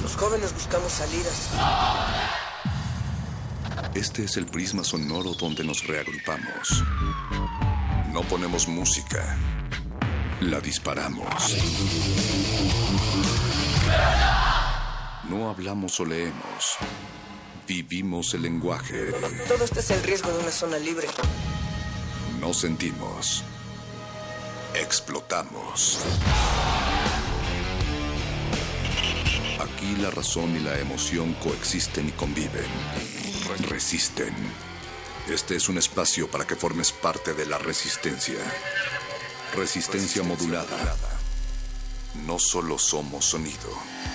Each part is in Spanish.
Los jóvenes buscamos salidas. Este es el prisma sonoro donde nos reagrupamos. No ponemos música, la disparamos. No hablamos o leemos, vivimos el lenguaje. Todo esto es el riesgo de una zona libre. No sentimos, explotamos. Aquí la razón y la emoción coexisten y conviven. Resisten. Este es un espacio para que formes parte de la resistencia. Resistencia modulada. No solo somos sonido.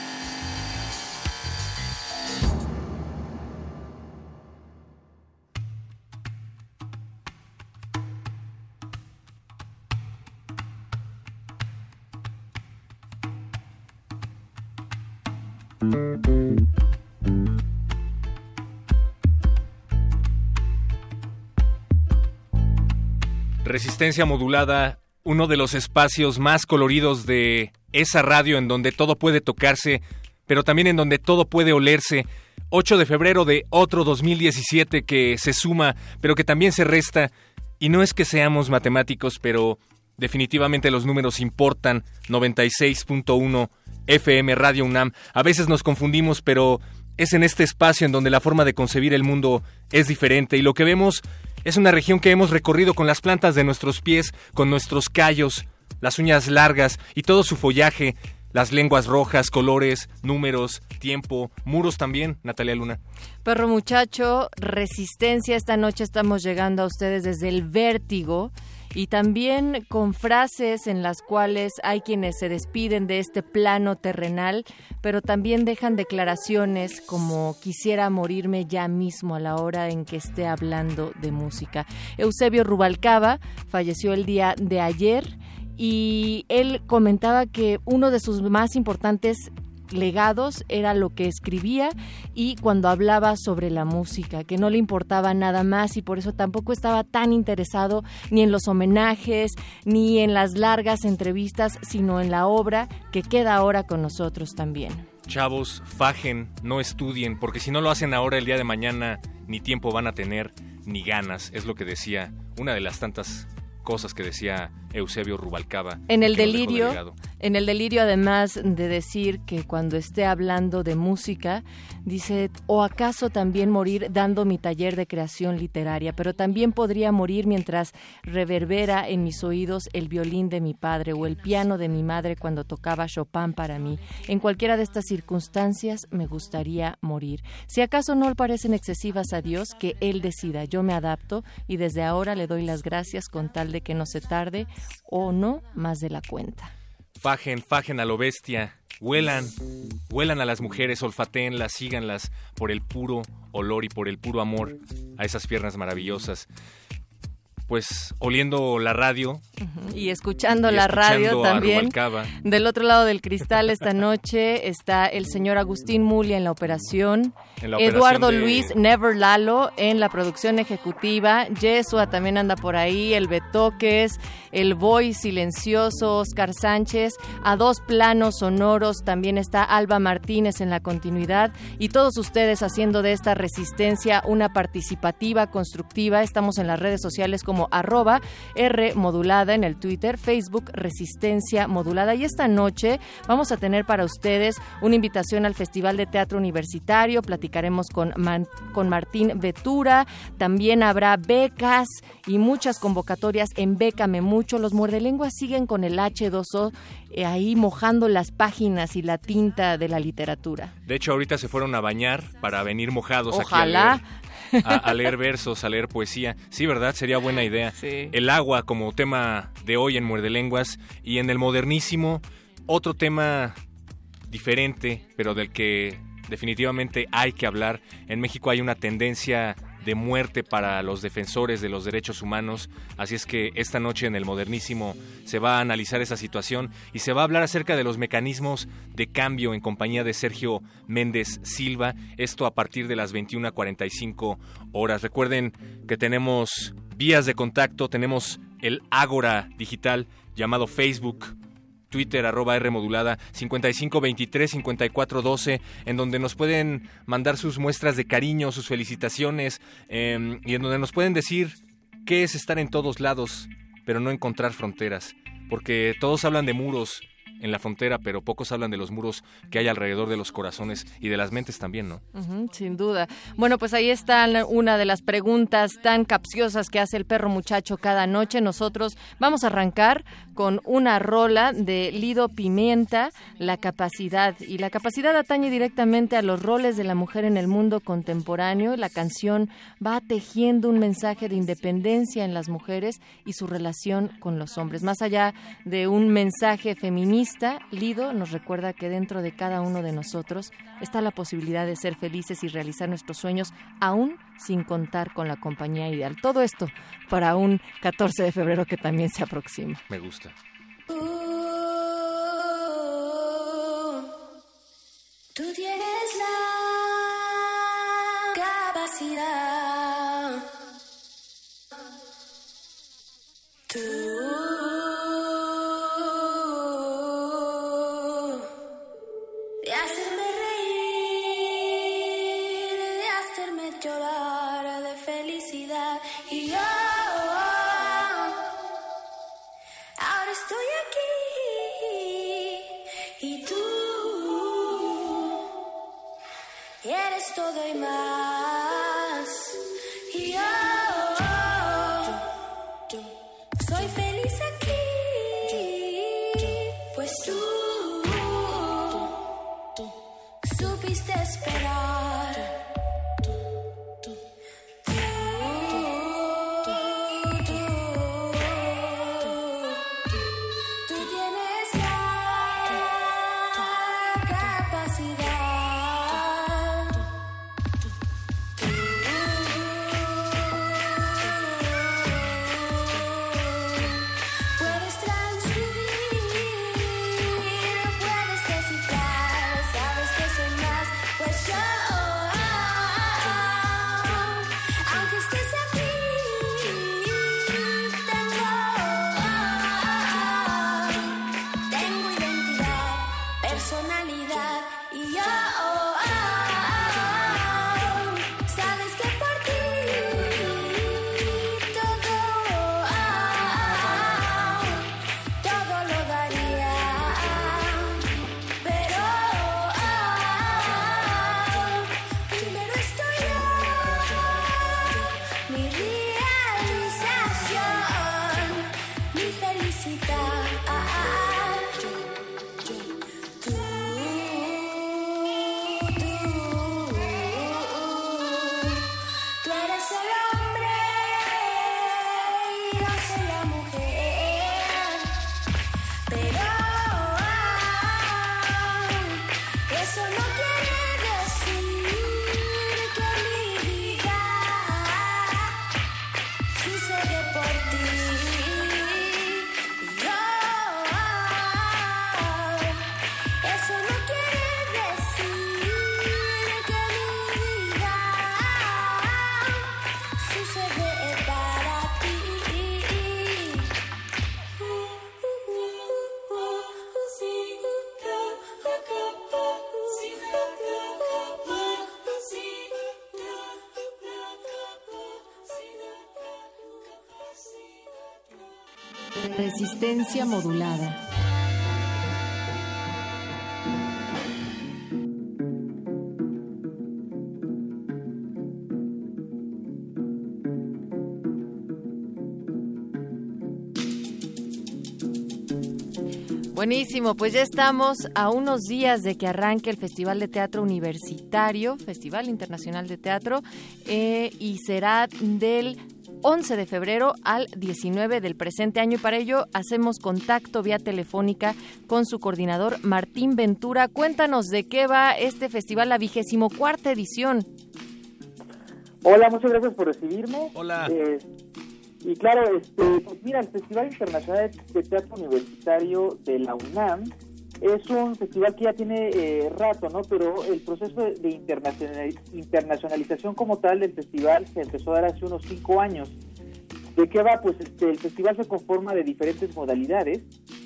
Resistencia modulada, uno de los espacios más coloridos de esa radio en donde todo puede tocarse, pero también en donde todo puede olerse. 8 de febrero de otro 2017 que se suma, pero que también se resta. Y no es que seamos matemáticos, pero definitivamente los números importan. 96.1 FM Radio UNAM. A veces nos confundimos, pero es en este espacio en donde la forma de concebir el mundo es diferente. Y lo que vemos es una región que hemos recorrido con las plantas de nuestros pies, con nuestros callos, las uñas largas y todo su follaje, las lenguas rojas, colores, números, tiempo, muros también, Natalia Luna. Perro muchacho, resistencia, esta noche estamos llegando a ustedes desde el vértigo y también con frases en las cuales hay quienes se despiden de este plano terrenal, pero también dejan declaraciones como quisiera morirme ya mismo a la hora en que esté hablando de música. Eusebio Rubalcaba falleció el día de ayer y él comentaba que uno de sus más importantes legados era lo que escribía y cuando hablaba sobre la música, que no le importaba nada más y por eso tampoco estaba tan interesado ni en los homenajes ni en las largas entrevistas, sino en la obra que queda ahora con nosotros también. Chavos, fajen, no estudien, porque si no lo hacen ahora, el día de mañana ni tiempo van a tener ni ganas, es lo que decía, una de las tantas cosas que decía Eusebio Rubalcaba. En el delirio, además de decir que cuando esté hablando de música, dice, o acaso también morir dando mi taller de creación literaria, pero también podría morir mientras reverbera en mis oídos el violín de mi padre o el piano de mi madre cuando tocaba Chopin para mí. En cualquiera de estas circunstancias me gustaría morir. Si acaso no parecen excesivas a Dios, que Él decida, yo me adapto y desde ahora le doy las gracias con tal de que no se tarde o no más de la cuenta. Fajen a lo bestia, huelan a las mujeres, olfatéenlas, síganlas por el puro olor y por el puro amor a esas piernas maravillosas. Pues oliendo la radio. Y escuchando la radio también. Del otro lado del cristal esta noche está el señor Agustín Mulia en la operación. Eduardo Luis Never Lalo en la producción ejecutiva. Yesua también anda por ahí. El Betoques, el Boy Silencioso, Oscar Sánchez. A dos planos sonoros también está Alba Martínez en la continuidad. Y todos ustedes haciendo de esta resistencia una participativa, constructiva. Estamos en las redes sociales como @R_modulada en el Twitter, Facebook Resistencia Modulada. Y esta noche vamos a tener para ustedes una invitación al Festival de Teatro Universitario. Platicaremos con Martín Ventura. También habrá becas y muchas convocatorias en Bécame Mucho. Los muerdelenguas siguen con el H2O ahí mojando las páginas y la tinta de la literatura. De hecho, ahorita se fueron a bañar para venir mojados. Ojalá. Aquí a leer versos, a leer poesía. Sí, ¿verdad? Sería buena idea. Sí. El agua como tema de hoy en Muerde Lenguas, y en el modernísimo otro tema diferente, pero del que definitivamente hay que hablar. En México hay una tendencia de muerte para los defensores de los derechos humanos, así es que esta noche en el modernísimo se va a analizar esa situación y se va a hablar acerca de los mecanismos de cambio en compañía de Sergio Méndez Silva, esto a partir de las 21:45 horas. Recuerden que tenemos vías de contacto, tenemos el Ágora digital llamado Facebook, Twitter, @Rmodulada, 5523-5412, en donde nos pueden mandar sus muestras de cariño, sus felicitaciones, y en donde nos pueden decir qué es estar en todos lados, pero no encontrar fronteras. Porque todos hablan de muros en la frontera, pero pocos hablan de los muros que hay alrededor de los corazones y de las mentes también, ¿no? Sin duda. Bueno, pues ahí está una de las preguntas tan capciosas que hace el perro muchacho cada noche. Nosotros vamos a arrancar con una rola de Lido Pimienta, La Capacidad. Y la capacidad atañe directamente a los roles de la mujer en el mundo contemporáneo. La canción va tejiendo un mensaje de independencia en las mujeres y su relación con los hombres. Más allá de un mensaje feminista, Lido nos recuerda que dentro de cada uno de nosotros está la posibilidad de ser felices y realizar nuestros sueños, aún sin contar con la compañía ideal. Todo esto para un 14 de febrero que también se aproxima. Me gusta. Tú tienes la capacidad. Tú de hacerme reír, de hacerme llorar de felicidad. Y yo ahora estoy aquí y tú eres todo y más. Y yo soy feliz aquí, pues tú supiste esperar. Tú tienes la capacidad. Puedes transcribir, puedes descifrar, sabes que soy más, pues yo, aunque estés aquí, tengo identidad, personalidad, y yo, sabes que por ti todo lo daría, pero primero estoy yo, mi realización, mi felicidad. Tú eres el hombre y yo soy la mujer, pero eso no quiere decir que mi vida sucede por ti. Eso no quiere decir que mi vida sucede para ti. Resistencia modulada. Buenísimo, pues ya estamos a unos días de que arranque el Festival de Teatro Universitario, Festival Internacional de Teatro, y será del 11 de febrero al 19 del presente año, y para ello hacemos contacto vía telefónica con su coordinador, Martín Ventura. Cuéntanos de qué va este festival, la 24ª edición. Hola, muchas gracias por recibirme. Hola. Y claro, pues mira, el Festival Internacional de Teatro Universitario de la UNAM es un festival que ya tiene rato, ¿no? Pero el proceso de internacionalización como tal del festival se empezó a dar hace unos 5 años. ¿De qué va? Pues el festival se conforma de diferentes modalidades,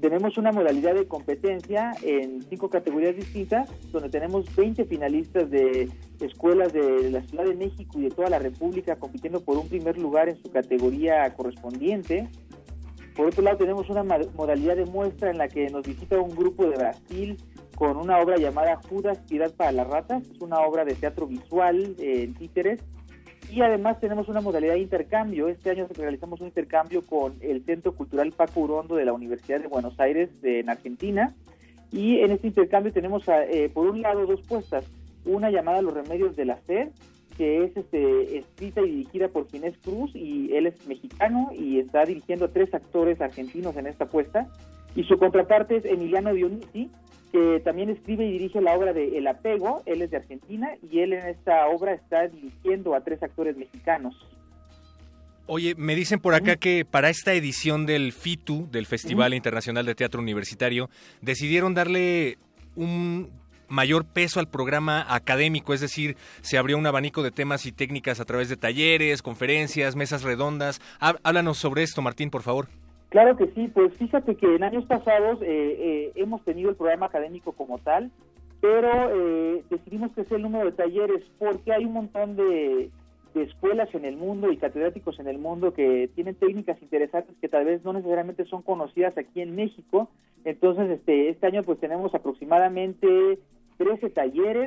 tenemos una modalidad de competencia en 5 categorías distintas, donde tenemos 20 finalistas de escuelas de la Ciudad de México y de toda la República compitiendo por un primer lugar en su categoría correspondiente. Por otro lado, tenemos una modalidad de muestra en la que nos visita un grupo de Brasil con una obra llamada Judas, Piedad para las Ratas. Es una obra de teatro visual en títeres. Y además tenemos una modalidad de intercambio. Este año realizamos un intercambio con el Centro Cultural Paco Urondo de la Universidad de Buenos Aires en Argentina. Y en este intercambio tenemos, por un lado, 2 puestas. Una llamada Los Remedios de la Sed, que es escrita y dirigida por Ginés Cruz, y él es mexicano y está dirigiendo a 3 actores argentinos en esta puesta. Y su contraparte es Emiliano Dionisi, que también escribe y dirige la obra de El Apego. Él es de Argentina y él en esta obra está dirigiendo a 3 actores mexicanos. Oye, me dicen por acá que para esta edición del FITU, del Festival Internacional de Teatro Universitario, decidieron darle un mayor peso al programa académico, es decir, se abrió un abanico de temas y técnicas a través de talleres, conferencias, mesas redondas. Háblanos sobre esto, Martín, por favor. Claro que sí, pues fíjate que en años pasados hemos tenido el programa académico como tal, pero decidimos crecer el número de talleres porque hay un montón de escuelas en el mundo y catedráticos en el mundo que tienen técnicas interesantes que tal vez no necesariamente son conocidas aquí en México. Entonces, este año pues tenemos aproximadamente 13 talleres,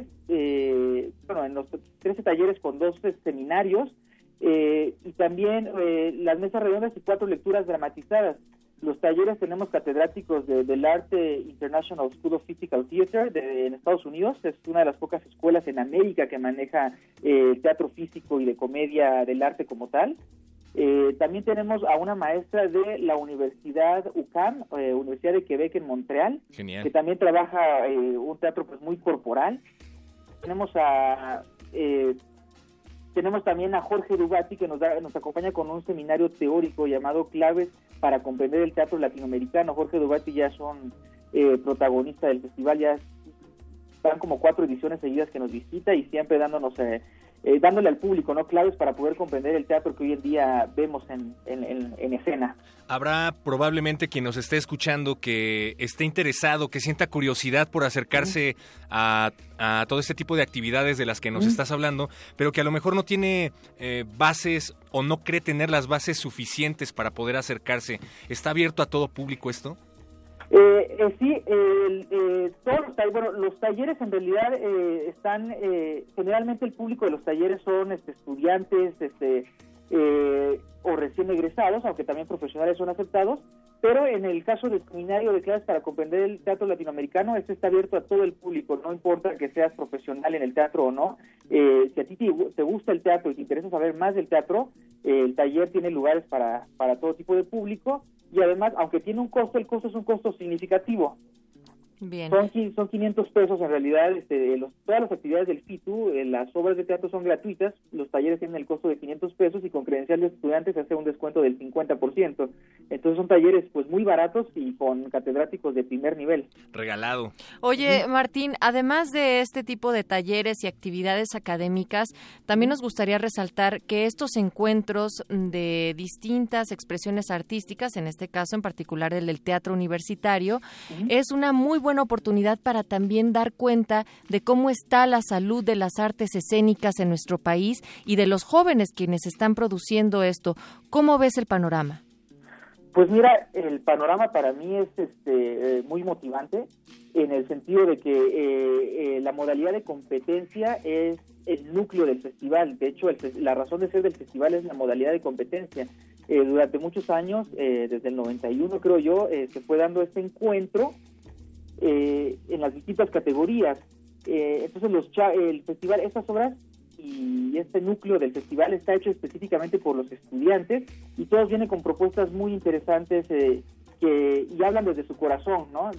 en los 13 talleres con 2 seminarios, y también las mesas redondas y 4 lecturas dramatizadas. Los talleres tenemos catedráticos del Arte International School of Physical Theater en Estados Unidos. Es una de las pocas escuelas en América que maneja teatro físico y de comedia del arte como tal. También tenemos a una maestra de la Universidad UQAM, Universidad de Quebec en Montreal. Genial. Que también trabaja un teatro pues muy corporal. Tenemos también a Jorge Dubati, que nos acompaña con un seminario teórico llamado Claves para comprender el teatro latinoamericano. Jorge Dubati ya son protagonista del festival, ya van como 4 ediciones seguidas que nos visita y siempre dándole al público, ¿no?, claves para poder comprender el teatro que hoy en día vemos en escena. Habrá probablemente quien nos esté escuchando que esté interesado, que sienta curiosidad por acercarse a todo este tipo de actividades de las que nos estás hablando, pero que a lo mejor no tiene bases o no cree tener las bases suficientes para poder acercarse. ¿Está abierto a todo público esto? Sí, los talleres en realidad están, generalmente el público de los talleres son estudiantes o recién egresados, aunque también profesionales son aceptados, pero en el caso del seminario de clases para comprender el teatro latinoamericano, está abierto a todo el público, no importa que seas profesional en el teatro o no. Si a ti te gusta el teatro y te interesa saber más del teatro, el taller tiene lugares para todo tipo de público. Y además, aunque tiene un costo, el costo es un costo significativo. Bien. Son 500 pesos en realidad. Todas las actividades del FITU, las obras de teatro son gratuitas, los talleres tienen el costo de 500 pesos y con credencial de estudiantes se hace un descuento del 50%. Entonces son talleres pues muy baratos y con catedráticos de primer nivel. Regalado. Oye, Martín, además de este tipo de talleres y actividades académicas, también nos gustaría resaltar que estos encuentros de distintas expresiones artísticas, en este caso en particular el del teatro universitario, es una muy buena oportunidad para también dar cuenta de cómo está la salud de las artes escénicas en nuestro país y de los jóvenes quienes están produciendo esto. ¿Cómo ves el panorama? Pues mira, el panorama para mí es muy motivante en el sentido de que la modalidad de competencia es el núcleo del festival. De hecho, la razón de ser del festival es la modalidad de competencia. Durante muchos años, desde el 91 creo yo, se fue dando este encuentro en las distintas categorías. Entonces el festival, estas obras y este núcleo del festival está hecho específicamente por los estudiantes y todos vienen con propuestas muy interesantes y hablan desde su corazón, ¿no?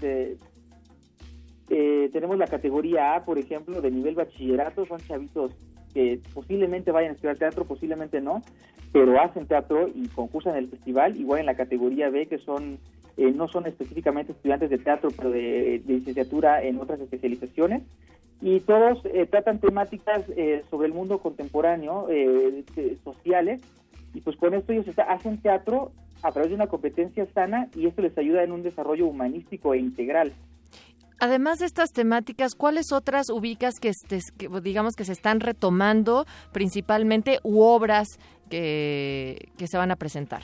Tenemos la categoría A, por ejemplo, de nivel bachillerato, son chavitos que posiblemente vayan a estudiar teatro, posiblemente no, pero hacen teatro y concursan en el festival. Igual en la categoría B, que son no son específicamente estudiantes de teatro, pero de licenciatura en otras especializaciones, y todos tratan temáticas sobre el mundo contemporáneo, sociales, y pues con esto ellos hacen teatro a través de una competencia sana, y esto les ayuda en un desarrollo humanístico e integral. Además de estas temáticas, ¿cuáles otras ubicas que digamos que se están retomando principalmente, u obras que se van a presentar?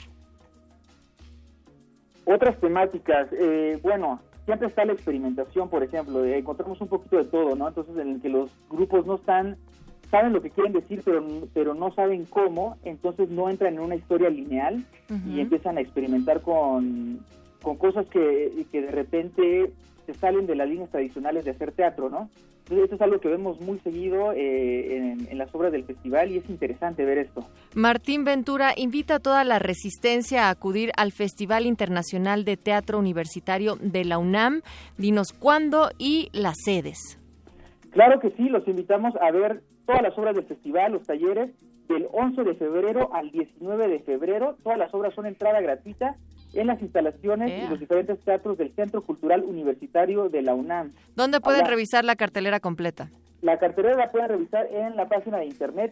Otras temáticas, bueno, siempre está la experimentación, por ejemplo, encontramos un poquito de todo, ¿no? Entonces, en el que los grupos no saben lo que quieren decir, pero no saben cómo, entonces no entran en una historia lineal y empiezan a experimentar con cosas que de repente se salen de las líneas tradicionales de hacer teatro, ¿no? Entonces, esto es algo que vemos muy seguido en las obras del festival, y es interesante ver esto. Martín Ventura invita a toda la resistencia a acudir al Festival Internacional de Teatro Universitario de la UNAM. Dinos cuándo y las sedes. Claro que sí, los invitamos a ver todas las obras del festival, los talleres, del 11 de febrero al 19 de febrero. Todas las obras son entrada gratuita en las instalaciones y los diferentes teatros del Centro Cultural Universitario de la UNAM. ¿Dónde pueden revisar la cartelera completa? La cartelera la pueden revisar en la página de internet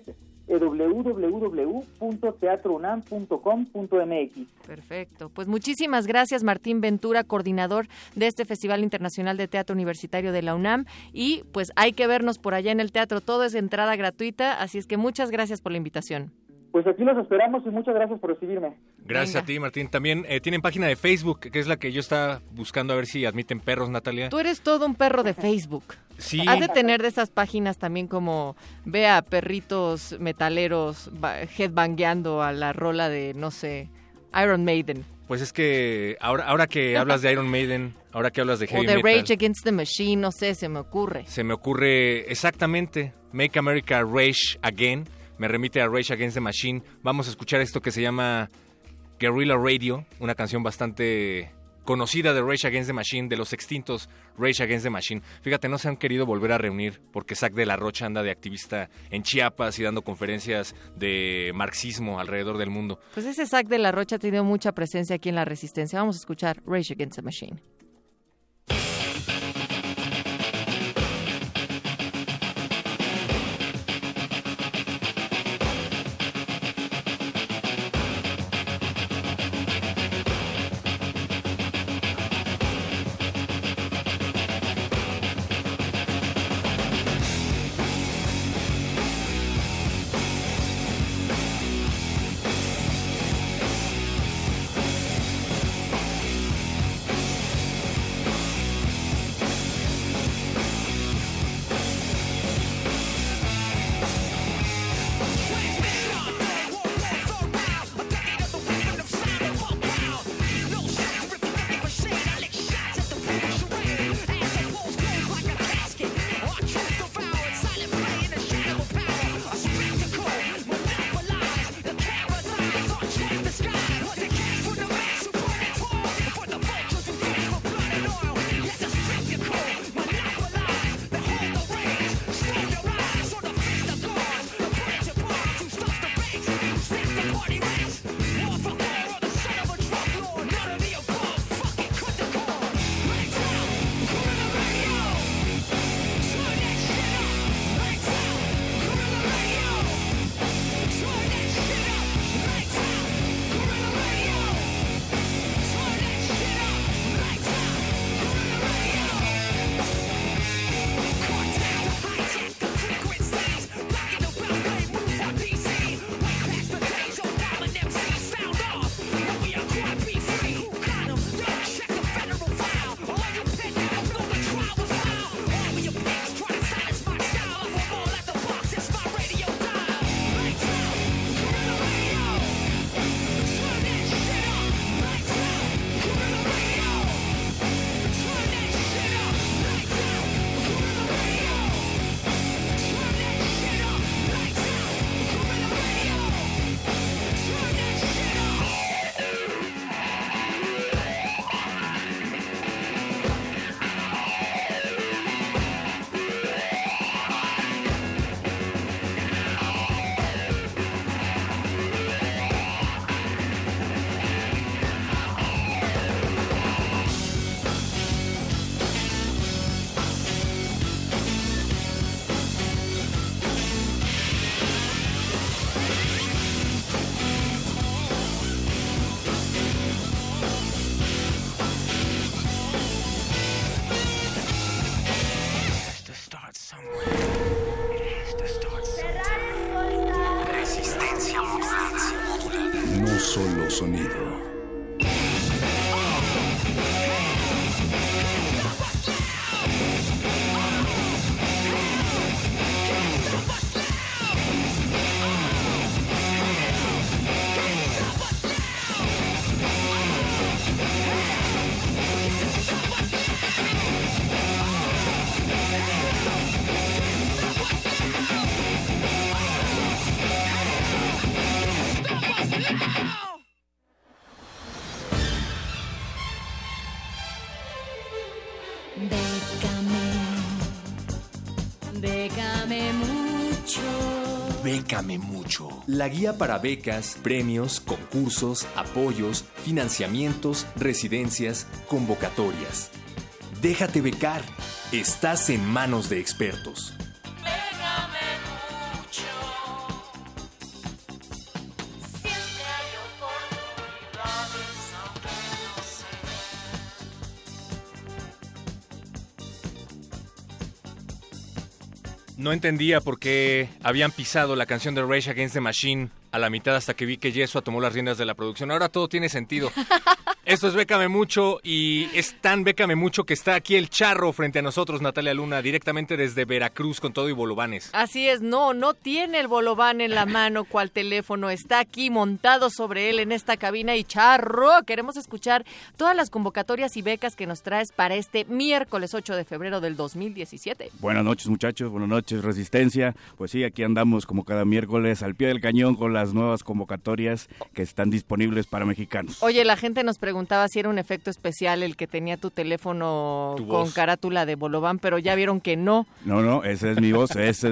www.teatrounam.com.mx. Perfecto. Pues muchísimas gracias, Martín Ventura, coordinador de este Festival Internacional de Teatro Universitario de la UNAM. Y pues hay que vernos por allá en el teatro. Todo es de entrada gratuita, así es que muchas gracias por la invitación. Pues aquí los esperamos y muchas gracias por recibirme. Gracias a ti, Martín. También tienen página de Facebook, que es la que yo estaba buscando a ver si admiten perros, Natalia. Tú eres todo un perro de Facebook. Sí. Has de tener de esas páginas también como ve a perritos metaleros headbangueando a la rola de, no sé, Iron Maiden. Pues es que ahora que hablas de Iron Maiden, ahora que hablas de heavy metal. O de metal, Rage Against the Machine, no sé, se me ocurre. Se me ocurre exactamente Make America Rage Again. Me remite a Rage Against the Machine. Vamos a escuchar esto que se llama Guerrilla Radio, una canción bastante conocida de Rage Against the Machine, de los extintos Rage Against the Machine. Fíjate, no se han querido volver a reunir porque Zack de la Rocha anda de activista en Chiapas y dando conferencias de marxismo alrededor del mundo. Pues ese Zack de la Rocha ha tenido mucha presencia aquí en La Resistencia. Vamos a escuchar Rage Against the Machine. sonido. Bécame mucho. Bécame mucho. La guía para becas, premios, concursos, apoyos, financiamientos, residencias, convocatorias. Déjate becar. Estás en manos de expertos. No entendía por qué habían pisado la canción de Rage Against the Machine a la mitad hasta que vi que Yeshua tomó las riendas de la producción. Ahora todo tiene sentido. Esto es Bécame Mucho y es tan Bécame Mucho que está aquí el Charro frente a nosotros, Natalia Luna, directamente desde Veracruz con todo y bolovanes. Así es, no tiene el bolobán en la mano, cual teléfono, está aquí montado sobre él en esta cabina y Charro, queremos escuchar todas las convocatorias y becas que nos traes para este miércoles 8 de febrero del 2017. Buenas noches muchachos, buenas noches Resistencia, pues sí, aquí andamos como cada miércoles al pie del cañón con las nuevas convocatorias que están disponibles para mexicanos. Oye, la gente nos preguntaba si era un efecto especial el que tenía tu teléfono con carátula de bolobán, pero ya vieron que no. No, esa es mi voz,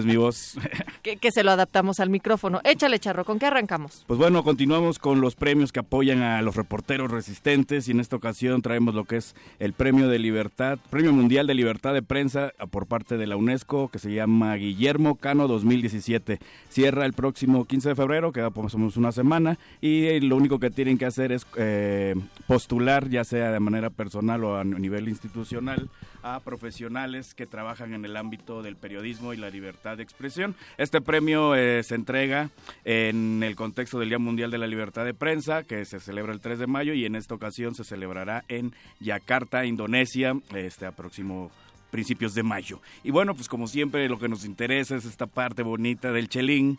que se lo adaptamos al micrófono. Échale, Charro, ¿con qué arrancamos? Pues bueno, continuamos con los premios que apoyan a los reporteros resistentes y en esta ocasión traemos lo que es el Premio Mundial de Libertad de Prensa por parte de la UNESCO, que se llama Guillermo Cano 2017. Cierra el próximo 15 de febrero, queda más o menos una semana, y lo único que tienen que hacer es postular, ya sea de manera personal o a nivel institucional, a profesionales que trabajan en el ámbito del periodismo y la libertad de expresión. Este premio se entrega en el contexto del Día Mundial de la Libertad de Prensa, que se celebra el 3 de mayo, y en esta ocasión se celebrará en Yakarta, Indonesia, a próximo principios de mayo. Y bueno, pues como siempre lo que nos interesa es esta parte bonita del chelín.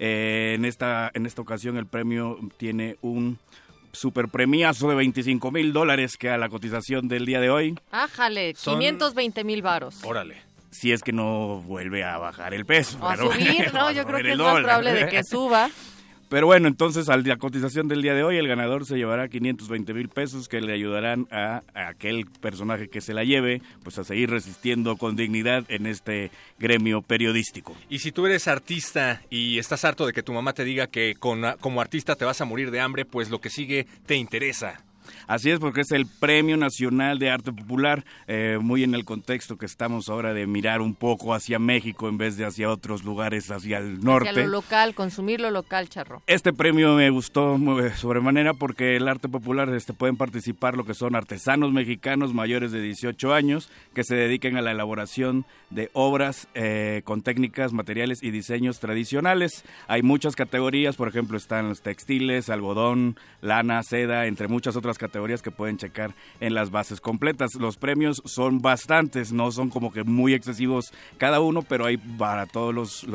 En esta ocasión el premio tiene un super premiazo de $25,000 que a la cotización del día de hoy. Ájale, 520,000 varos. Órale. Si es que no vuelve a bajar el peso. O a subir, ¿no? Yo creo que es más probable de que suba. Pero bueno, entonces a la cotización del día de hoy, el ganador se llevará 520,000 pesos que le ayudarán a aquel personaje que se la lleve, pues a seguir resistiendo con dignidad en este gremio periodístico. Y si tú eres artista y estás harto de que tu mamá te diga que como artista te vas a morir de hambre, pues lo que sigue te interesa. Así es, porque es el Premio Nacional de Arte Popular, muy en el contexto que estamos ahora de mirar un poco hacia México en vez de hacia otros lugares, hacia el norte. Hacia lo local, consumir lo local, Charro. Este premio me gustó sobremanera porque el arte popular pueden participar lo que son artesanos mexicanos mayores de 18 años que se dediquen a la elaboración de obras con técnicas, materiales y diseños tradicionales. Hay muchas categorías, por ejemplo, están los textiles, algodón, lana, seda, entre muchas otras categorías que pueden checar en las bases completas. Los premios son bastantes, no son como que muy excesivos cada uno, pero hay para todos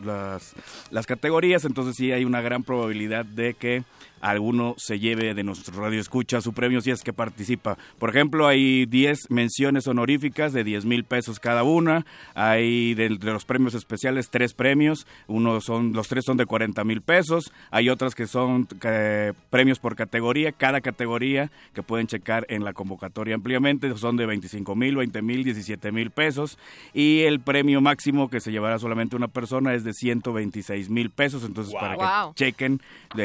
las categorías, entonces sí hay una gran probabilidad de que alguno se lleve de nuestro radio escucha su premio si es que participa. Por ejemplo, hay 10 menciones honoríficas de 10,000 pesos cada una. Hay de los premios especiales 3 premios, los 3 son de 40,000 pesos. Hay otras que son premios por categoría. Cada categoría que pueden checar en la convocatoria ampliamente son de 25,000, 20,000, 17,000 pesos. Y el premio máximo que se llevará solamente una persona es de 126,000 pesos. Entonces, para que chequen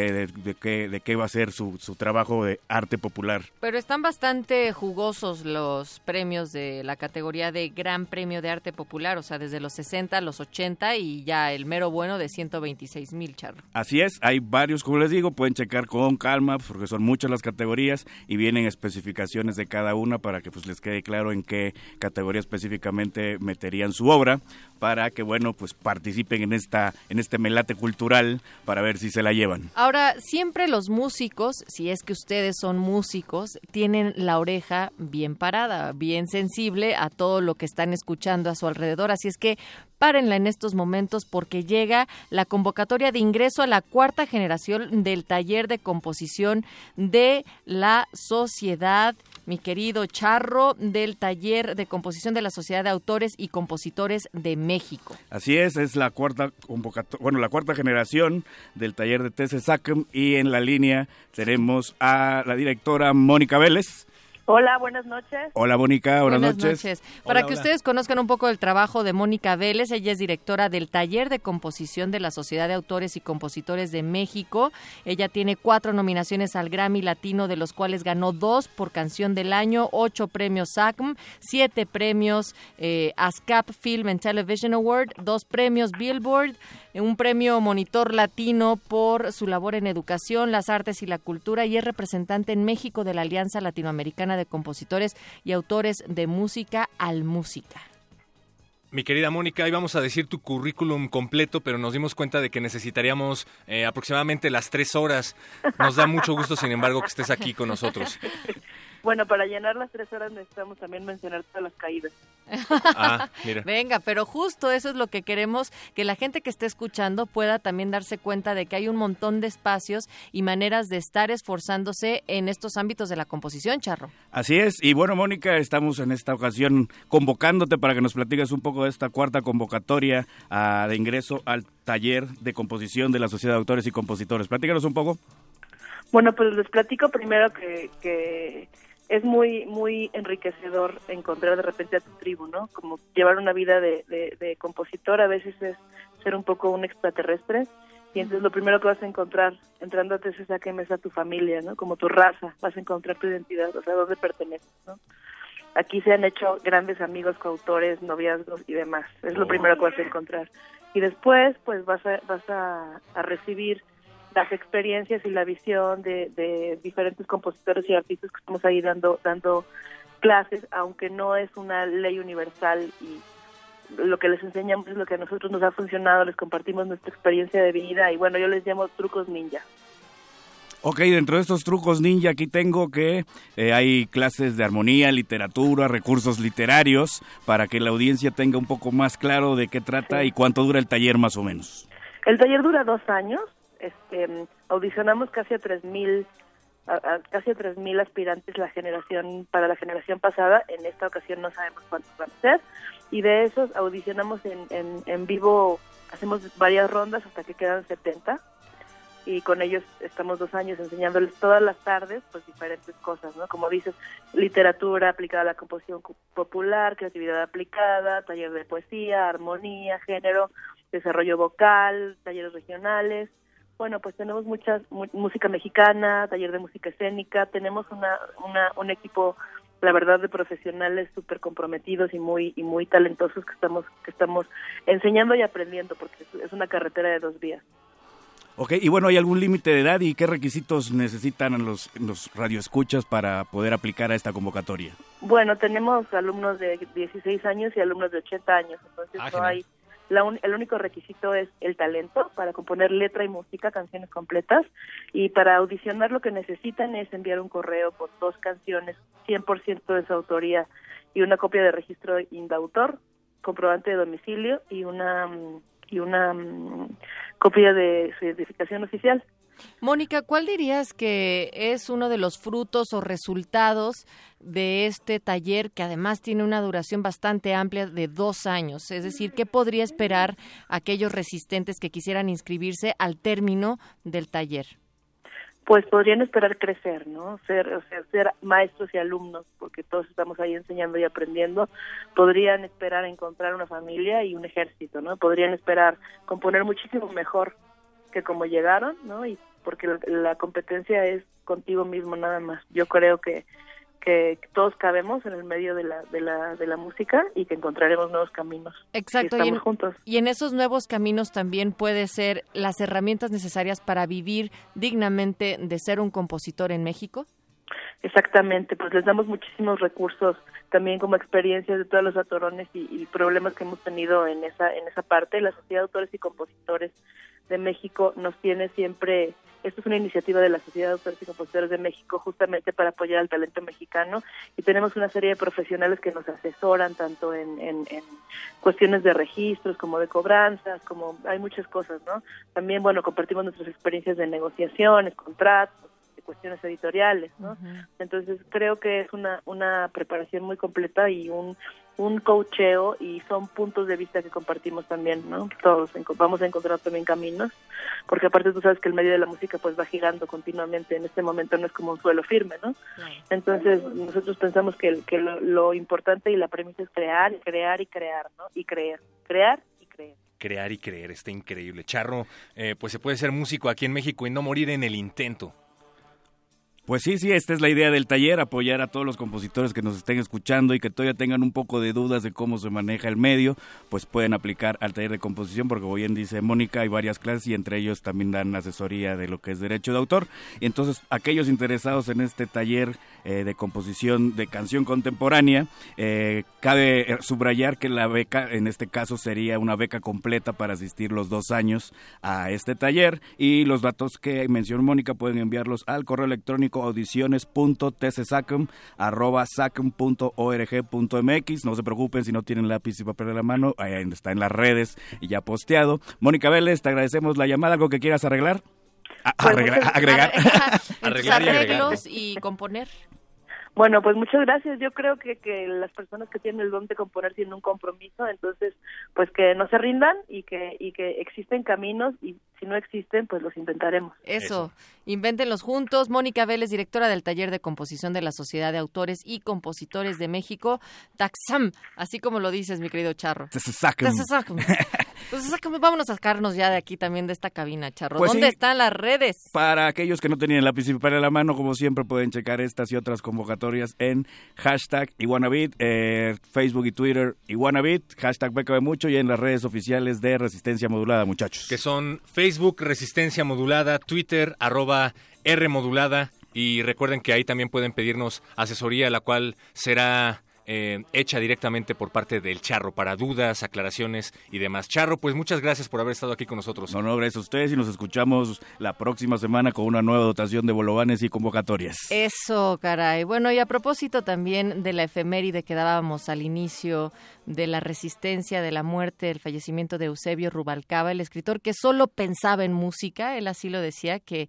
de qué va a ser su trabajo de arte popular. Pero están bastante jugosos los premios de la categoría de Gran Premio de Arte Popular, o sea, desde los 60 a los 80 y ya el mero bueno de 126,000, Charro. Así es, hay varios, como les digo, pueden checar con calma porque son muchas las categorías y vienen especificaciones de cada una para que pues les quede claro en qué categoría específicamente meterían su obra para que, bueno, pues participen en este melate cultural para ver si se la llevan. Ahora, siempre los músicos, si es que ustedes son músicos, tienen la oreja bien parada, bien sensible a todo lo que están escuchando a su alrededor, así es que párenla en estos momentos porque llega la convocatoria de ingreso a la 4ª generación del taller de composición de la Sociedad, mi querido Charro, del taller de composición de la Sociedad de Autores y Compositores de México. Así es la cuarta generación del taller de TC-SACM, y en la línea tenemos a la directora Mónica Vélez. Hola, buenas noches. Hola, Mónica, buenas noches. Para que ustedes conozcan un poco del trabajo de Mónica Vélez, ella es directora del Taller de Composición de la Sociedad de Autores y Compositores de México. Ella tiene 4 nominaciones al Grammy Latino, de los cuales ganó 2 por Canción del Año, 8 premios SACM, 7 premios ASCAP Film and Television Award, 2 premios Billboard, un premio Monitor Latino por su labor en educación, las artes y la cultura, y es representante en México de la Alianza Latinoamericana de Compositores y Autores de Música Almúsica. Mi querida Mónica, íbamos a decir tu currículum completo, pero nos dimos cuenta de que necesitaríamos aproximadamente las 3 horas. Nos da mucho gusto, sin embargo, que estés aquí con nosotros. Bueno, para llenar las 3 horas necesitamos también mencionar todas las caídas. Mira. Venga, pero justo eso es lo que queremos, que la gente que esté escuchando pueda también darse cuenta de que hay un montón de espacios y maneras de estar esforzándose en estos ámbitos de la composición, Charro. Así es, y bueno, Mónica, estamos en esta ocasión convocándote para que nos platiques un poco de esta 4ª convocatoria de ingreso al taller de composición de la Sociedad de Autores y Compositores. Platícanos un poco. Bueno, pues les platico primero que es muy muy enriquecedor encontrar de repente a tu tribu, ¿no? Como llevar una vida de compositor a veces es ser un poco un extraterrestre, y entonces lo primero que vas a encontrar entrando a TC-SACM es a tu familia, ¿no? Como tu raza, vas a encontrar tu identidad, o sea, dónde perteneces, ¿no? Aquí se han hecho grandes amigos, coautores, noviazgos y demás, es lo primero que vas a encontrar. Y después, pues vas a recibir las experiencias y la visión de diferentes compositores y artistas que estamos ahí dando clases, aunque no es una ley universal, y lo que les enseñamos es lo que a nosotros nos ha funcionado, les compartimos nuestra experiencia de vida, y bueno, yo les llamo trucos ninja. Ok, dentro de estos trucos ninja aquí tengo que hay clases de armonía, literatura, recursos literarios, para que la audiencia tenga un poco más claro de qué trata. Sí. Y cuánto dura el taller más o menos. El taller dura 2 años. Audicionamos casi a 3,000 aspirantes para la generación pasada. En esta ocasión no sabemos cuántos van a ser, y de esos audicionamos en vivo, hacemos varias rondas hasta que quedan 70, y con ellos estamos 2 años enseñándoles todas las tardes pues diferentes cosas, ¿no? Como dices, literatura aplicada a la composición popular, creatividad aplicada, taller de poesía, armonía, género, desarrollo vocal, talleres regionales. Bueno, pues tenemos música mexicana, taller de música escénica, tenemos un equipo, la verdad, de profesionales súper comprometidos y muy talentosos que estamos enseñando y aprendiendo, porque es una carretera de 2 vías. Ok, y bueno, ¿hay algún límite de edad y qué requisitos necesitan los radioescuchas para poder aplicar a esta convocatoria? Bueno, tenemos alumnos de 16 años y alumnos de 80 años, entonces no hay... El único requisito es el talento para componer letra y música, canciones completas, y para audicionar lo que necesitan es enviar un correo con 2 canciones, 100% de su autoría, y una copia de registro indautor, comprobante de domicilio y una copia de su identificación oficial. Mónica, ¿cuál dirías que es uno de los frutos o resultados de este taller, que además tiene una duración bastante amplia de 2 años? Es decir, ¿qué podría esperar aquellos resistentes que quisieran inscribirse al término del taller? Pues podrían esperar crecer, ¿no? Ser maestros y alumnos, porque todos estamos ahí enseñando y aprendiendo. Podrían esperar encontrar una familia y un ejército, ¿no? Podrían esperar componer muchísimo mejor que como llegaron, ¿no? Y porque la competencia es contigo mismo nada más. Yo creo que todos cabemos en el medio de la música, y que encontraremos nuevos caminos. Exacto, si estamos juntos. Y en esos nuevos caminos también puede ser las herramientas necesarias para vivir dignamente de ser un compositor en México. Exactamente, pues les damos muchísimos recursos también como experiencias de todos los atorones y problemas que hemos tenido en esa parte. La Sociedad de Autores y Compositores de México nos tiene siempre, esto es una iniciativa de la Sociedad de Autores y Compositores de México justamente para apoyar al talento mexicano, y tenemos una serie de profesionales que nos asesoran tanto en cuestiones de registros como de cobranzas, como hay muchas cosas, ¿no? También, bueno, compartimos nuestras experiencias de negociaciones, contratos, cuestiones editoriales, ¿no? Uh-huh. Entonces creo que es una preparación muy completa y un coacheo, y son puntos de vista que compartimos también, ¿no? Todos vamos a encontrar también caminos, porque aparte tú sabes que el medio de la música pues va girando continuamente, en este momento no es como un suelo firme, ¿no? Sí. Entonces nosotros pensamos que lo importante y la premisa es crear, crear y crear, ¿no? Y crear y creer. Crear y creer, está increíble. Charro, pues se puede ser músico aquí en México y no morir en el intento. Pues sí, esta es la idea del taller, apoyar a todos los compositores que nos estén escuchando y que todavía tengan un poco de dudas de cómo se maneja el medio, pues pueden aplicar al taller de composición, porque como bien dice Mónica, hay varias clases y entre ellos también dan asesoría de lo que es derecho de autor. Y entonces, aquellos interesados en este taller de composición de canción contemporánea, cabe subrayar que la beca, en este caso, sería una beca completa para asistir los 2 años a este taller, y los datos que mencionó Mónica pueden enviarlos al correo electrónico audiciones.tcsacum@sacum.org.mx. No se preocupen si no tienen lápiz y papel a la mano, ahí está en las redes y ya posteado. Mónica Vélez, te agradecemos la llamada. ¿Algo que quieras arreglar? Agregar. Arreglos y componer. Bueno, pues muchas gracias. Yo creo que las personas que tienen el don de componer tienen un compromiso, entonces pues que no se rindan y que existen caminos, y si no existen pues los inventaremos. Eso. Invéntenlos juntos. Mónica Vélez, directora del taller de composición de la Sociedad de Autores y Compositores de México, TACSAM, así como lo dices, mi querido Charro. TACSAM. Pues vámonos a sacarnos ya de aquí también de esta cabina, Charro. Pues ¿dónde están las redes? Para aquellos que no tenían lápiz y papel a la mano, como siempre pueden checar estas y otras convocatorias en hashtag #Iguanabit, Facebook y Twitter #Iguanabit, hashtag Bécame Mucho, y en las redes oficiales de Resistencia Modulada, muchachos. Que son Facebook Resistencia Modulada, Twitter @Rmodulada, y recuerden que ahí también pueden pedirnos asesoría, la cual será hecha directamente por parte del Charro para dudas, aclaraciones y demás. Charro, pues muchas gracias por haber estado aquí con nosotros. No, gracias a ustedes, y nos escuchamos la próxima semana con una nueva dotación de bolovanes y convocatorias. Eso, caray. Bueno, y a propósito también de la efeméride que dábamos al inicio de la resistencia, de la muerte, el fallecimiento de Eusebio Rubalcaba, el escritor que solo pensaba en música, él así lo decía, que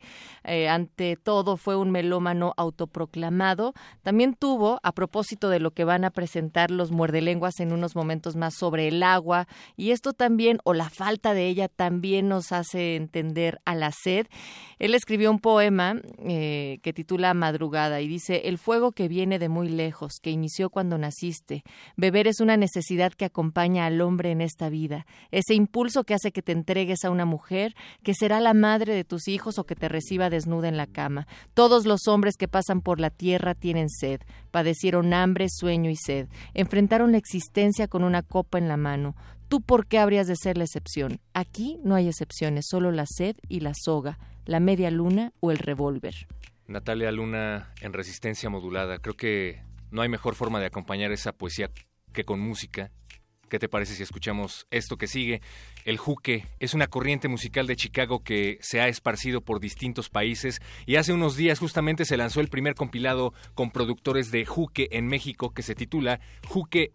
ante todo fue un melómano autoproclamado. También tuvo, a propósito de lo que van a presentar los muerdelenguas en unos momentos más, sobre el agua, y esto también, o la falta de ella, también nos hace entender a la sed. Él escribió un poema que titula Madrugada, y dice: el fuego que viene de muy lejos, que inició cuando naciste. Beber es una necesidad que acompaña al hombre en esta vida, ese impulso que hace que te entregues a una mujer que será la madre de tus hijos o que te reciba desnuda en la cama. Todos los hombres que pasan por la tierra tienen sed, padecieron hambre, sueño y sed, enfrentaron la existencia con una copa en la mano. ¿Tú por qué habrías de ser la excepción? Aquí no hay excepciones, solo la sed y la soga, la media luna o el revólver. Natalia Luna en Resistencia Modulada. Creo que no hay mejor forma de acompañar esa poesía que con música. ¿Qué te parece si escuchamos esto que sigue? El juque es una corriente musical de Chicago que se ha esparcido por distintos países, y hace unos días justamente se lanzó el primer compilado con productores de juque en México, que se titula Juque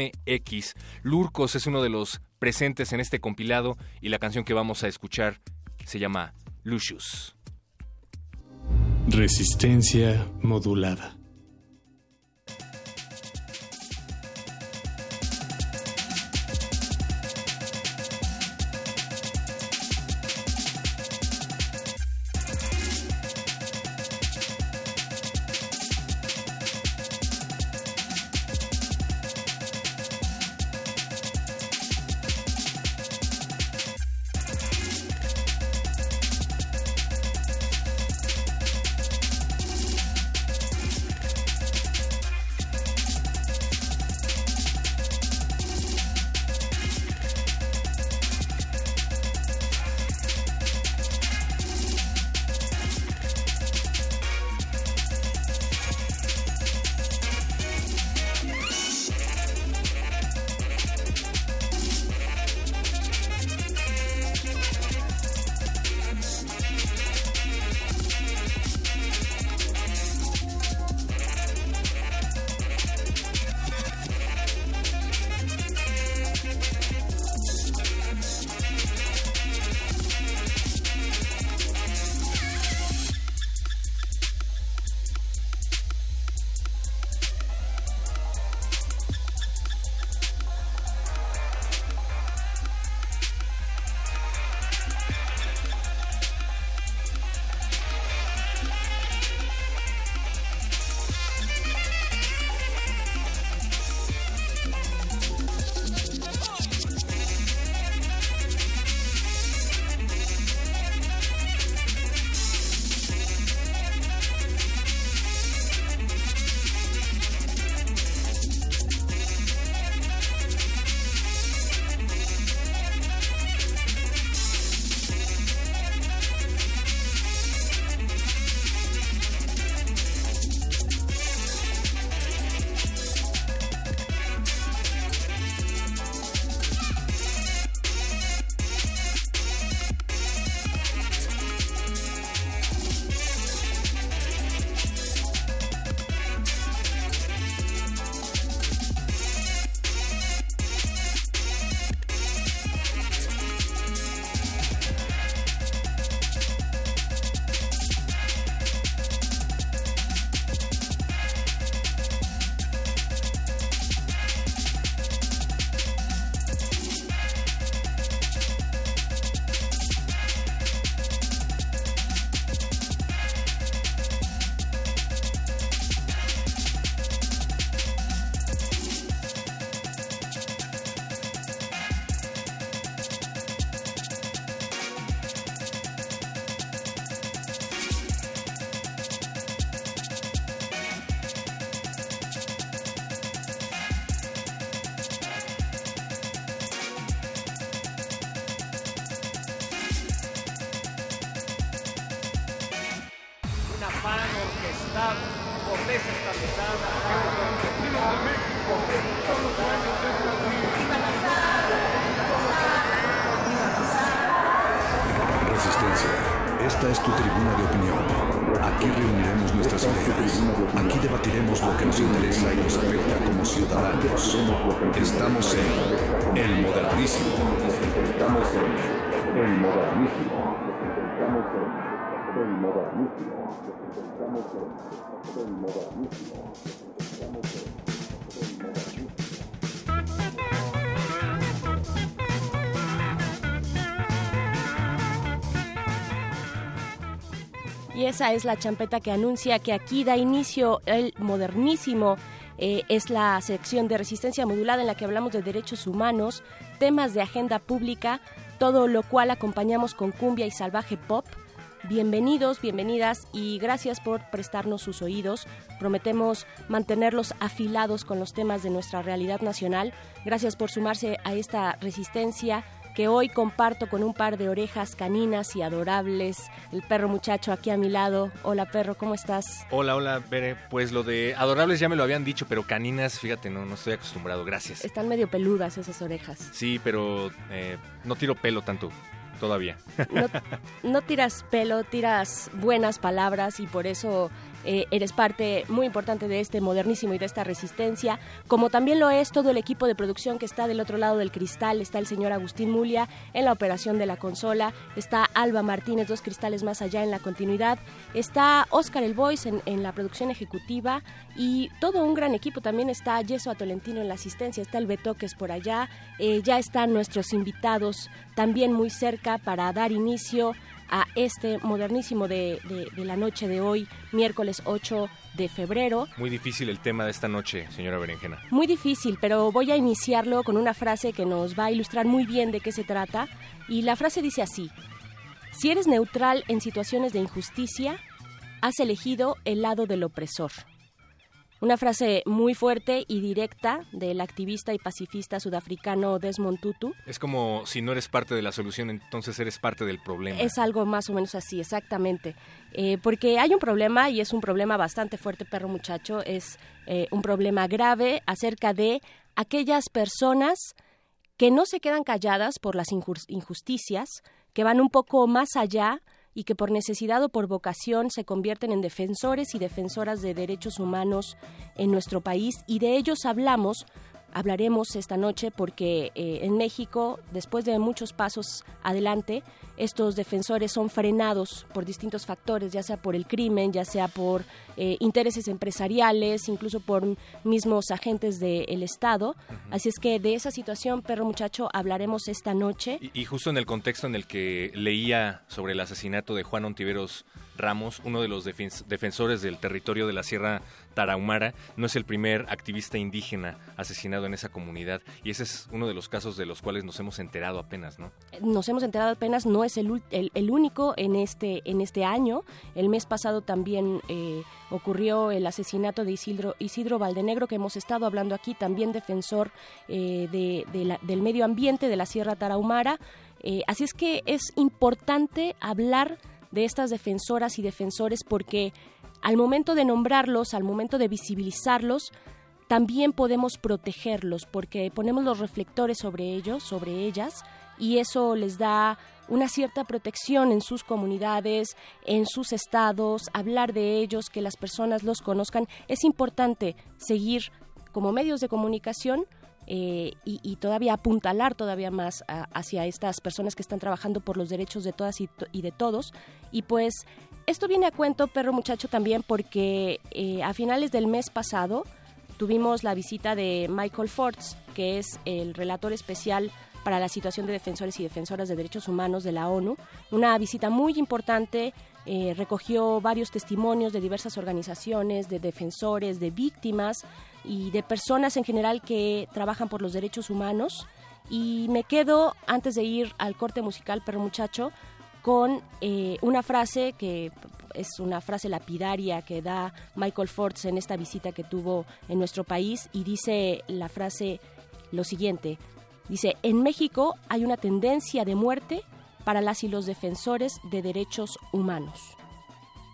MX. Lurcos es uno de los presentes en este compilado, y la canción que vamos a escuchar se llama Lucius. Resistencia Modulada. Resistencia, esta es tu tribuna de opinión. Aquí reuniremos nuestras ideas. Aquí debatiremos lo que nos interesa y nos afecta como ciudadanos. Estamos en El Modernísimo. Estamos en El Modernísimo. Estamos en El Modernísimo. Estamos en El Modernísimo. Estamos en El Modernísimo. Y esa es la champeta que anuncia que aquí da inicio El Modernísimo. Es la sección de resistencia modulada en la que hablamos de derechos humanos, temas de agenda pública, todo lo cual acompañamos con cumbia y salvaje pop. Bienvenidos, bienvenidas y gracias por prestarnos sus oídos. Prometemos mantenerlos afilados con los temas de nuestra realidad nacional. Gracias por sumarse a esta resistencia que hoy comparto con un par de orejas caninas y adorables. El perro muchacho aquí a mi lado. Hola, perro, ¿cómo estás? Hola, Bere. Pues lo de adorables ya me lo habían dicho, pero caninas, fíjate, no estoy acostumbrado, gracias. Están medio peludas esas orejas. Sí, pero no tiro pelo tanto todavía. No tiras pelo, tiras buenas palabras y por eso eres parte muy importante de este modernísimo y de esta resistencia, como también lo es todo el equipo de producción que está del otro lado del cristal. Está el señor Agustín Mulia en la operación de la consola, está Alba Martínez, 2 cristales más allá en la continuidad, está Oscar el Voice en la producción ejecutiva y todo un gran equipo. También está Yeso Atolentino en la asistencia, está el Betoques por allá, ya están nuestros invitados también muy cerca para dar inicio a este modernísimo de la noche de hoy, miércoles 8 de febrero. Muy difícil el tema de esta noche, señora Berenjena. Muy difícil, pero voy a iniciarlo con una frase que nos va a ilustrar muy bien de qué se trata. Y la frase dice así: si eres neutral en situaciones de injusticia, has elegido el lado del opresor. Una frase muy fuerte y directa del activista y pacifista sudafricano Desmond Tutu. Es como si no eres parte de la solución, entonces eres parte del problema. Es algo más o menos así, exactamente. Porque hay un problema y es un problema bastante fuerte, perro muchacho. Es un problema grave acerca de aquellas personas que no se quedan calladas por las injusticias, que van un poco más allá y que por necesidad o por vocación se convierten en defensores y defensoras de derechos humanos en nuestro país. Y de ellos hablaremos esta noche porque en México, después de muchos pasos adelante, estos defensores son frenados por distintos factores, ya sea por el crimen, ya sea por intereses empresariales, incluso por mismos agentes del Estado. Uh-huh. Así es que de esa situación, perro muchacho, hablaremos esta noche. Y justo en el contexto en el que leía sobre el asesinato de Juan Ontiveros Ramos, uno de los defensores del territorio de la Sierra Tarahumara, no es el primer activista indígena asesinado en esa comunidad, y ese es uno de los casos de los cuales nos hemos enterado apenas, ¿no? Nos hemos enterado apenas, no es el único en este año. El mes pasado también ocurrió el asesinato de Isidro Valdenegro, que hemos estado hablando aquí, también defensor del medio ambiente de la Sierra Tarahumara. Así es que es importante hablar de estas defensoras y defensores porque al momento de nombrarlos, al momento de visibilizarlos, también podemos protegerlos porque ponemos los reflectores sobre ellos, sobre ellas, y eso les da una cierta protección en sus comunidades, en sus estados, hablar de ellos, que las personas los conozcan. Es importante seguir como medios de comunicación y todavía apuntalar todavía más hacia estas personas que están trabajando por los derechos de todas y de todos. Y pues esto viene a cuento, perro muchacho, también porque a finales del mes pasado tuvimos la visita de Michael Forts, que es el relator especial para la situación de defensores y defensoras de derechos humanos de la ONU. Una visita muy importante, recogió varios testimonios de diversas organizaciones, de defensores, de víctimas y de personas en general que trabajan por los derechos humanos. Y me quedo, antes de ir al corte musical, perro muchacho, con una frase que es una frase lapidaria que da Michael Forts en esta visita que tuvo en nuestro país, y dice la frase lo siguiente. Dice: en México hay una tendencia de muerte para las y los defensores de derechos humanos.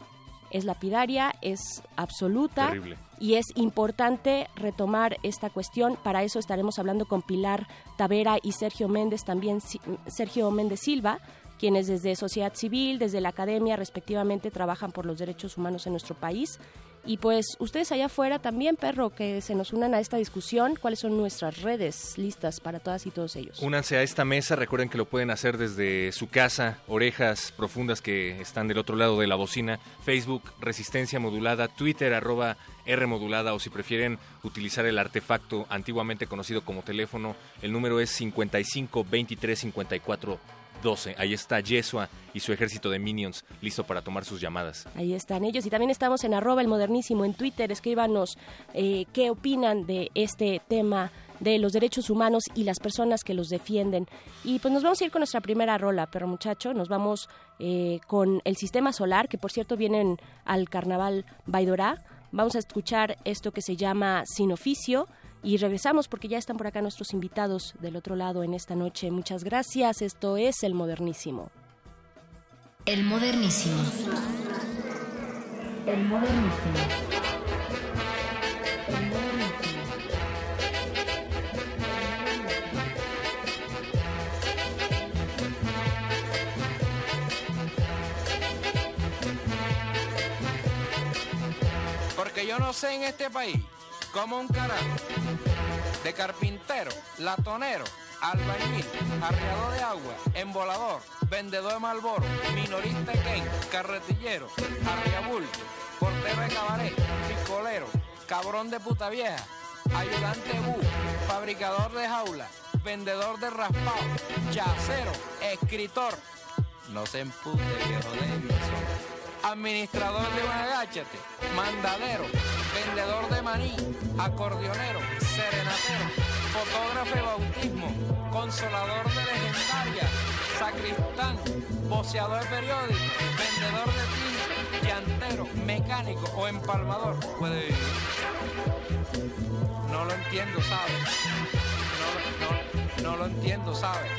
es lapidaria, es absoluta. Terrible. Y es importante retomar esta cuestión. Para eso estaremos hablando con Pilar Tavera y Sergio Méndez Silva, quienes desde sociedad civil, desde la academia, respectivamente, trabajan por los derechos humanos en nuestro país. Y pues ustedes allá afuera también, Perro, que se nos unan a esta discusión. ¿Cuáles son nuestras redes listas para todas y todos ellos? Únanse a esta mesa, recuerden que lo pueden hacer desde su casa, orejas profundas que están del otro lado de la bocina, Facebook, Resistencia Modulada, Twitter, @Rmodulada, o si prefieren utilizar el artefacto antiguamente conocido como teléfono, el número es 55 23 54 12. Ahí está Yesua y su ejército de minions listo para tomar sus llamadas. Ahí están ellos. Y también estamos en @elmodernísimo en Twitter. Escríbanos qué opinan de este tema de los derechos humanos y las personas que los defienden. Y pues nos vamos a ir con nuestra primera rola, pero muchacho, nos vamos con el Sistema Solar, que por cierto vienen al Carnaval Baidorá. Vamos a escuchar esto que se llama Sin Oficio. Y regresamos porque ya están por acá nuestros invitados del otro lado en esta noche. Muchas gracias. Esto es El Modernísimo. El Modernísimo. El Modernísimo. Porque yo no sé en este país como un carajo, de carpintero, latonero, albañil, arriador de agua, embolador, vendedor de Marlboro, minorista Ken, carretillero, arriabulto, portero de cabaret, picolero, cabrón de puta vieja, ayudante bu, fabricador de jaula, vendedor de raspado, chacero, escritor, no se empute viejo Davidson, administrador de un agáchate, mandadero, vendedor de maní, acordeonero, serenatero, fotógrafo de bautismo, consolador de legendaria, sacristán, voceador de periódico, vendedor de tinta, llantero, mecánico o empalmador. Puede vivir. No lo entiendo, ¿sabes? No lo entiendo, ¿sabes?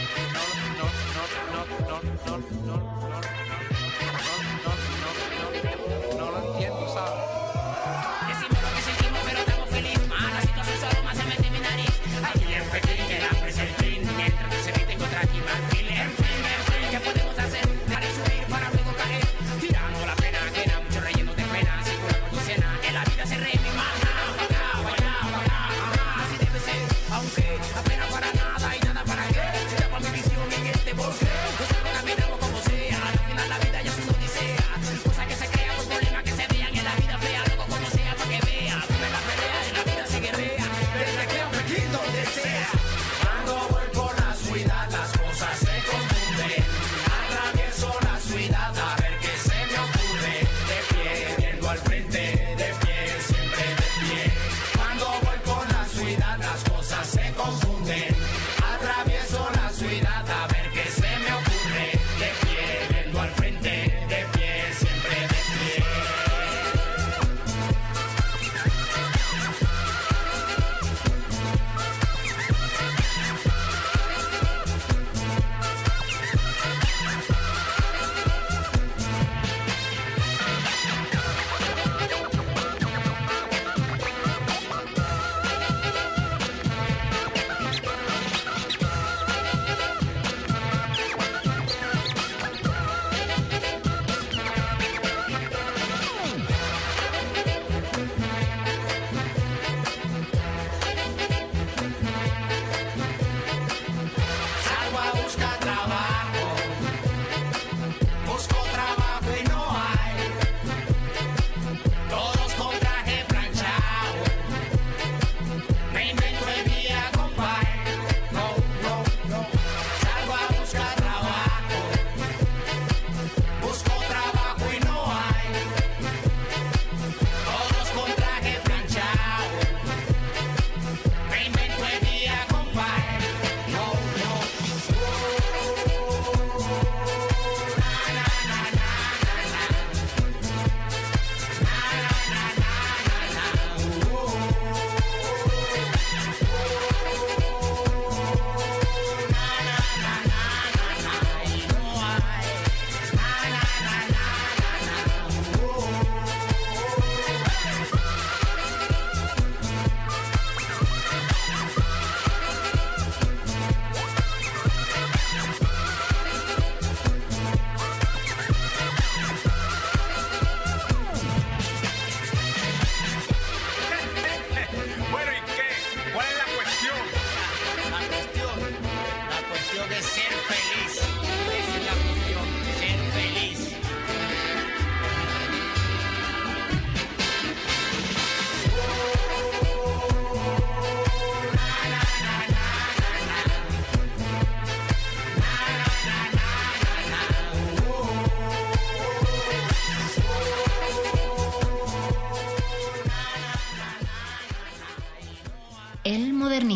No lo entiendo, ¿sabes? Decimos lo que sentimos, pero estamos felices. La situación solo más se mete en mi nariz. Aquí en Pekín, el hambre es el fin. Mientras que se griten contra aquí, marfil. En fin, ¿qué podemos hacer? Para subir, para luego caer. Tirando la pena ajena, muchos rellenos de pena. Circulando tu cena, en la vida se ríe mi mana. Así debe ser, aunque apenas para nada y nada para qué. Se tapa mi visión en este bosque. Nosotros caminamos como sea.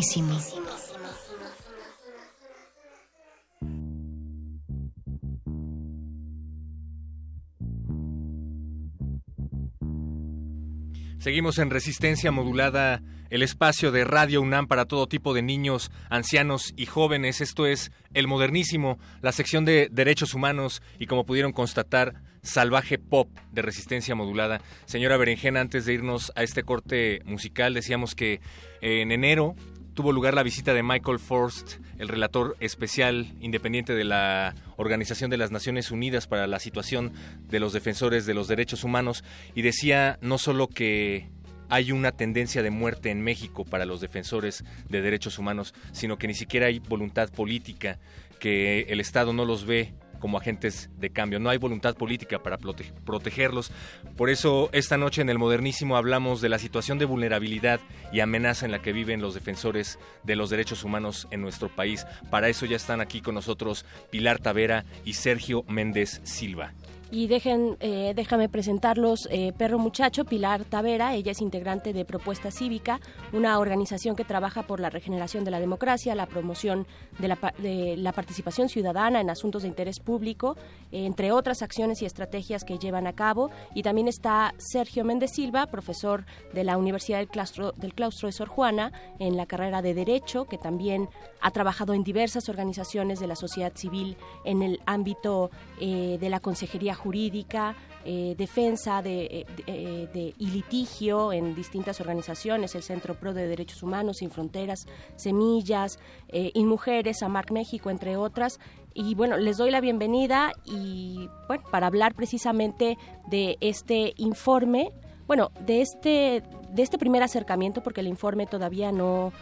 modernísimo. Seguimos en Resistencia Modulada, el espacio de Radio UNAM para todo tipo de niños, ancianos y jóvenes. Esto es El Modernísimo, la sección de derechos humanos y, como pudieron constatar, salvaje pop de Resistencia Modulada. Señora Berenjena, antes de irnos a este corte musical, decíamos que en enero tuvo lugar la visita de Michael Forst, el relator especial independiente de la Organización de las Naciones Unidas para la situación de los defensores de los derechos humanos, y decía no solo que hay una tendencia de muerte en México para los defensores de derechos humanos, sino que ni siquiera hay voluntad política, que el Estado no los ve como agentes de cambio, no hay voluntad política para protegerlos. Por eso esta noche en El Modernísimo hablamos de la situación de vulnerabilidad y amenaza en la que viven los defensores de los derechos humanos en nuestro país. Para eso ya están aquí con nosotros Pilar Tavera y Sergio Méndez Silva. Y déjame presentarlos, Perro Muchacho, Pilar Tavera. Ella es integrante de Propuesta Cívica, una organización que trabaja por la regeneración de la democracia, la promoción de la participación ciudadana en asuntos de interés público, entre otras acciones y estrategias que llevan a cabo. Y también está Sergio Méndez Silva, profesor de la Universidad del Claustro de Sor Juana, en la carrera de Derecho, que también ha trabajado en diversas organizaciones de la sociedad civil en el ámbito de la consejería jurídica, defensa y litigio en distintas organizaciones, el Centro Pro de Derechos Humanos, Sin Fronteras, Semillas, InMujeres, AMARC México, entre otras. Y bueno, les doy la bienvenida y bueno, para hablar precisamente de este informe, bueno, de este primer acercamiento, porque el informe todavía no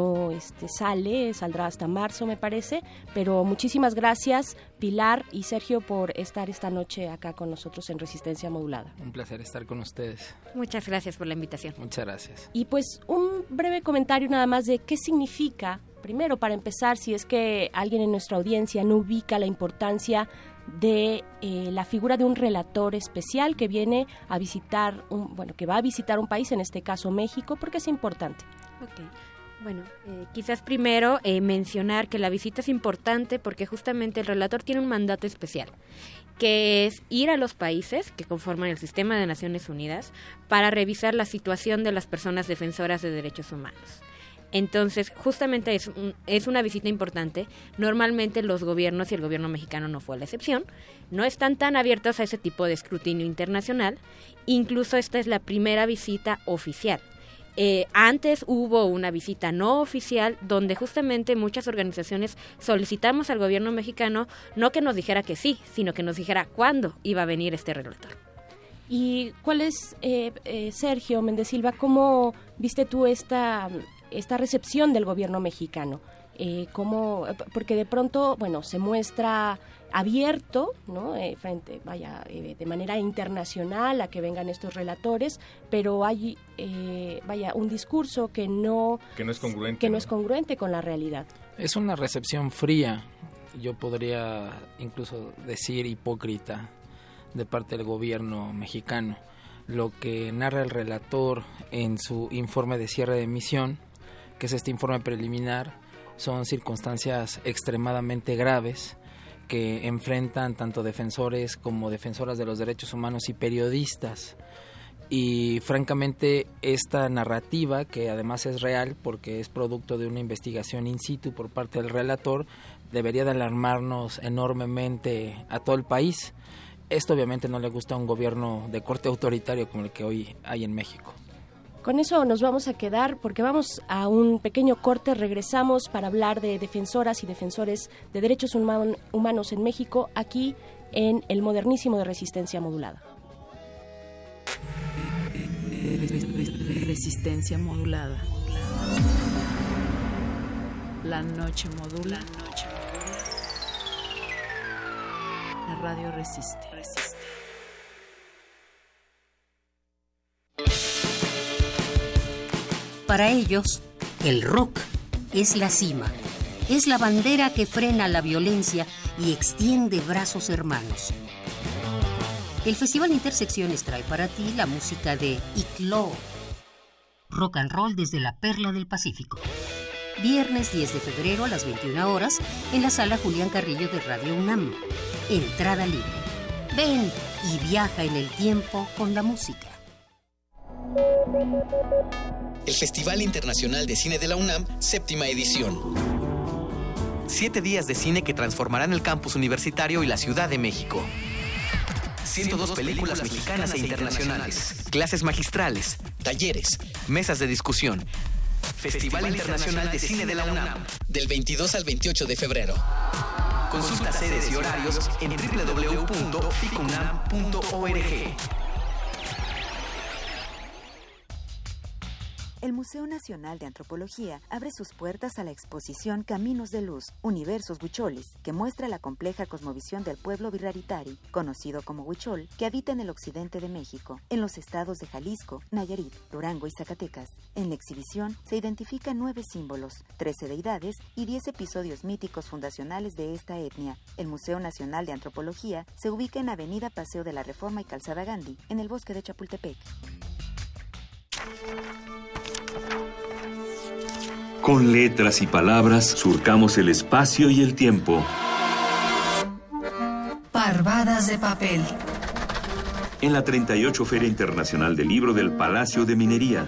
saldrá hasta marzo, me parece, pero muchísimas gracias, Pilar y Sergio, por estar esta noche acá con nosotros en Resistencia Modulada. Un placer estar con ustedes. Muchas gracias por la invitación. Muchas gracias. Y pues un breve comentario nada más de qué significa, primero para empezar, si es que alguien en nuestra audiencia no ubica la importancia de la figura de un relator especial que viene a visitar que va a visitar un país, en este caso México, porque es importante. Okay. Bueno, quizás primero mencionar que la visita es importante porque justamente el relator tiene un mandato especial, que es ir a los países que conforman el sistema de Naciones Unidas para revisar la situación de las personas defensoras de derechos humanos. Entonces, justamente es una visita importante. Normalmente los gobiernos, y el gobierno mexicano no fue la excepción, no están tan abiertos a ese tipo de escrutinio internacional. Incluso esta es la primera visita oficial. Antes hubo una visita no oficial donde justamente muchas organizaciones solicitamos al gobierno mexicano no que nos dijera que sí, sino que nos dijera cuándo iba a venir este relator. ¿Y cuál es, Sergio Méndez Silva, cómo viste tú esta recepción del gobierno mexicano? Porque de pronto, bueno, se muestra abierto, ¿no? De manera internacional a que vengan estos relatores, pero hay, un discurso que no es congruente con la realidad. Es una recepción fría, yo podría incluso decir hipócrita, de parte del gobierno mexicano. Lo que narra el relator en su informe de cierre de misión, que es este informe preliminar, son circunstancias extremadamente graves que enfrentan tanto defensores como defensoras de los derechos humanos y periodistas. Y francamente esta narrativa, que además es real porque es producto de una investigación in situ por parte del relator, debería de alarmarnos enormemente a todo el país. Esto obviamente no le gusta a un gobierno de corte autoritario como el que hoy hay en México. Con eso nos vamos a quedar porque vamos a un pequeño corte. Regresamos para hablar de defensoras y defensores de derechos humanos en México, aquí en El Modernísimo de Resistencia Modulada. Resistencia Modulada. La noche modula. La radio resiste. Para ellos, el rock es la cima, es la bandera que frena la violencia y extiende brazos hermanos. El Festival Intersecciones trae para ti la música de ICLO, rock and roll desde la perla del Pacífico. Viernes 10 de febrero a las 21 horas en la sala Julián Carrillo de Radio UNAM. Entrada libre. Ven y viaja en el tiempo con la música. El Festival Internacional de Cine de la UNAM, 7ª edición. 7 días de cine que transformarán el campus universitario y la Ciudad de México. 102 películas mexicanas e internacionales, clases magistrales, talleres, mesas de discusión. Festival Internacional de Cine de la UNAM, del 22 al 28 de febrero. Consulta sedes y horarios en www.ficunam.org. El Museo Nacional de Antropología abre sus puertas a la exposición Caminos de Luz, Universos Huicholes, que muestra la compleja cosmovisión del pueblo birraritari, conocido como huichol, que habita en el occidente de México, en los estados de Jalisco, Nayarit, Durango y Zacatecas. En la exhibición se identifican 9 símbolos, 13 deidades y 10 episodios míticos fundacionales de esta etnia. El Museo Nacional de Antropología se ubica en Avenida Paseo de la Reforma y Calzada Gandhi, en el bosque de Chapultepec. Con letras y palabras surcamos el espacio y el tiempo. Parvadas de papel. En la 38 Feria Internacional del Libro del Palacio de Minería.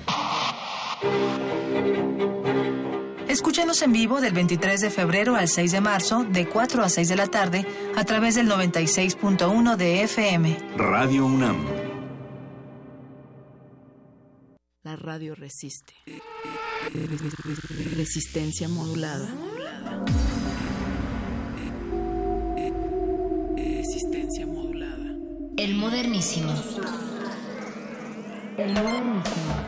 Escúchanos en vivo del 23 de febrero al 6 de marzo, de 4 a 6 de la tarde, a través del 96.1 de FM. Radio UNAM. La radio resiste. Resistencia modulada. Resistencia modulada. El modernísimo. El modernísimo.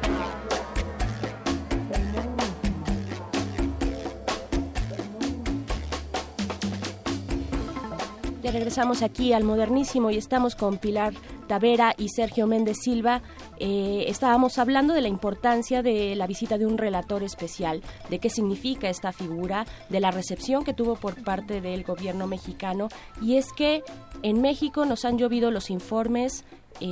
Ya regresamos aquí al Modernísimo y estamos con Pilar Tavera y Sergio Méndez Silva. Estábamos hablando de la importancia de la visita de un relator especial, de qué significa esta figura, de la recepción que tuvo por parte del gobierno mexicano. Y es que en México nos han llovido los informes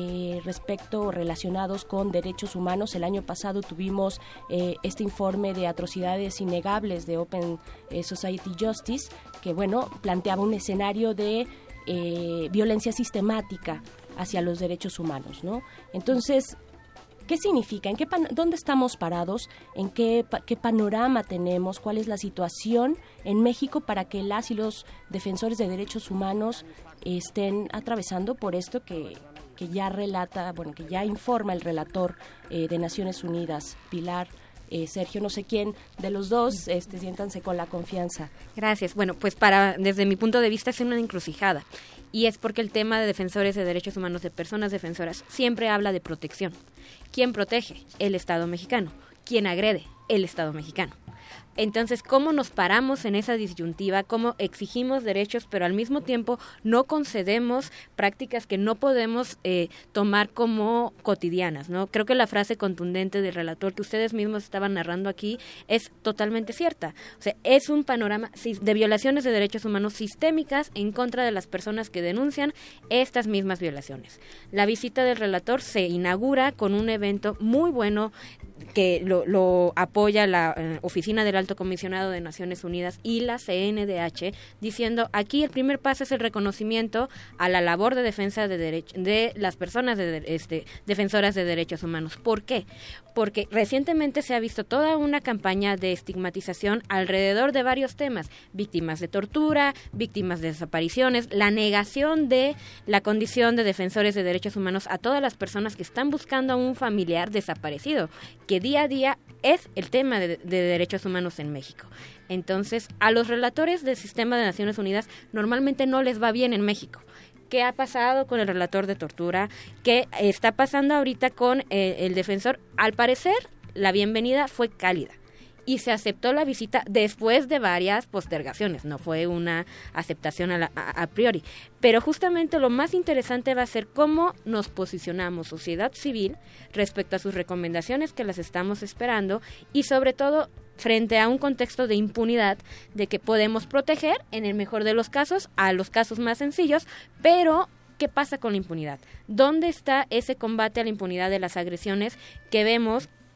relacionados con derechos humanos. El año pasado tuvimos este informe de atrocidades innegables de Open Society Justice, que planteaba un escenario de violencia sistemática hacia los derechos humanos, ¿no? Entonces, ¿qué significa? ¿Dónde estamos parados? ¿En qué panorama tenemos? ¿Cuál es la situación en México para que las y los defensores de derechos humanos estén atravesando por esto que ya relata, que ya informa el relator de Naciones Unidas, Pilar? Sergio, no sé quién de los dos, siéntanse con la confianza. Gracias. Bueno, pues desde mi punto de vista es una encrucijada. Y es porque el tema de defensores de derechos humanos, de personas defensoras, siempre habla de protección. ¿Quién protege? El Estado mexicano. ¿Quién agrede? El Estado mexicano. Entonces, ¿cómo nos paramos en esa disyuntiva? ¿Cómo exigimos derechos, pero al mismo tiempo no concedemos prácticas que no podemos tomar como cotidianas, ¿no? Creo que la frase contundente del relator que ustedes mismos estaban narrando aquí es totalmente cierta. O sea, es un panorama de violaciones de derechos humanos sistémicas en contra de las personas que denuncian estas mismas violaciones. La visita del relator se inaugura con un evento muy bueno que lo apoya la Oficina del Alto Comisionado de Naciones Unidas y la CNDH, diciendo aquí el primer paso es el reconocimiento a la labor de defensa de las personas defensoras de derechos humanos. ¿Por qué? Porque recientemente se ha visto toda una campaña de estigmatización alrededor de varios temas: víctimas de tortura, víctimas de desapariciones, la negación de la condición de defensores de derechos humanos a todas las personas que están buscando a un familiar desaparecido, que día a día es el tema de derechos humanos en México. Entonces, a los relatores del sistema de Naciones Unidas normalmente no les va bien en México. ¿Qué ha pasado con el relator de tortura? ¿Qué está pasando ahorita con el defensor? Al parecer, la bienvenida fue cálida y se aceptó la visita después de varias postergaciones, no fue una aceptación a priori. Pero justamente lo más interesante va a ser cómo nos posicionamos sociedad civil respecto a sus recomendaciones, que las estamos esperando, y sobre todo frente a un contexto de impunidad, de que podemos proteger, en el mejor de los casos, a los casos más sencillos, pero ¿qué pasa con la impunidad? ¿Dónde está ese combate a la impunidad de las agresiones que vemos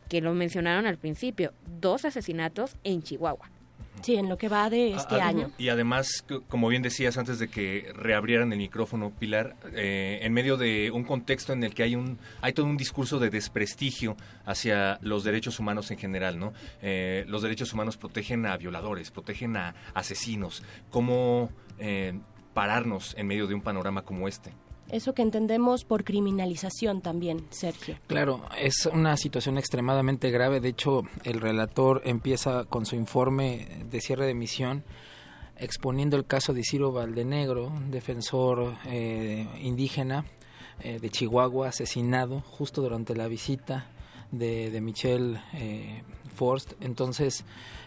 que lo mencionaron al principio, 2 asesinatos en Chihuahua. Sí, en lo que va de este año. Y además, como bien decías antes de que reabrieran el micrófono, Pilar, en medio de un contexto en el que hay todo un discurso de desprestigio hacia los derechos humanos en general, ¿no? Los derechos humanos protegen a violadores, protegen a asesinos. ¿Cómo pararnos en medio de un panorama como este? Eso que entendemos por criminalización también, Sergio. Claro, es una situación extremadamente grave. De hecho, el relator empieza con su informe de cierre de emisión exponiendo el caso de Ciro Valdenegro, defensor indígena de Chihuahua, asesinado justo durante la visita de Michelle Forst. Entonces,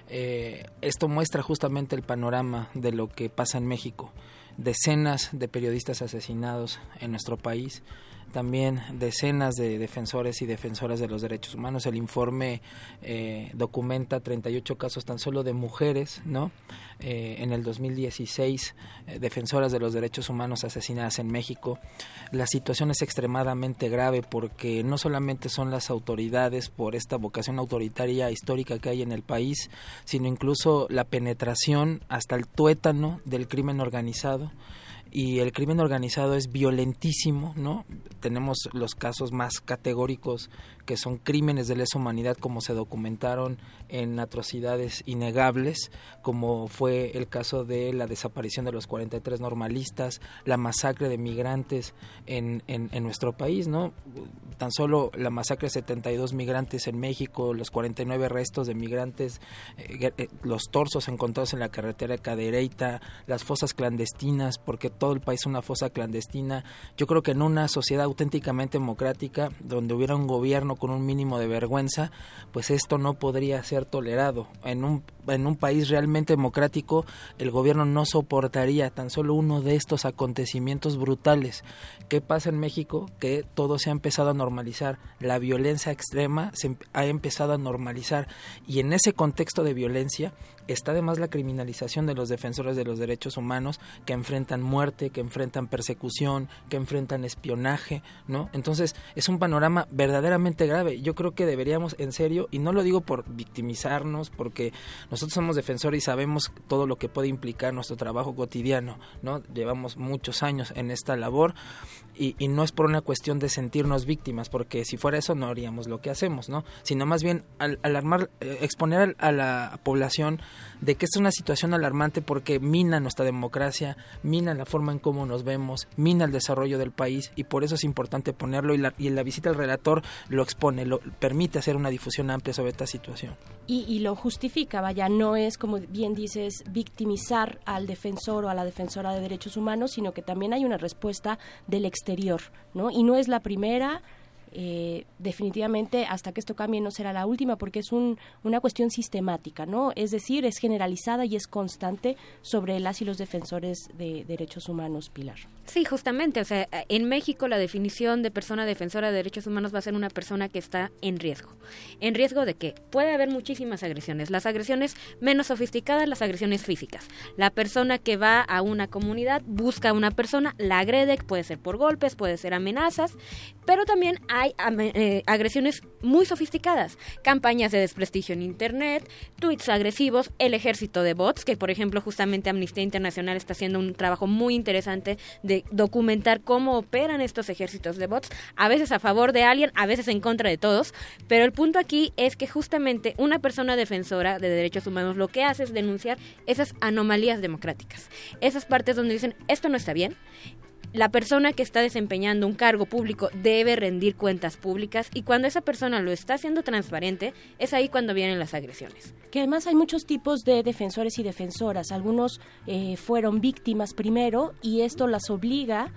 esto muestra justamente el panorama de lo que pasa en México. Decenas de periodistas asesinados en nuestro país, también decenas de defensores y defensoras de los derechos humanos. El informe documenta 38 casos tan solo de mujeres, ¿no? En el 2016, defensoras de los derechos humanos asesinadas en México. La situación es extremadamente grave porque no solamente son las autoridades por esta vocación autoritaria histórica que hay en el país, sino incluso la penetración hasta el tuétano del crimen organizado. Y el crimen organizado es violentísimo, ¿no? Tenemos los casos más categóricos que son crímenes de lesa humanidad, como se documentaron en atrocidades innegables, como fue el caso de la desaparición de los 43 normalistas, la masacre de migrantes en nuestro país, ¿no? Tan solo la masacre de 72 migrantes en México, los 49 restos de migrantes, los torsos encontrados en la carretera de Cadereyta, las fosas clandestinas, porque todo el país es una fosa clandestina. Yo creo que en una sociedad auténticamente democrática, donde hubiera un gobierno con un mínimo de vergüenza, pues esto no podría ser tolerado. En un país realmente democrático, el gobierno no soportaría tan solo uno de estos acontecimientos brutales. ¿Qué pasa en México? Que todo se ha empezado a normalizar, la violencia extrema se ha empezado a normalizar, y en ese contexto de violencia está además la criminalización de los defensores de los derechos humanos, que enfrentan muerte, que enfrentan persecución, que enfrentan espionaje, ¿no? Entonces es un panorama verdaderamente grave. Yo creo que deberíamos, en serio, y no lo digo por victimizarnos, porque nosotros somos defensores y sabemos todo lo que puede implicar nuestro trabajo cotidiano, ¿no? Llevamos muchos años en esta labor y no es por una cuestión de sentirnos víctimas, porque si fuera eso no haríamos lo que hacemos, ¿no? Sino más bien exponer a la población de que esta es una situación alarmante porque mina nuestra democracia, mina la forma en cómo nos vemos, mina el desarrollo del país, y por eso es importante ponerlo, y en la visita al relator lo expone, lo permite hacer una difusión amplia sobre esta situación. Y lo justifica, vaya, no es, como bien dices, victimizar al defensor o a la defensora de derechos humanos, sino que también hay una respuesta del exterior, ¿no? Y no es la primera. Definitivamente hasta que esto cambie no será la última, porque es una cuestión sistemática, ¿no? Es decir, es generalizada y es constante sobre las y los defensores de derechos humanos, Pilar. Sí, justamente, o sea, en México la definición de persona defensora de derechos humanos va a ser una persona que está en riesgo. ¿En riesgo de qué? Puede haber muchísimas agresiones, las agresiones menos sofisticadas, las agresiones físicas. La persona que va a una comunidad busca a una persona, la agrede, puede ser por golpes, puede ser amenazas, pero también hay agresiones muy sofisticadas, campañas de desprestigio en Internet, tweets agresivos, el ejército de bots, que por ejemplo justamente Amnistía Internacional está haciendo un trabajo muy interesante de documentar cómo operan estos ejércitos de bots, a veces a favor de alguien, a veces en contra de todos, pero el punto aquí es que justamente una persona defensora de derechos humanos lo que hace es denunciar esas anomalías democráticas, esas partes donde dicen esto no está bien. La persona que está desempeñando un cargo público debe rendir cuentas públicas, y cuando esa persona lo está haciendo transparente, es ahí cuando vienen las agresiones. Que además hay muchos tipos de defensores y defensoras. Algunos fueron víctimas primero y esto las obliga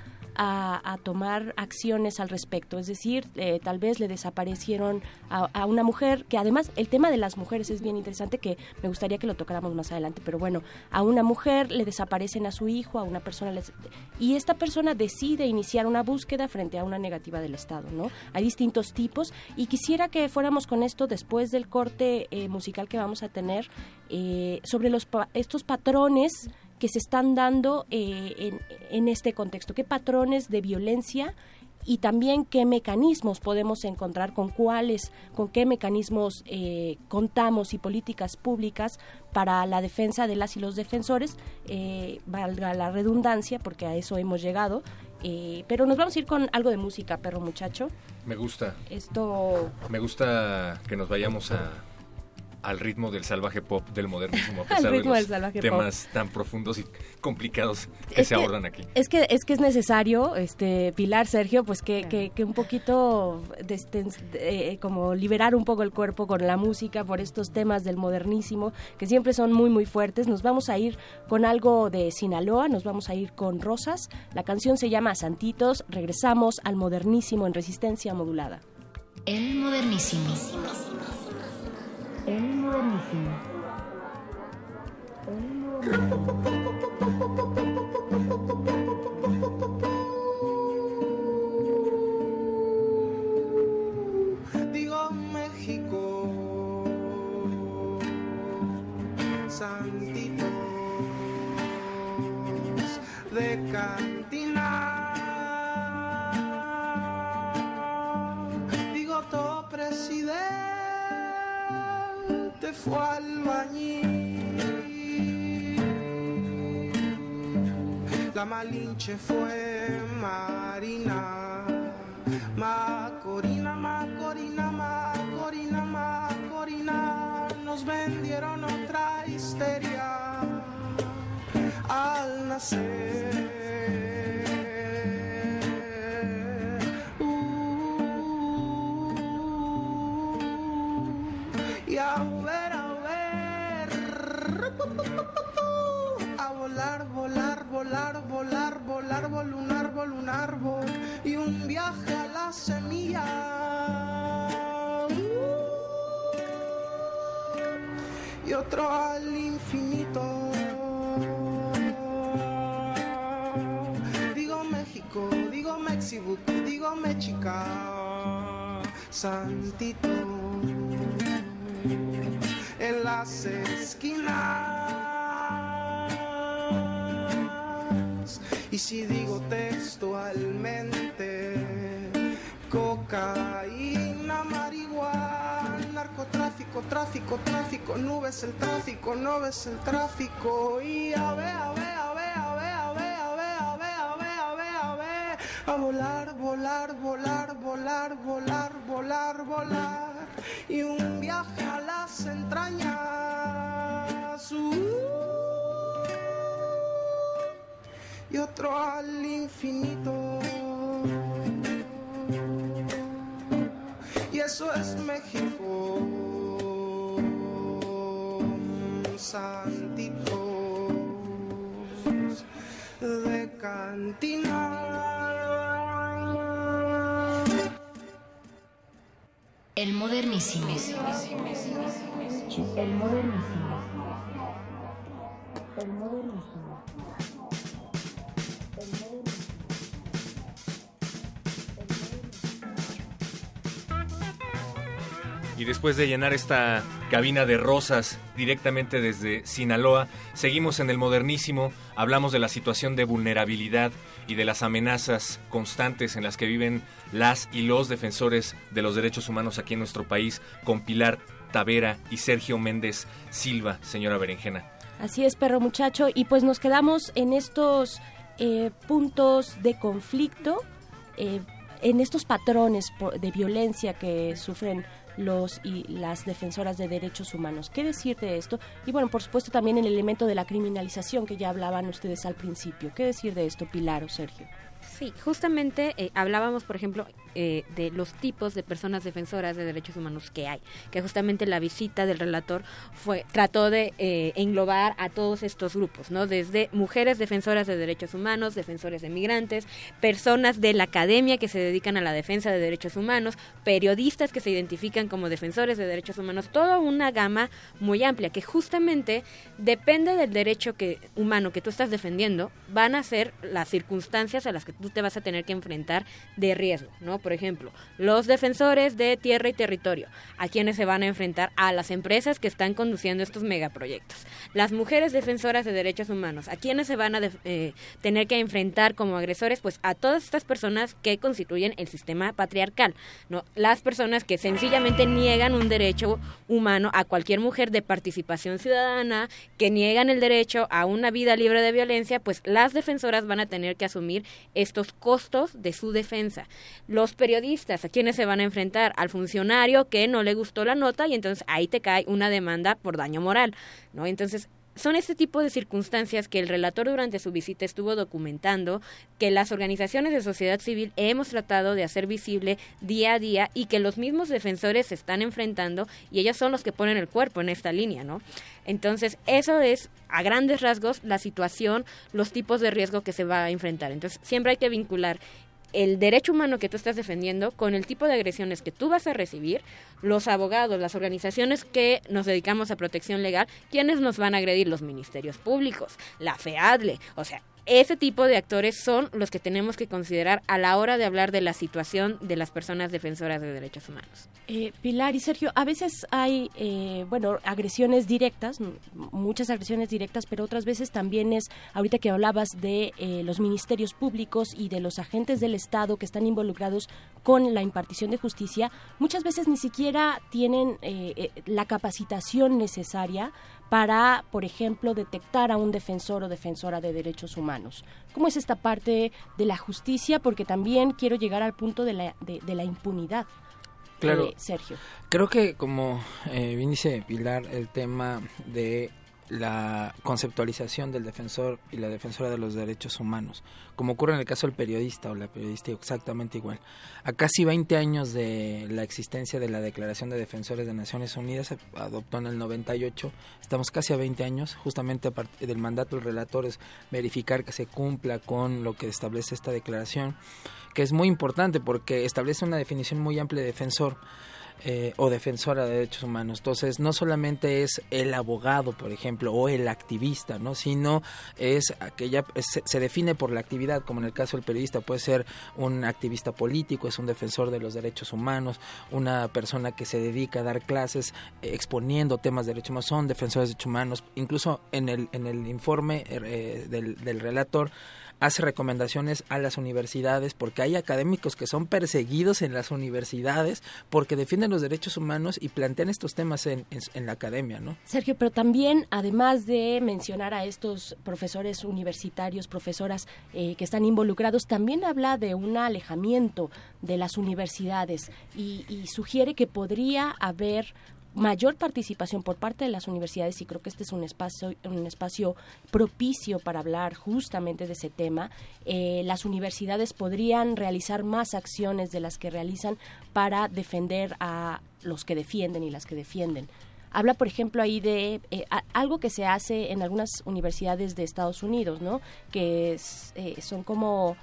a tomar acciones al respecto, es decir, tal vez le desaparecieron a una mujer, que además el tema de las mujeres es bien interesante, que me gustaría que lo tocáramos más adelante, pero bueno, a una mujer le desaparecen a su hijo, a una persona y esta persona decide iniciar una búsqueda frente a una negativa del Estado, ¿no? Hay distintos tipos, y quisiera que fuéramos con esto después del corte musical que vamos a tener, sobre estos patrones que se están dando en este contexto. ¿Qué patrones de violencia y también qué mecanismos podemos encontrar, con qué mecanismos contamos y políticas públicas para la defensa de las y los defensores, valga la redundancia, porque a eso hemos llegado. Pero nos vamos a ir con algo de música, perro muchacho. Me gusta. Me gusta que nos vayamos al ritmo del salvaje pop, del modernismo, a pesar de los temas tan profundos y complicados que se abordan aquí. Es que es necesario, Pilar, Sergio, pues que un poquito como liberar un poco el cuerpo con la música por estos temas del modernísimo, que siempre son muy, muy fuertes. Nos vamos a ir con algo de Sinaloa, nos vamos a ir con Rosas. La canción se llama Santitos. Regresamos al modernísimo en Resistencia Modulada. El modernísimo. El modernísimo. Digo México, santitos de cantina. Digo todo presidente fue albañil, la Malinche fue Marina, Macorina, Macorina, Macorina, Macorina, nos vendieron otra histeria al nacer. Y a ver, a volar, volar, volar, volar, volar, volunar, volunar, y un viaje a la semilla. Y otro al infinito. Digo México, digo México, digo Mexica, santito. En las esquinas, y si digo textualmente, cocaína, marihuana, narcotráfico, tráfico, tráfico, no ves el tráfico, no ves el tráfico, y a volar, volar, volar, volar, volar, volar, volar, y un viaje a las entrañas, y otro al infinito, y eso es México, santitos de cantina. El modernísimo. El modernísimo. El modernísimo. Y después de llenar esta cabina de rosas directamente desde Sinaloa, seguimos en el modernísimo, hablamos de la situación de vulnerabilidad y de las amenazas constantes en las que viven las y los defensores de los derechos humanos aquí en nuestro país, con Pilar Tavera y Sergio Méndez Silva, señora Berenjena. Así es, perro muchacho, y pues nos quedamos en estos puntos de conflicto, en estos patrones de violencia que sufren los y las defensoras de derechos humanos. ¿Qué decir de esto? Y bueno, por supuesto también el elemento de la criminalización que ya hablaban ustedes al principio. ¿Qué decir de esto, Pilar o Sergio? Sí, justamente hablábamos, por ejemplo, de los tipos de personas defensoras de derechos humanos que hay, que justamente la visita del relator trató de englobar a todos estos grupos, ¿no? Desde mujeres defensoras de derechos humanos, defensores de migrantes, personas de la academia que se dedican a la defensa de derechos humanos, periodistas que se identifican identifican como defensores de derechos humanos, toda una gama muy amplia que justamente depende del derecho humano que tú estás defendiendo, van a ser las circunstancias a las que tú te vas a tener que enfrentar de riesgo, ¿no? Por ejemplo, los defensores de tierra y territorio, ¿a quienes se van a enfrentar? A las empresas que están conduciendo estos megaproyectos. Las mujeres defensoras de derechos humanos, ¿a quienes se van a tener que enfrentar como agresores? Pues a todas estas personas que constituyen el sistema patriarcal, ¿no? Las personas que sencillamente niegan un derecho humano a cualquier mujer de participación ciudadana, que niegan el derecho a una vida libre de violencia, pues las defensoras van a tener que asumir estos costos de su defensa. Los periodistas, ¿a quienes se van a enfrentar? Al funcionario que no le gustó la nota y entonces ahí te cae una demanda por daño moral, ¿no? Entonces, son este tipo de circunstancias que el relator durante su visita estuvo documentando, que las organizaciones de sociedad civil hemos tratado de hacer visible día a día y que los mismos defensores se están enfrentando y ellos son los que ponen el cuerpo en esta línea, ¿no? Entonces, eso es a grandes rasgos la situación, los tipos de riesgo que se va a enfrentar. Entonces, siempre hay que vincular el derecho humano que tú estás defendiendo con el tipo de agresiones que tú vas a recibir, los abogados, las organizaciones que nos dedicamos a protección legal, ¿quiénes nos van a agredir? Los ministerios públicos, la FEADLE, o sea, ese tipo de actores son los que tenemos que considerar a la hora de hablar de la situación de las personas defensoras de derechos humanos. Pilar y Sergio, a veces hay, agresiones directas, muchas agresiones directas, pero otras veces también es, ahorita que hablabas de los ministerios públicos y de los agentes del Estado que están involucrados con la impartición de justicia, muchas veces ni siquiera tienen la capacitación necesaria para, por ejemplo, detectar a un defensor o defensora de derechos humanos. ¿Cómo es esta parte de la justicia? Porque también quiero llegar al punto de la impunidad. Claro, Sergio. Creo que, como bien dice Pilar, el tema de la conceptualización del defensor y la defensora de los derechos humanos, como ocurre en el caso del periodista o la periodista, exactamente igual. A casi 20 años de la existencia de la Declaración de Defensores de Naciones Unidas, se adoptó en el 98, estamos casi a 20 años, justamente a partir del mandato del relator es verificar que se cumpla con lo que establece esta declaración, que es muy importante porque establece una definición muy amplia de defensor. O defensora de derechos humanos. Entonces, no solamente es el abogado, por ejemplo, o el activista, ¿no? Sino es aquella, se define por la actividad, como en el caso del periodista, puede ser un activista político, es un defensor de los derechos humanos, una persona que se dedica a dar clases exponiendo temas de derechos humanos, son defensores de derechos humanos. Incluso en el informe del relator hace recomendaciones a las universidades porque hay académicos que son perseguidos en las universidades porque defienden los derechos humanos y plantean estos temas en la academia, ¿no? Sergio, pero también, además de mencionar a estos profesores universitarios, profesoras que están involucrados, también habla de un alejamiento de las universidades y sugiere que podría haber mayor participación por parte de las universidades, y creo que este es un espacio propicio para hablar justamente de ese tema. Las universidades podrían realizar más acciones de las que realizan para defender a los que defienden y las que defienden. Habla, por ejemplo, ahí de algo que se hace en algunas universidades de Estados Unidos, ¿no? Que son como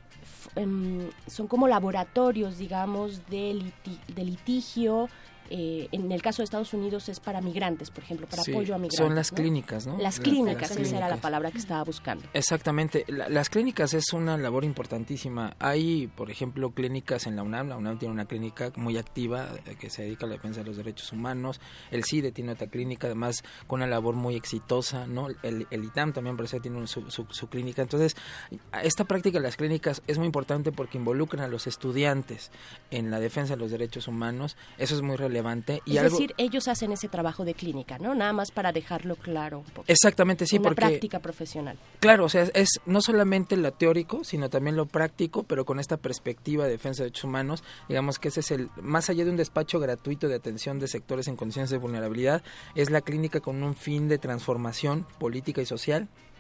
laboratorios, digamos, de litigio. En el caso de Estados Unidos es para migrantes, por ejemplo, para apoyo a migrantes. Son las clínicas, ¿no? Las clínicas, esa era la palabra que estaba buscando. Exactamente. Las clínicas es una labor importantísima. Hay, por ejemplo, clínicas en la UNAM. La UNAM tiene una clínica muy activa que se dedica a la defensa de los derechos humanos. El CIDE tiene otra clínica, además, con una labor muy exitosa, ¿no? El ITAM también, por eso tiene su clínica. Entonces, esta práctica de las clínicas es muy importante porque involucran a los estudiantes en la defensa de los derechos humanos. Eso es muy relevante. Y decir, ellos hacen ese trabajo de clínica, ¿no? Nada más para dejarlo claro un poco. Exactamente, sí, una práctica profesional. Claro, o sea, es no solamente lo teórico, sino también lo práctico, pero con esta perspectiva de defensa de derechos humanos, digamos que ese es más allá de un despacho gratuito de atención de sectores en condiciones de vulnerabilidad, es la clínica con un fin de transformación política y social,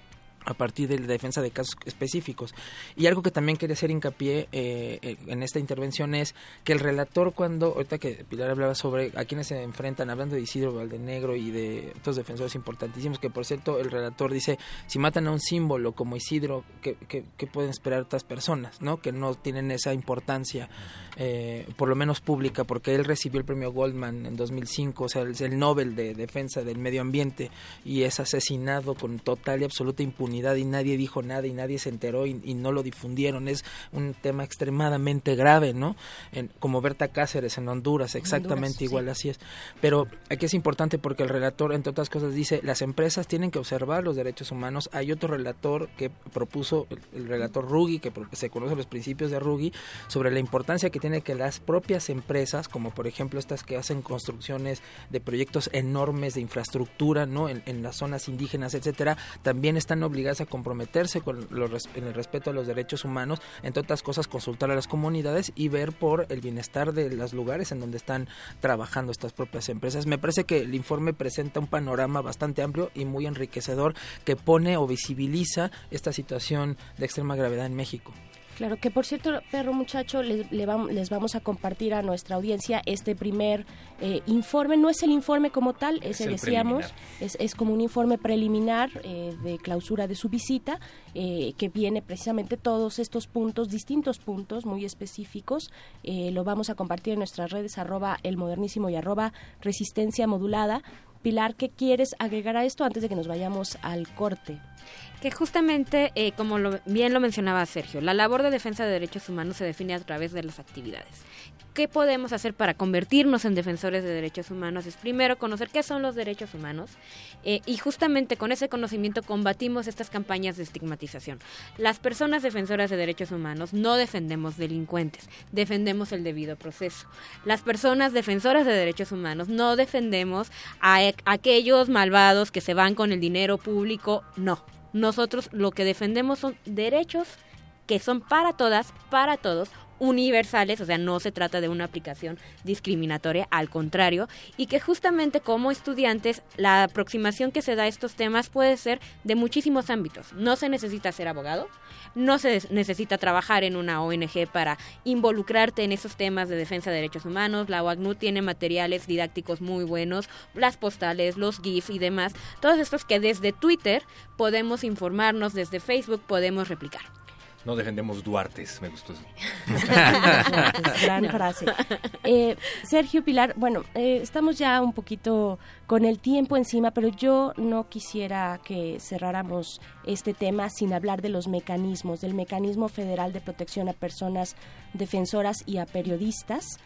a partir de la defensa de casos específicos. Y algo que también quería hacer hincapié en esta intervención es que el relator, cuando, ahorita que Pilar hablaba sobre a quienes se enfrentan, hablando de Isidro Valdenegro y de otros defensores importantísimos, que por cierto el relator dice, si matan a un símbolo como Isidro, ¿qué pueden esperar otras personas, ¿no? Que no tienen esa importancia, por lo menos pública, porque él recibió el premio Goldman en 2005, o sea, es el Nobel de Defensa del Medio Ambiente, y es asesinado con total y absoluta impunidad, y nadie dijo nada y nadie se enteró y no lo difundieron. Es un tema extremadamente grave, ¿no? Como Berta Cáceres en Honduras, exactamente igual, sí. Así es. Pero aquí es importante porque el relator, entre otras cosas, dice, las empresas tienen que observar los derechos humanos. Hay otro relator que propuso, el relator Ruggi, que se conoce los principios de Ruggi, sobre la importancia que tiene que las propias empresas, como por ejemplo estas que hacen construcciones de proyectos enormes de infraestructura, ¿no? En las zonas indígenas, etcétera, también están obligadas a comprometerse en el respeto a los derechos humanos, entre otras cosas consultar a las comunidades y ver por el bienestar de los lugares en donde están trabajando estas propias empresas. Me parece que el informe presenta un panorama bastante amplio y muy enriquecedor que pone o visibiliza esta situación de extrema gravedad en México. Claro, que por cierto, Perro Muchacho, les vamos a compartir a nuestra audiencia este primer informe. No es el informe como tal, ese decíamos, es como un informe preliminar de clausura de su visita, que viene precisamente todos estos puntos, distintos puntos muy específicos. Lo vamos a compartir en nuestras redes, @elmodernísimo y @resistencia modulada. Pilar, ¿qué quieres agregar a esto antes de que nos vayamos al corte? Que justamente, como bien lo mencionaba Sergio, la labor de defensa de derechos humanos se define a través de las actividades. ¿Qué podemos hacer para convertirnos en defensores de derechos humanos? Es primero conocer qué son los derechos humanos y justamente con ese conocimiento combatimos estas campañas de estigmatización. Las personas defensoras de derechos humanos no defendemos delincuentes, defendemos el debido proceso. Las personas defensoras de derechos humanos no defendemos a aquellos malvados que se van con el dinero público, no. Nosotros lo que defendemos son derechos que son para todas, para todos, universales, o sea, no se trata de una aplicación discriminatoria, al contrario, y que justamente como estudiantes la aproximación que se da a estos temas puede ser de muchísimos ámbitos. No se necesita ser abogado, no se necesita trabajar en una ONG para involucrarte en esos temas de defensa de derechos humanos. La OACNUR tiene materiales didácticos muy buenos, las postales, los GIF y demás, todos estos que desde Twitter podemos informarnos, desde Facebook podemos replicar. No defendemos Duartes, me gustó eso. Gran frase. Sergio, Pilar, bueno, estamos ya un poquito con el tiempo encima, pero yo no quisiera que cerráramos este tema sin hablar de los mecanismos, del Mecanismo Federal de Protección a Personas Defensoras y a Periodistas,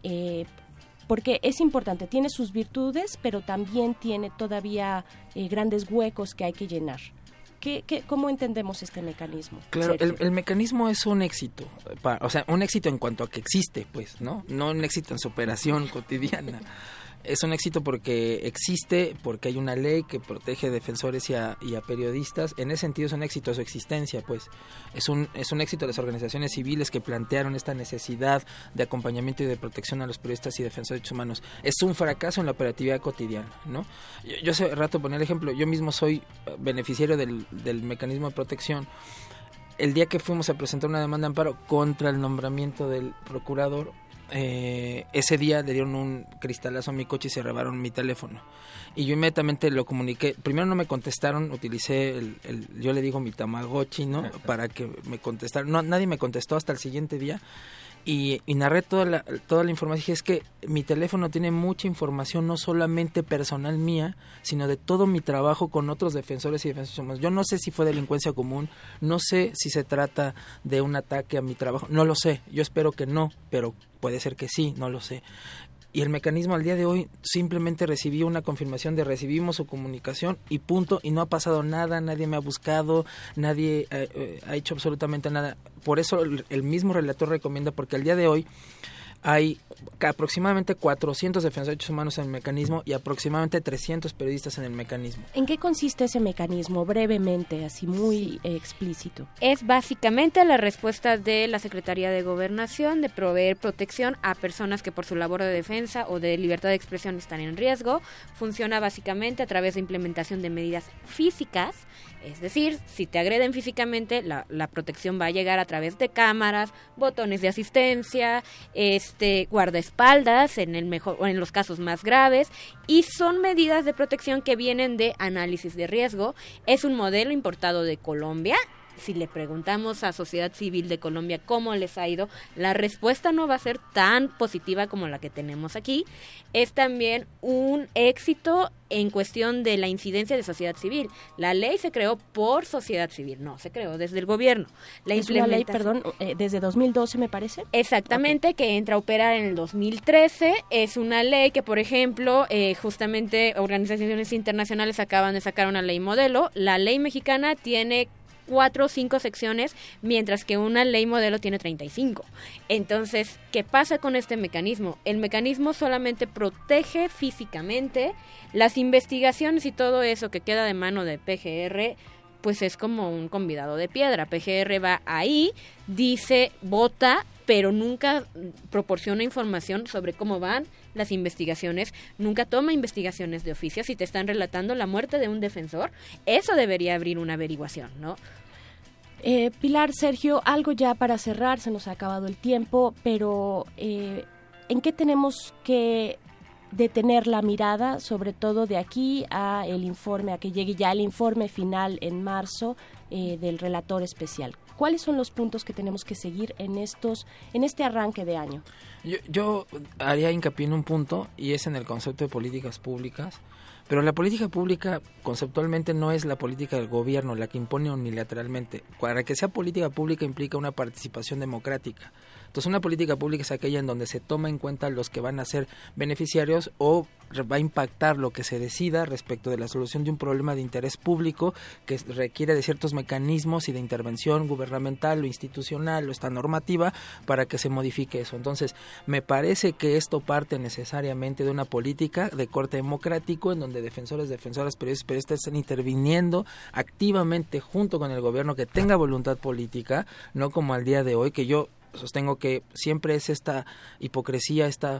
porque es importante, tiene sus virtudes, pero también tiene todavía grandes huecos que hay que llenar. ¿Cómo entendemos este mecanismo? Claro, el mecanismo es un éxito, o sea, un éxito en cuanto a que existe, pues, ¿no? No un éxito en su operación cotidiana. Es un éxito porque existe, porque hay una ley que protege a defensores y a periodistas. En ese sentido es un éxito su existencia, pues. Es un éxito de las organizaciones civiles que plantearon esta necesidad de acompañamiento y de protección a los periodistas y defensores de derechos humanos. Es un fracaso en la operatividad cotidiana, ¿no? Yo hace rato ponía el ejemplo, yo mismo soy beneficiario del mecanismo de protección. El día que fuimos a presentar una demanda de amparo contra el nombramiento del procurador, ese día le dieron un cristalazo a mi coche y se robaron mi teléfono y yo inmediatamente lo comuniqué. Primero no me contestaron, utilicé yo le digo mi Tamagotchi, ¿no? Para que me contestaran. No, nadie me contestó hasta el siguiente día y narré toda la información. Dije, es que mi teléfono tiene mucha información, no solamente personal mía, sino de todo mi trabajo con otros defensores y defensores humanos. Yo no sé si fue delincuencia común, no sé si se trata de un ataque a mi trabajo, no lo sé, yo espero que no, pero puede ser que sí, no lo sé. Y el mecanismo al día de hoy simplemente recibí una confirmación de recibimos su comunicación y punto, y no ha pasado nada, nadie me ha buscado, nadie ha hecho absolutamente nada. Por eso el mismo relator recomienda, porque al día de hoy hay aproximadamente 400 defensores de derechos humanos en el mecanismo y aproximadamente 300 periodistas en el mecanismo. ¿En qué consiste ese mecanismo? Brevemente, así muy explícito. Es básicamente la respuesta de la Secretaría de Gobernación de proveer protección a personas que por su labor de defensa o de libertad de expresión están en riesgo. Funciona básicamente a través de implementación de medidas físicas Es decir, si te agreden físicamente, la protección va a llegar a través de cámaras, botones de asistencia, guardaespaldas en los casos más graves, y son medidas de protección que vienen de análisis de riesgo. Es un modelo importado de Colombia. Si le preguntamos a Sociedad Civil de Colombia cómo les ha ido, la respuesta no va a ser tan positiva como la que tenemos aquí. Es también un éxito en cuestión de la incidencia de sociedad civil. La ley se creó por sociedad civil, no se creó desde el gobierno. Es una ley, perdón, desde 2012 me parece. Exactamente, okay. Que entra a operar en el 2013. Es una ley que, por ejemplo, justamente organizaciones internacionales acaban de sacar una ley modelo. La ley mexicana tiene 4 o 5 secciones, mientras que una ley modelo tiene 35. Entonces, ¿qué pasa con este mecanismo? El mecanismo solamente protege físicamente. Las investigaciones y todo eso que queda de mano de PGR, pues es como un convidado de piedra. PGR va ahí, dice, vota, pero nunca proporciona información sobre cómo van las investigaciones, nunca toma investigaciones de oficio. Si te están relatando la muerte de un defensor, eso debería abrir una averiguación, ¿no? Pilar, Sergio, algo ya para cerrar, se nos ha acabado el tiempo, pero ¿en qué tenemos que detener la mirada, sobre todo de aquí a el informe, a que llegue ya el informe final en marzo del relator especial? ¿Cuáles son los puntos que tenemos que seguir en este arranque de año? Yo haría hincapié en un punto, y es en el concepto de políticas públicas. Pero la política pública conceptualmente no es la política del gobierno la que impone unilateralmente. Para que sea política pública implica una participación democrática. Entonces una política pública es aquella en donde se toma en cuenta los que van a ser beneficiarios o va a impactar lo que se decida respecto de la solución de un problema de interés público que requiere de ciertos mecanismos y de intervención gubernamental o institucional o esta normativa para que se modifique eso. Entonces me parece que esto parte necesariamente de una política de corte democrático en donde defensoras, periodistas están interviniendo activamente junto con el gobierno que tenga voluntad política, no como al día de hoy, que yo sostengo que siempre es esta hipocresía, esta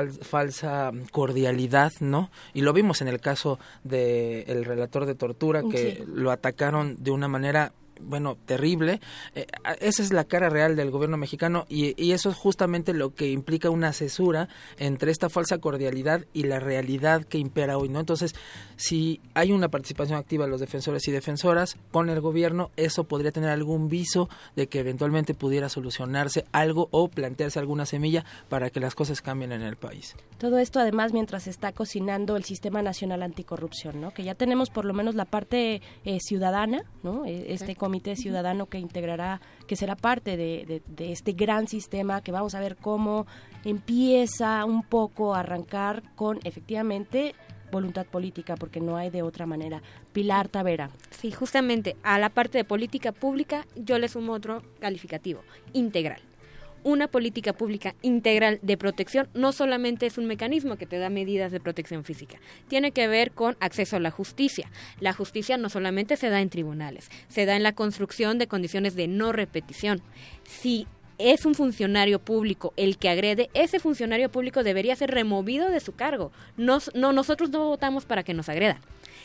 falsa cordialidad, ¿no? Y lo vimos en el caso del relator de tortura, que lo atacaron de una manera terrible. Esa es la cara real del gobierno mexicano y eso es justamente lo que implica una cesura entre esta falsa cordialidad y la realidad que impera hoy, ¿no? Entonces, si hay una participación activa de los defensores y defensoras con el gobierno, eso podría tener algún viso de que eventualmente pudiera solucionarse algo o plantearse alguna semilla para que las cosas cambien en el país. Todo esto además mientras se está cocinando el Sistema Nacional Anticorrupción, ¿no? Que ya tenemos por lo menos la parte ciudadana, ¿no? Comité ciudadano que integrará, que será parte de este gran sistema, que vamos a ver cómo empieza un poco a arrancar con efectivamente voluntad política, porque no hay de otra manera. Pilar Tavera. Sí, justamente a la parte de política pública yo le sumo otro calificativo, integral. Una política pública integral de protección no solamente es un mecanismo que te da medidas de protección física, tiene que ver con acceso a la justicia. La justicia no solamente se da en tribunales, se da en la construcción de condiciones de no repetición. Si es un funcionario público el que agrede, ese funcionario público debería ser removido de su cargo. Nosotros no votamos para que nos agredan.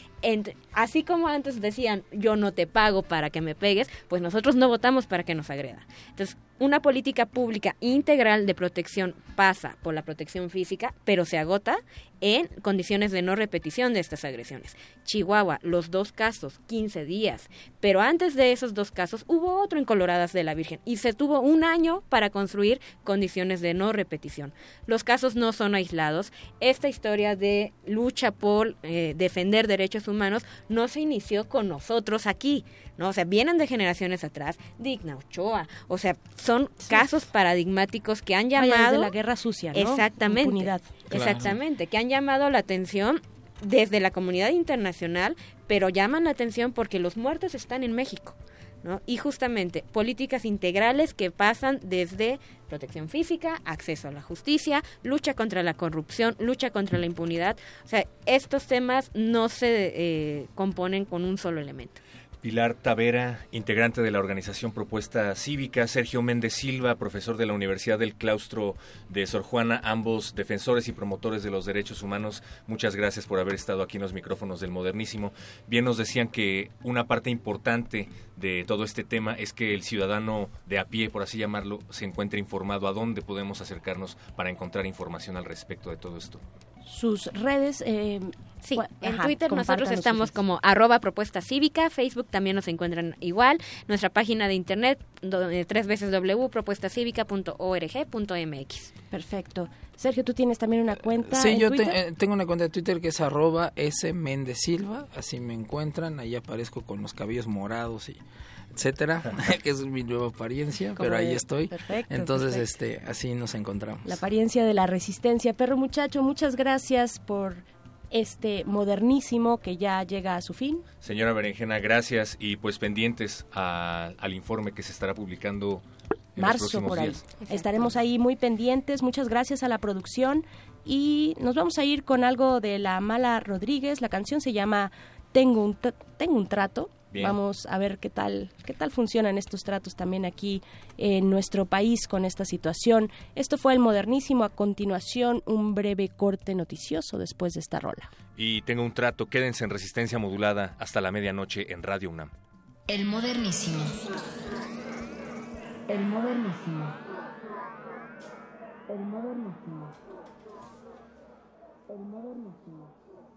Así como antes decían, yo no te pago para que me pegues, pues nosotros no votamos para que nos agreda. Entonces, una política pública integral de protección pasa por la protección física, pero se agota en condiciones de no repetición de estas agresiones. Chihuahua, los 2 casos, 15 días, pero antes de esos 2 casos hubo otro en Coloradas de la Virgen y se tuvo 1 año para construir condiciones de no repetición. Los casos no son aislados. Esta historia de lucha por defender derechos humanos no se inició con nosotros aquí, ¿no? O sea, vienen de generaciones atrás, Digna Ochoa, o sea, son casos paradigmáticos que han llamado... de la guerra sucia, ¿no? Exactamente. Impunidad. Exactamente, que han llamado la atención desde la comunidad internacional, pero llaman la atención porque los muertos están en México, ¿no? Y justamente políticas integrales que pasan desde protección física, acceso a la justicia, lucha contra la corrupción, lucha contra la impunidad. O sea, estos temas no se componen con un solo elemento. Pilar Tavera, integrante de la organización Propuesta Cívica, Sergio Méndez Silva, profesor de la Universidad del Claustro de Sor Juana, ambos defensores y promotores de los derechos humanos. Muchas gracias por haber estado aquí en los micrófonos del Modernísimo. Bien nos decían que una parte importante de todo este tema es que el ciudadano de a pie, por así llamarlo, se encuentre informado. ¿A dónde podemos acercarnos para encontrar información al respecto de todo esto? Sus redes. Sí, en Twitter nosotros estamos como @propuesta cívica, Facebook también nos encuentran igual, nuestra página de internet www.propuestacivica.org.mx. Perfecto. Sergio, ¿tú tienes también una cuenta? Sí, yo Twitter? tengo una cuenta de Twitter que es @smendezsilva, así me encuentran, ahí aparezco con los cabellos morados y etcétera, que es mi nueva apariencia, pero ahí estoy. Perfecto, entonces perfecto. Así nos encontramos. La apariencia de la resistencia. Perro muchacho, muchas gracias por este Modernísimo que ya llega a su fin. Señora Berenjena, gracias, y pues pendientes al informe que se estará publicando en marzo los próximos por ahí. días. Estaremos ahí muy pendientes. Muchas gracias a la producción y nos vamos a ir con algo de La Mala Rodríguez. La canción se llama Tengo un trato. Bien. Vamos a ver qué tal funcionan estos tratos también aquí en nuestro país con esta situación. Esto fue el Modernísimo. A continuación, un breve corte noticioso después de esta rola. Y Tengo un trato. Quédense en Resistencia Modulada hasta la medianoche en Radio UNAM. El Modernísimo. El Modernísimo. El Modernísimo. El Modernísimo.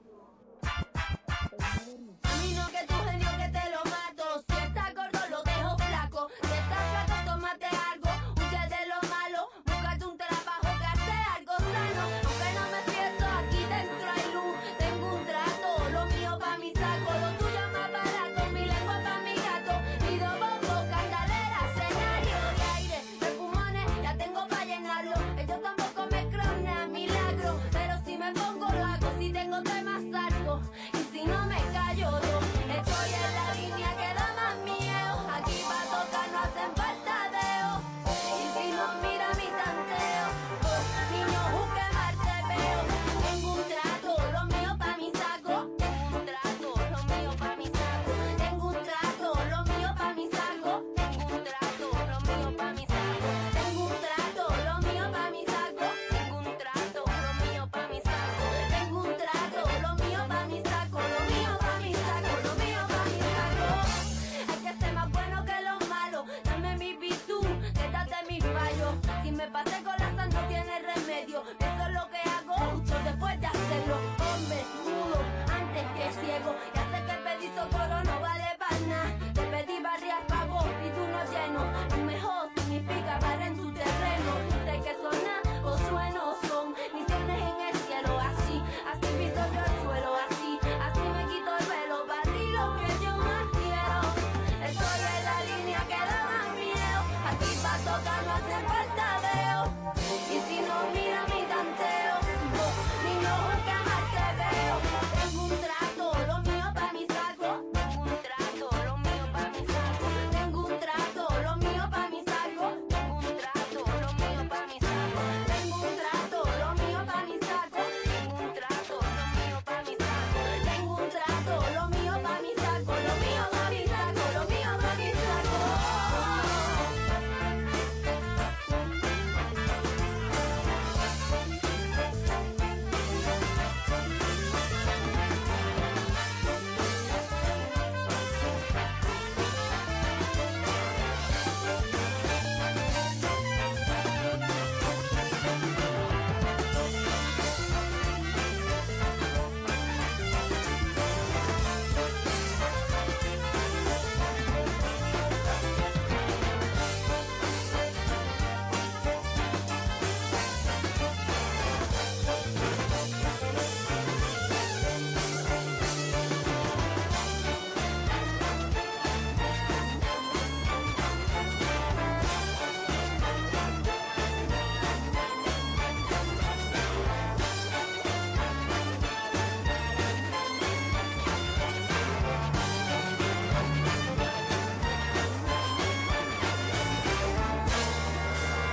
Camino que tu genio que te lo mato. Si estás gordo lo dejo flaco. Si estás flaco tómate algo. Huye de lo malo. Búscate un trabajo que hace algo sano. Aunque no me pierdo aquí dentro hay luz. Tengo un trato. Lo mío pa' mi saco. Lo tuyo más barato. Mi lengua pa' mi gato. Mi dos bombos, candalera, escenario de aire. De pulmones ya tengo pa' llenarlo. Ellos tampoco me creen a milagro. Pero si me pongo lo hago. Si tengo temas altos. Y si no me callo yo. Estoy en la línea que da más miedo. Aquí pa' tocar no hacen falta dedos. Y si no mira mi tanteo, niño busque mal te veo. Tengo un trato, lo mío pa' mi saco. Tengo un trato, lo mío pa' mi saco. Tengo un trato, lo mío pa' mi saco. Tengo un trato, lo mío pa' mi saco. Tengo un trato, lo mío pa' mi saco. Tengo un trato, lo mío pa' mi saco. Tengo un trato, lo mío pa' mi saco. Lo mío pa' mi saco, lo mío pa' mi saco. Hay que ser más bueno que los malos. Dame mi virtud, quédate mi fallo. Si me pasé con la sal no tiene remedio. Eso es lo que hago justo después de hacerlo. Hombre, mudo, antes que ciego. Ya sé que pedí socorro no vale para nada. Te pedí barriar pagó y tú no lleno. Lo mejor significa para en tu terreno. Sé que sonar o sueno son misiones en el cielo. Así piso yo el suelo. Así me quito el velo. Para ti lo que yo más quiero. Estoy en la línea que da más miedo. Aquí pa' tocar no hace falta veo. Y si no mira mi tanteo, ni no busca más te veo. Tengo un trato, lo mío pa' mi saco. Tengo un trato, lo mío pa' mi saco. Tengo un trato, lo mío pa' mi saco. Tengo un trato, lo mío pa' mi saco. Tengo un trato, lo mío pa' mi saco. Tengo un trato, lo mío pa' mi saco. Tengo un trato, lo mío pa' mi saco. Lo mío pa' mi saco, lo mío pa' mi saco.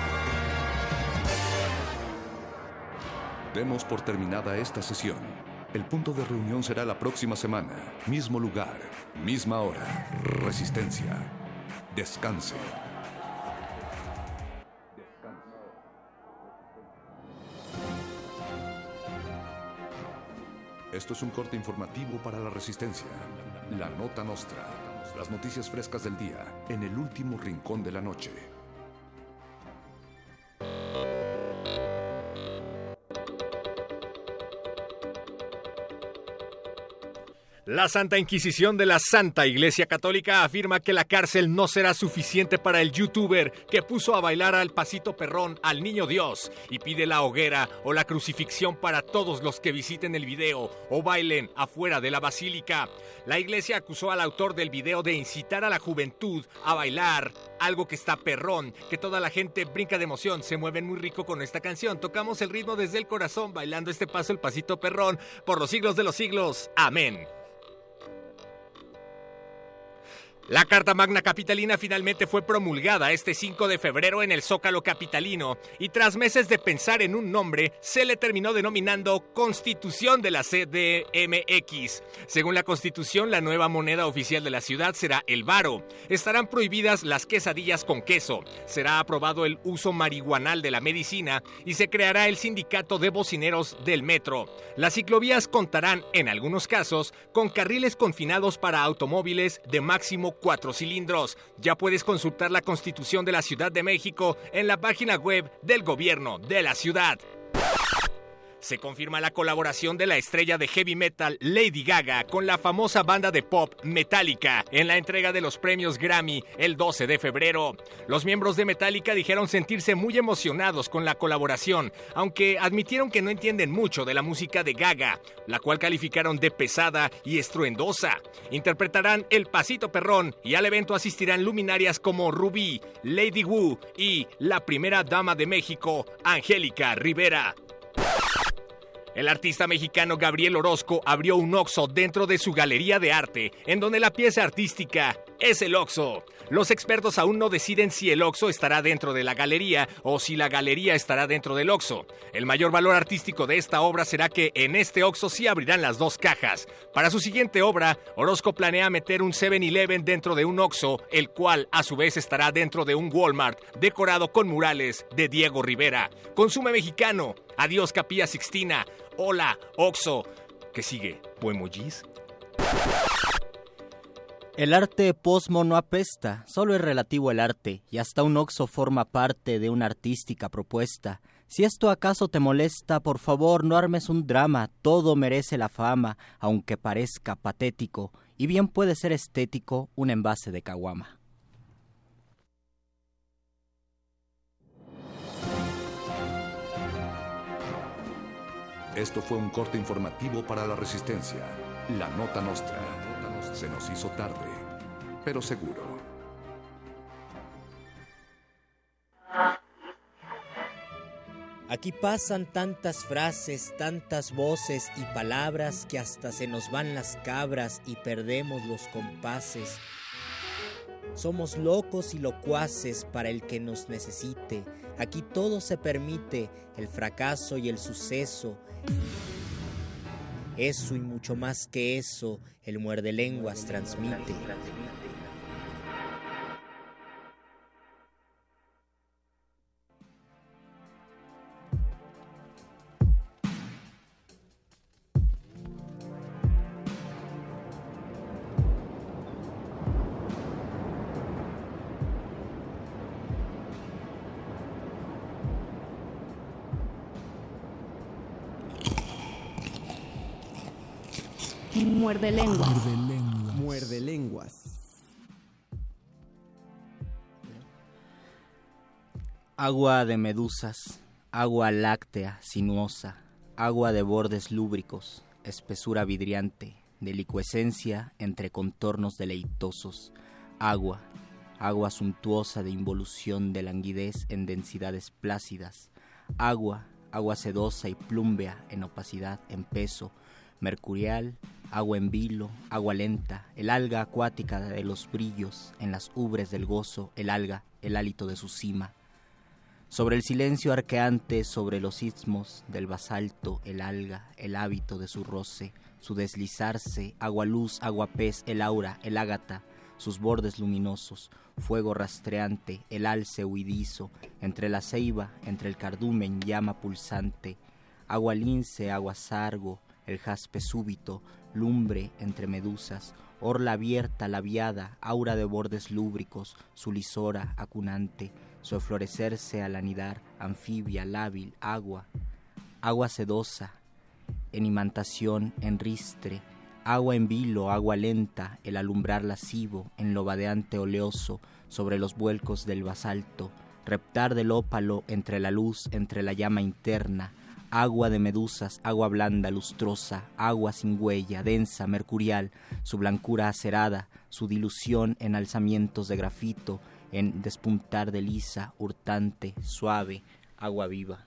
Demos por terminada esta sesión. El punto de reunión será la próxima semana. Mismo lugar, misma hora. Resistencia. Descanse. Esto es un corte informativo para la Resistencia. La Nota Nostra. Las noticias frescas del día en el último rincón de la noche. La Santa Inquisición de la Santa Iglesia Católica afirma que la cárcel no será suficiente para el youtuber que puso a bailar al pasito perrón al niño Dios y pide la hoguera o la crucifixión para todos los que visiten el video o bailen afuera de la basílica. La iglesia acusó al autor del video de incitar a la juventud a bailar algo que está perrón, que toda la gente brinca de emoción, se mueven muy rico con esta canción. Tocamos el ritmo desde el corazón bailando este paso, el pasito perrón, por los siglos de los siglos. Amén. La Carta Magna Capitalina finalmente fue promulgada este 5 de febrero en el Zócalo capitalino y tras meses de pensar en un nombre, se le terminó denominando Constitución de la CDMX. Según la Constitución, la nueva moneda oficial de la ciudad será el varo. Estarán prohibidas las quesadillas con queso. Será aprobado el uso marihuanal de la medicina y se creará el sindicato de bocineros del metro. Las ciclovías contarán, en algunos casos, con carriles confinados para automóviles de máximo 4 cilindros. Ya puedes consultar la Constitución de la Ciudad de México en la página web del gobierno de la ciudad. Se confirma la colaboración de la estrella de heavy metal Lady Gaga con la famosa banda de pop Metallica en la entrega de los premios Grammy el 12 de febrero. Los miembros de Metallica dijeron sentirse muy emocionados con la colaboración, aunque admitieron que no entienden mucho de la música de Gaga, la cual calificaron de pesada y estruendosa. Interpretarán El Pasito Perrón y al evento asistirán luminarias como Rubí, Lady Wu y la primera dama de México, Angélica Rivera. El artista mexicano Gabriel Orozco abrió un Oxxo dentro de su galería de arte, en donde la pieza artística es el Oxxo. Los expertos aún no deciden si el Oxxo estará dentro de la galería o si la galería estará dentro del Oxxo. El mayor valor artístico de esta obra será que en este Oxxo sí abrirán las dos cajas. Para su siguiente obra, Orozco planea meter un 7-Eleven dentro de un Oxxo, el cual a su vez estará dentro de un Walmart decorado con murales de Diego Rivera. Consume mexicano. Adiós Capilla Sixtina. Hola, Oxxo. ¿Qué sigue? ¿Poemojis? El arte posmo no apesta, solo es relativo el arte, y hasta un Oxxo forma parte de una artística propuesta. Si esto acaso te molesta, por favor no armes un drama, todo merece la fama, aunque parezca patético, y bien puede ser estético un envase de caguama. Esto fue un corte informativo para la Resistencia. La Nota Nostra. Se nos hizo tarde, pero seguro. Aquí pasan tantas frases, tantas voces y palabras que hasta se nos van las cabras y perdemos los compases. Somos locos y locuaces para el que nos necesite. Aquí todo se permite, el fracaso y el suceso. Eso y mucho más que eso, el muerde lenguas transmite. Muerde lenguas. Muerde lenguas. Agua de medusas, agua láctea, sinuosa, agua de bordes lúbricos, espesura vidriante, delicuescencia entre contornos deleitosos, agua suntuosa de involución de languidez en densidades plácidas, agua sedosa y plúmbea en opacidad, en peso, mercurial, agua en vilo, agua lenta, el alga acuática de los brillos, en las ubres del gozo, el alga, el hálito de su cima. Sobre el silencio arqueante, sobre los istmos del basalto, el alga, el hábito de su roce, su deslizarse, agua luz, agua pez, el aura, el ágata, sus bordes luminosos, fuego rastreante, el alce huidizo, entre la ceiba, entre el cardumen, llama pulsante, agua lince, agua sargo, el jaspe súbito, lumbre entre medusas, orla abierta, labiada, aura de bordes lúbricos, su lisora acunante, su eflorecerse al anidar, anfibia, lábil, agua sedosa, en imantación, en ristre, agua en vilo, agua lenta, el alumbrar lascivo, en lo vadeante oleoso, sobre los vuelcos del basalto, reptar del ópalo entre la luz, entre la llama interna, agua de medusas, agua blanda, lustrosa, agua sin huella, densa, mercurial, su blancura acerada, su dilución en alzamientos de grafito, en despuntar de lisa, hurtante, suave, agua viva.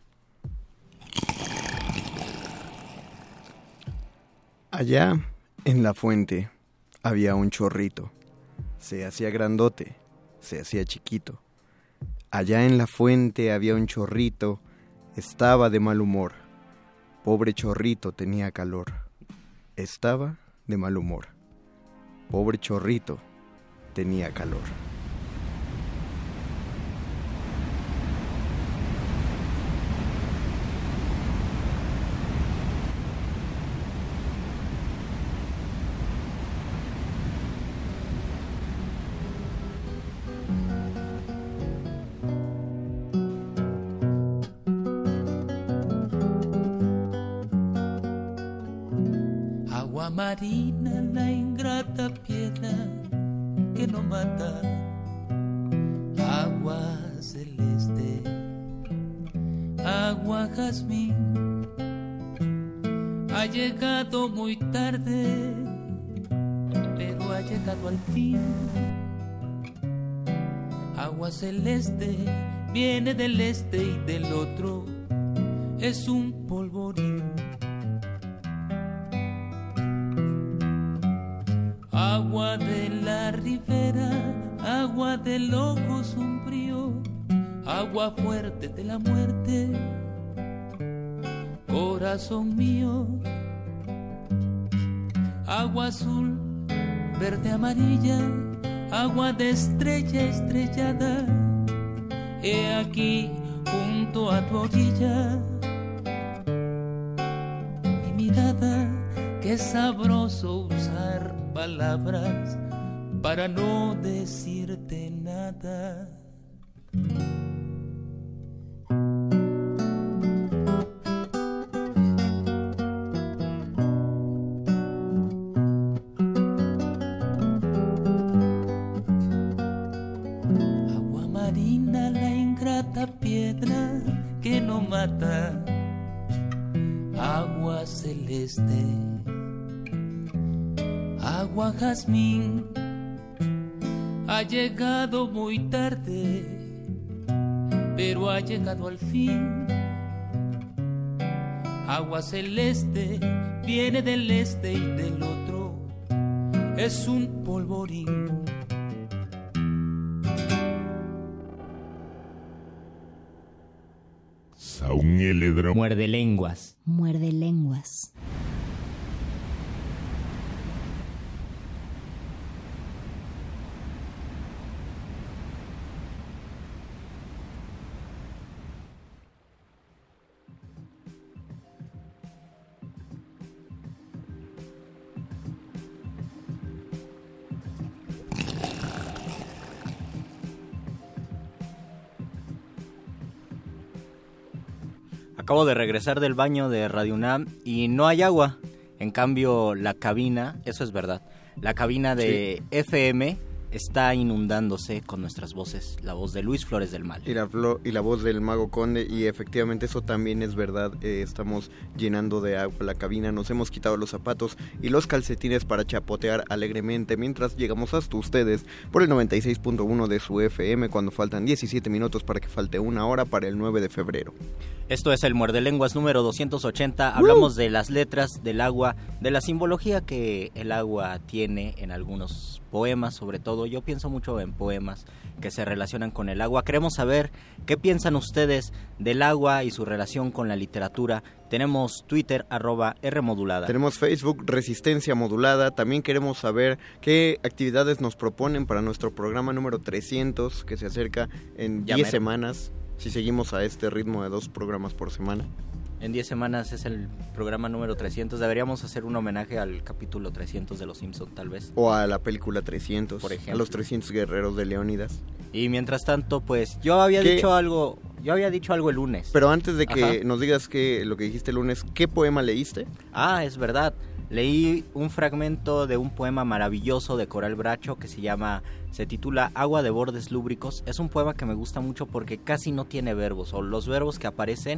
Allá, en la fuente, había un chorrito. Se hacía grandote, se hacía chiquito. Allá en la fuente había un chorrito, estaba de mal humor. Pobre chorrito tenía calor. Estaba de mal humor. Pobre chorrito tenía calor. Marina, la ingrata piedra que no mata, agua celeste, agua jazmín, ha llegado muy tarde, pero ha llegado al fin. Agua celeste viene del este y del otro es un polvorín. Agua de la ribera, agua del ojo sombrío, agua fuerte de la muerte, corazón mío. Agua azul, verde, amarilla, agua de estrella estrellada, he aquí junto a tu orilla. Mi mirada, qué sabroso usar palabras para no decirte nada. Agua marina, la ingrata piedra que no mata, agua celeste, agua jazmín, ha llegado muy tarde, pero ha llegado al fin. Agua celeste viene del este y del otro es un polvorín. Muerde lenguas. Muerde lenguas. Acabo de regresar del baño de Radio UNAM y no hay agua. En cambio, la cabina, eso es verdad, la cabina de FM está inundándose con nuestras voces. La voz de Luis Flores del Mal. Y la voz del Mago Conde, y efectivamente eso también es verdad. Estamos llenando de agua la cabina, nos hemos quitado los zapatos y los calcetines para chapotear alegremente mientras llegamos hasta ustedes por el 96.1 de su FM cuando faltan 17 minutos para que falte una hora para el 9 de febrero. Esto es el Muerde Lenguas número 280. Hablamos de las letras del agua, de la simbología que el agua tiene en algunos poemas, sobre todo. Yo pienso mucho en poemas que se relacionan con el agua. Queremos saber qué piensan ustedes del agua y su relación con la literatura. Tenemos Twitter, @Rmodulada. Tenemos Facebook, Resistencia Modulada. También queremos saber qué actividades nos proponen para nuestro programa número 300, que se acerca en 10 semanas, si seguimos a este ritmo de 2 programas por semana. En 10 semanas es el programa número 300. Deberíamos hacer un homenaje al capítulo 300 de Los Simpson, tal vez. O a la película 300, por ejemplo. A los 300 guerreros de Leónidas. Y mientras tanto, pues, yo había dicho algo el lunes. Pero antes de que nos digas lo que dijiste el lunes, ¿qué poema leíste? Es verdad. Leí un fragmento de un poema maravilloso de Coral Bracho que se titula Agua de bordes lúbricos. Es un poema que me gusta mucho porque casi no tiene verbos, o los verbos que aparecen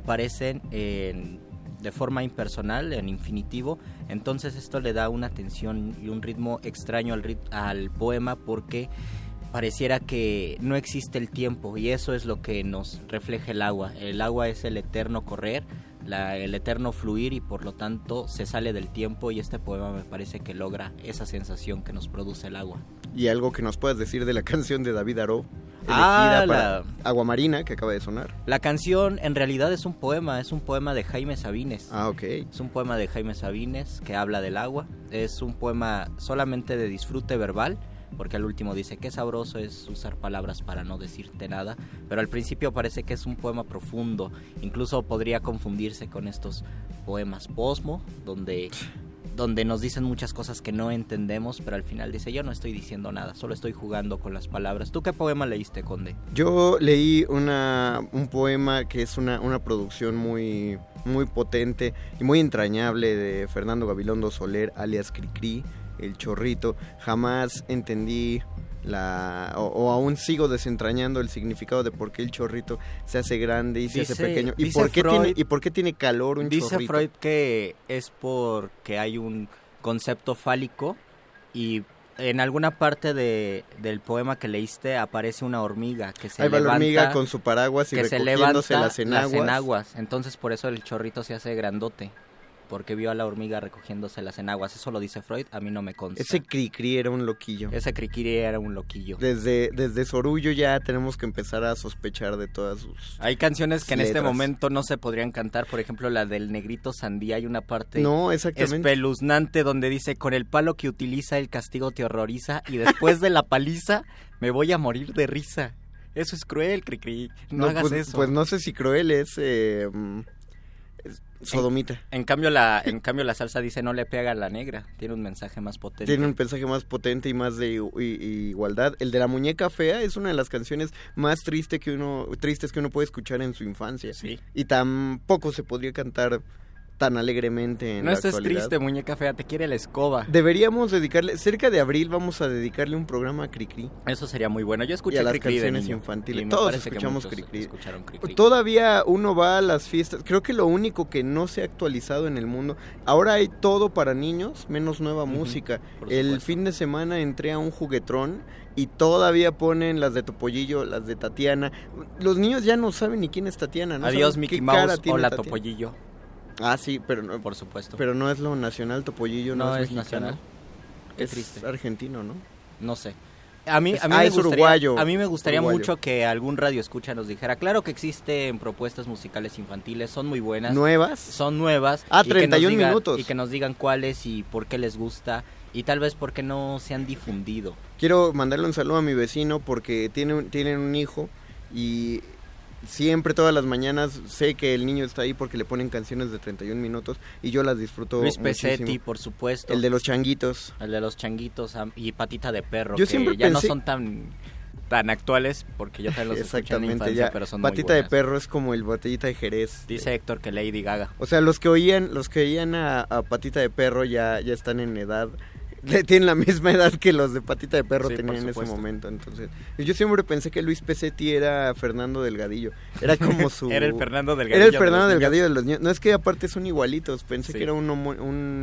de forma impersonal, en infinitivo. Entonces esto le da una tensión y un ritmo extraño al poema, porque pareciera que no existe el tiempo, y eso es lo que nos refleja el agua. El agua es el eterno correr, el eterno fluir, y por lo tanto se sale del tiempo, y este poema me parece que logra esa sensación que nos produce el agua. Y algo que nos puedas decir de la canción de David Aró, elegida para Agua Marina, que acaba de sonar. La canción en realidad es un poema de Jaime Sabines. Ok. Es un poema de Jaime Sabines que habla del agua. Es un poema solamente de disfrute verbal, porque al último dice qué sabroso es usar palabras para no decirte nada, pero al principio parece que es un poema profundo. Incluso podría confundirse con estos poemas posmo, donde nos dicen muchas cosas que no entendemos, pero al final dice, yo no estoy diciendo nada, solo estoy jugando con las palabras. ¿Tú qué poema leíste, Conde? Yo leí un poema que es una producción muy, muy potente y muy entrañable de Fernando Gabilondo Soler, alias Cricri, El Chorrito. Jamás entendí o aún sigo desentrañando el significado de por qué el chorrito se hace grande y se hace pequeño, y por qué tiene calor un chorrito. Dice Freud que es porque hay un concepto fálico, y en alguna parte del poema que leíste aparece una hormiga que se levanta. Ahí va la hormiga con su paraguas y recogiéndose las enaguas. Entonces por eso el chorrito se hace grandote, porque vio a la hormiga recogiéndose las enaguas. Eso lo dice Freud, a mí no me consta. Ese Cricri era un loquillo. Desde Sorullo ya tenemos que empezar a sospechar de todas sus Hay canciones que letras. En este momento no se podrían cantar, por ejemplo la del Negrito Sandía. Hay una parte exactamente espeluznante donde dice, con el palo que utiliza el castigo te horroriza, y después de la paliza me voy a morir de risa. Eso es cruel, Cricri, no hagas eso. Pues no sé si cruel es sodomita. En cambio la salsa dice, no le pega a la negra. Tiene un mensaje más potente. Tiene un mensaje más potente y más de igualdad. El de la muñeca fea es una de las canciones más tristes que uno puede escuchar en su infancia. Sí. Y tampoco se podría cantar tan alegremente en la actualidad. No estés triste, muñeca fea, te quiere la escoba. Deberíamos dedicarle, cerca de abril vamos a dedicarle un programa a Cricri. Eso sería muy bueno. Yo escuché y a las Cricri canciones de niño, infantiles. Todos escuchamos Cricri. Cricri. Todavía uno va a las fiestas. Creo que lo único que no se ha actualizado en el mundo, ahora hay todo para niños, menos nueva música. El fin de semana entré a un juguetrón y todavía ponen las de Topollillo, las de Tatiana. Los niños ya no saben ni quién es Tatiana. ¿No? Adiós Mickey Mouse, hola Topollillo. Sí, pero no, por supuesto. Pero no es lo nacional, Topollillo no es nacional. Qué triste. Argentino, ¿no? No sé. A mí me gustaría mucho que algún radio escucha nos dijera, claro que existen propuestas musicales infantiles, son muy buenas. ¿Nuevas? Son nuevas. 31 minutos. Y que nos digan cuáles y por qué les gusta, y tal vez por qué no se han difundido. Quiero mandarle un saludo a mi vecino porque tienen un hijo y siempre, todas las mañanas, sé que el niño está ahí porque le ponen canciones de 31 minutos y yo las disfruto Luis muchísimo. Pesetti, por supuesto. El de los changuitos. Y Patita de Perro, yo que ya no son tan actuales, porque yo también los escuché en mi infancia, pero son Patita muy buenas. de Perro es como el Botellita de Jerez. Dice Héctor que Lady Gaga. O sea, los que oían a Patita de Perro ya están en edad. Tienen la misma edad que los de Patita de Perro tenían en ese momento. Entonces, yo siempre pensé que Luis Pesetti era Fernando Delgadillo. Era como su... Era el Fernando Delgadillo. Era el Fernando Delgadillo de los niños. No, es que aparte son igualitos. Pensé que era un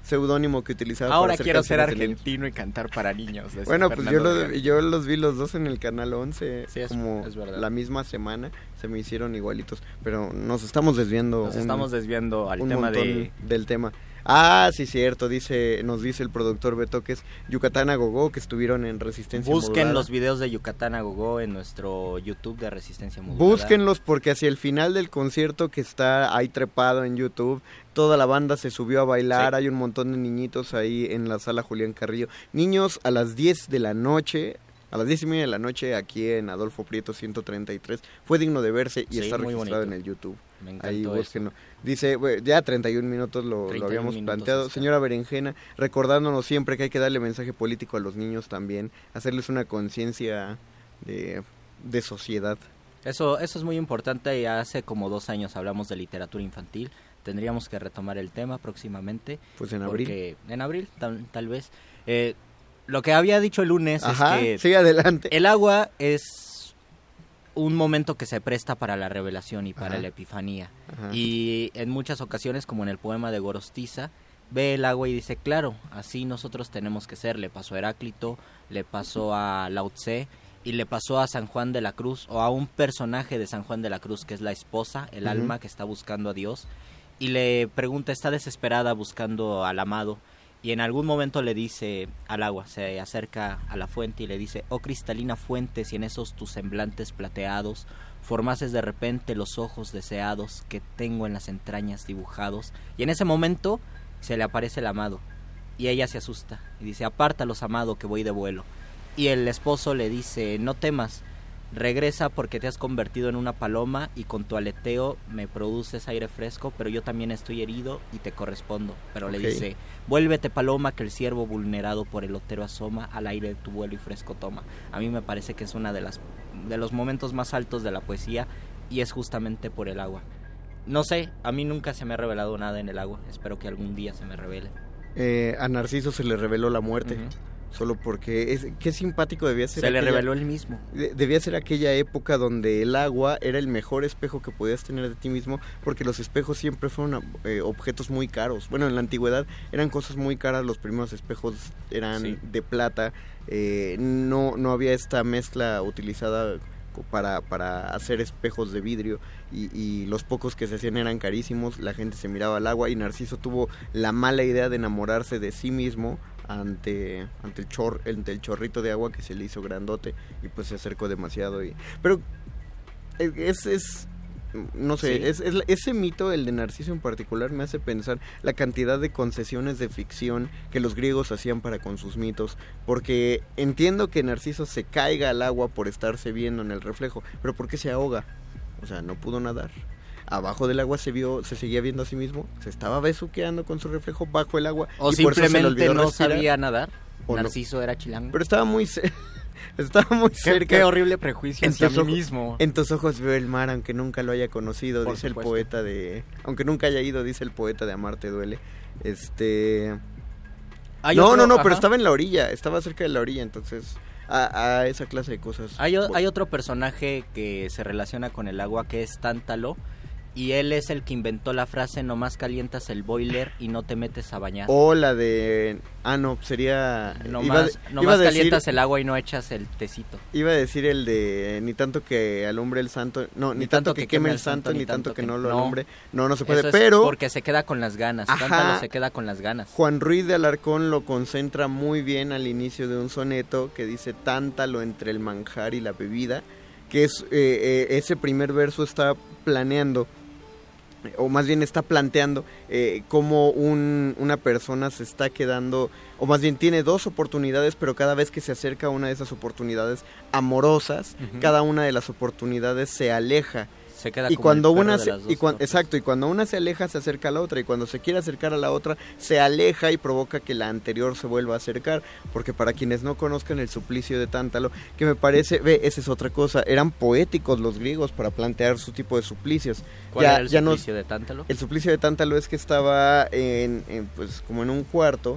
seudónimo que utilizaba. Ahora quiero ser argentino y cantar para niños. Bueno, pues yo los vi los dos en el Canal 11, sí, como es la misma semana, se me hicieron igualitos, pero nos estamos desviando. Al tema del tema. Ah, sí, cierto, nos dice el productor Beto que es Yucatán a Gogó, que estuvieron en Resistencia Modulada. Busquen los videos de Yucatán a Gogó en nuestro YouTube de Resistencia Modulada. Búsquenlos porque hacia el final del concierto que está ahí trepado en YouTube, toda la banda se subió a bailar, hay un montón de niñitos ahí en la sala Julián Carrillo. Niños a las 10 de la noche... A las 10:30 de la noche aquí en Adolfo Prieto 133. Fue digno de verse y está registrado en el YouTube. Me encantó. Ahí búsquenlo. Dice, ya 31 minutos lo habíamos planteado. Señora Berenjena, recordándonos siempre que hay que darle mensaje político a los niños también. Hacerles una conciencia de sociedad. Eso es muy importante. Y hace como 2 años hablamos de literatura infantil. Tendríamos que retomar el tema próximamente. Pues en abril. En abril, tal vez. Lo que había dicho el lunes es que sigue adelante. El agua es un momento que se presta para la revelación y para la epifanía. Y en muchas ocasiones, como en el poema de Gorostiza, ve el agua y dice, claro, así nosotros tenemos que ser. Le pasó a Heráclito, le pasó a Lao Tse y le pasó a San Juan de la Cruz, o a un personaje de San Juan de la Cruz que es la esposa, el alma que está buscando a Dios, y le pregunta, está desesperada buscando al amado. Y en algún momento le dice al agua, se acerca a la fuente y le dice, oh cristalina fuente, si en esos tus semblantes plateados formases de repente los ojos deseados que tengo en las entrañas dibujados. Y en ese momento se le aparece el amado y ella se asusta y dice, apártalos, amado, que voy de vuelo. Y el esposo le dice, no temas, regresa porque te has convertido en una paloma y con tu aleteo me produces aire fresco, pero yo también estoy herido y te correspondo. Pero le dice, vuélvete paloma que el ciervo vulnerado por el otero asoma, al aire de tu vuelo y fresco toma. A mí me parece que es una de los momentos más altos de la poesía y es justamente por el agua. No sé, a mí nunca se me ha revelado nada en el agua, espero que algún día se me revele. A Narciso se le reveló la muerte. Solo porque qué simpático debía ser. Se le reveló él mismo. Debía ser aquella época donde el agua era el mejor espejo que podías tener de ti mismo, porque los espejos siempre fueron objetos muy caros. Bueno, en la antigüedad eran cosas muy caras, los primeros espejos eran de plata, no había esta mezcla utilizada para hacer espejos de vidrio y los pocos que se hacían eran carísimos, la gente se miraba al agua y Narciso tuvo la mala idea de enamorarse de sí mismo ante el chorrito de agua que se le hizo grandote y pues se acercó demasiado pero no sé, ese mito, el de Narciso en particular, me hace pensar la cantidad de concesiones de ficción que los griegos hacían para con sus mitos, porque entiendo que Narciso se caiga al agua por estarse viendo en el reflejo, pero ¿por qué se ahoga? O sea, no pudo nadar. Abajo del agua se seguía viendo a sí mismo, se estaba besuqueando con su reflejo bajo el agua. O y simplemente por eso se le olvidó no sabía nadar. Narciso era chilango. Pero estaba muy cerca. Qué horrible prejuicio hacia mí mismo. En tus ojos veo el mar, aunque nunca lo haya conocido, dice el poeta aunque nunca haya ido, dice el poeta de Amarte duele. Pero estaba en la orilla, estaba cerca de la orilla, entonces a esa clase de cosas. Hay otro personaje que se relaciona con el agua que es Tántalo. Y él es el que inventó la frase, nomás calientas el boiler y no te metes a bañar. O la de... sería... Nomás calientas el agua y no echas el tecito. Iba a decir el de... Ni tanto que alumbre el santo... No, ni tanto que queme el santo, ni tanto que no lo alumbre. No se puede, eso pero... Es porque se queda con las ganas. Tántalo se queda con las ganas. Juan Ruiz de Alarcón lo concentra muy bien al inicio de un soneto que dice, tántalo entre el manjar y la bebida, que es ese primer verso está planeando, o más bien está planteando cómo una persona se está quedando, o más bien tiene dos oportunidades, pero cada vez que se acerca a una de esas oportunidades amorosas, cada una de las oportunidades se aleja. Se queda y como cuando el perro una de se, las dos y exacto, y cuando una se aleja se acerca a la otra, y cuando se quiere acercar a la otra se aleja y provoca que la anterior se vuelva a acercar, porque para quienes no conozcan el suplicio de Tántalo, que me parece, esa es otra cosa, eran poéticos los griegos para plantear su tipo de suplicios. ¿Cuál era el suplicio de Tántalo? El suplicio de Tántalo es que estaba pues como en un cuarto,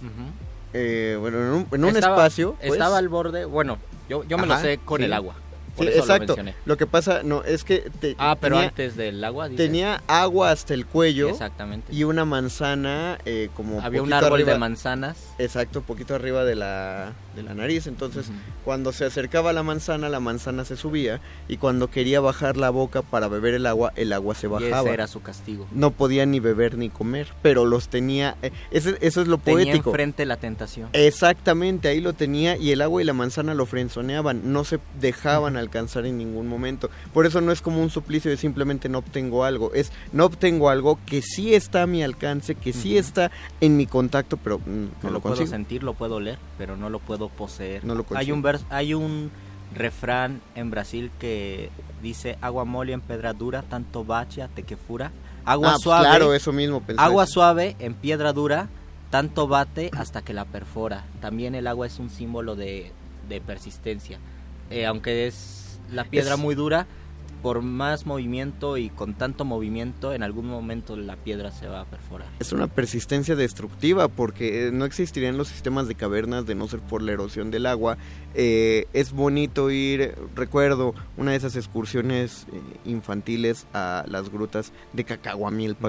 en un espacio, pues, estaba al borde, bueno, yo me lo sé con el agua. Por eso exacto. lo mencioné. Lo que pasa, es que... pero antes del agua, dices. Tenía agua hasta el cuello. Exactamente. Y una manzana como había un árbol arriba, de manzanas. Exacto, poquito arriba de la nariz. Entonces, cuando se acercaba a la manzana se subía. Y cuando quería bajar la boca para beber el agua se bajaba. Y ese era su castigo. No podía ni beber ni comer, pero los tenía... eso es lo poético. Tenía enfrente la tentación. Exactamente, ahí lo tenía, y el agua y la manzana lo frenzoneaban, no se dejaban alcanzar en ningún momento. Por eso no es como un suplicio de simplemente no obtengo algo, es no obtengo algo que sí está a mi alcance, que sí está en mi contacto, pero no lo puedo sentir, lo puedo oler, pero no lo puedo poseer. No lo consigo. Hay un refrán en Brasil que dice: agua mole en pedra dura, tanto bacia te que fura. Agua suave. Claro, eso mismo pensé. Agua suave en piedra dura, tanto bate hasta que la perfora. También el agua es un símbolo de persistencia. Aunque es la piedra muy dura, por más movimiento y con tanto movimiento, en algún momento la piedra se va a perforar. Es una persistencia destructiva, porque no existirían los sistemas de cavernas de no ser por la erosión del agua. Es bonito ir, recuerdo una de esas excursiones infantiles a las grutas de Cacahuamilpa,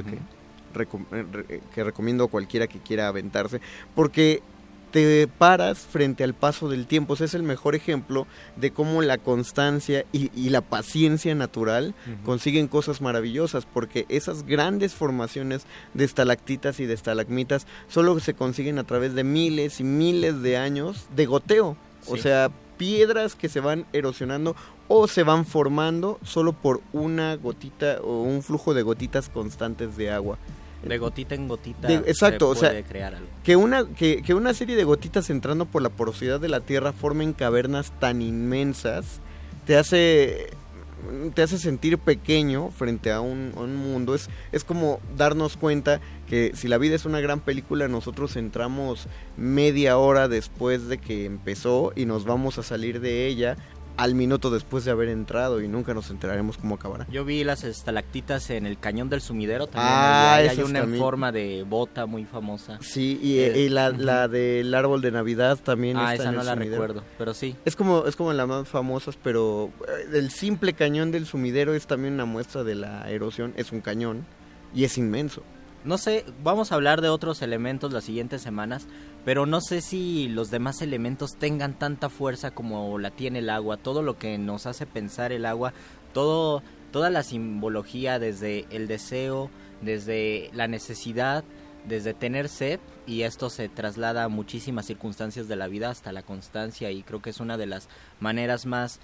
que recomiendo a cualquiera que quiera aventarse, porque te paras frente al paso del tiempo. O sea, es el mejor ejemplo de cómo la constancia y la paciencia natural consiguen cosas maravillosas, porque esas grandes formaciones de estalactitas y de estalagmitas solo se consiguen a través de miles y miles de años de goteo. Sí. O sea, piedras que se van erosionando o se van formando solo por una gotita o un flujo de gotitas constantes de agua. De gotita en gotita exacto, se puede crear algo. Que una serie de gotitas entrando por la porosidad de la tierra formen cavernas tan inmensas te hace sentir pequeño frente a un mundo. Es como darnos cuenta que si la vida es una gran película, nosotros entramos media hora después de que empezó y nos vamos a salir de ella al minuto después de haber entrado, y nunca nos enteraremos cómo acabará. Yo vi las estalactitas en el Cañón del Sumidero también. Hay una en forma de bota muy famosa. Sí, y la del árbol de Navidad también está esa en no el la Sumidero. Recuerdo, pero sí. Es como las más famosas, pero el simple Cañón del Sumidero es también una muestra de la erosión. Es un cañón y es inmenso. No sé, vamos a hablar de otros elementos las siguientes semanas, pero no sé si los demás elementos tengan tanta fuerza como la tiene el agua. Todo lo que nos hace pensar el agua, toda la simbología, desde el deseo, desde la necesidad, desde tener sed, y esto se traslada a muchísimas circunstancias de la vida, hasta la constancia, y creo que es una de las maneras más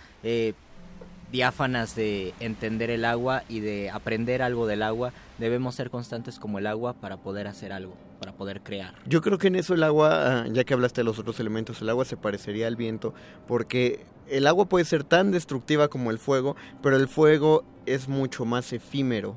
diáfanas de entender el agua y de aprender algo del agua. Debemos ser constantes como el agua para poder hacer algo, para poder crear. Yo creo que en eso el agua, ya que hablaste de los otros elementos, el agua se parecería al viento, porque el agua puede ser tan destructiva como el fuego, pero el fuego es mucho más efímero.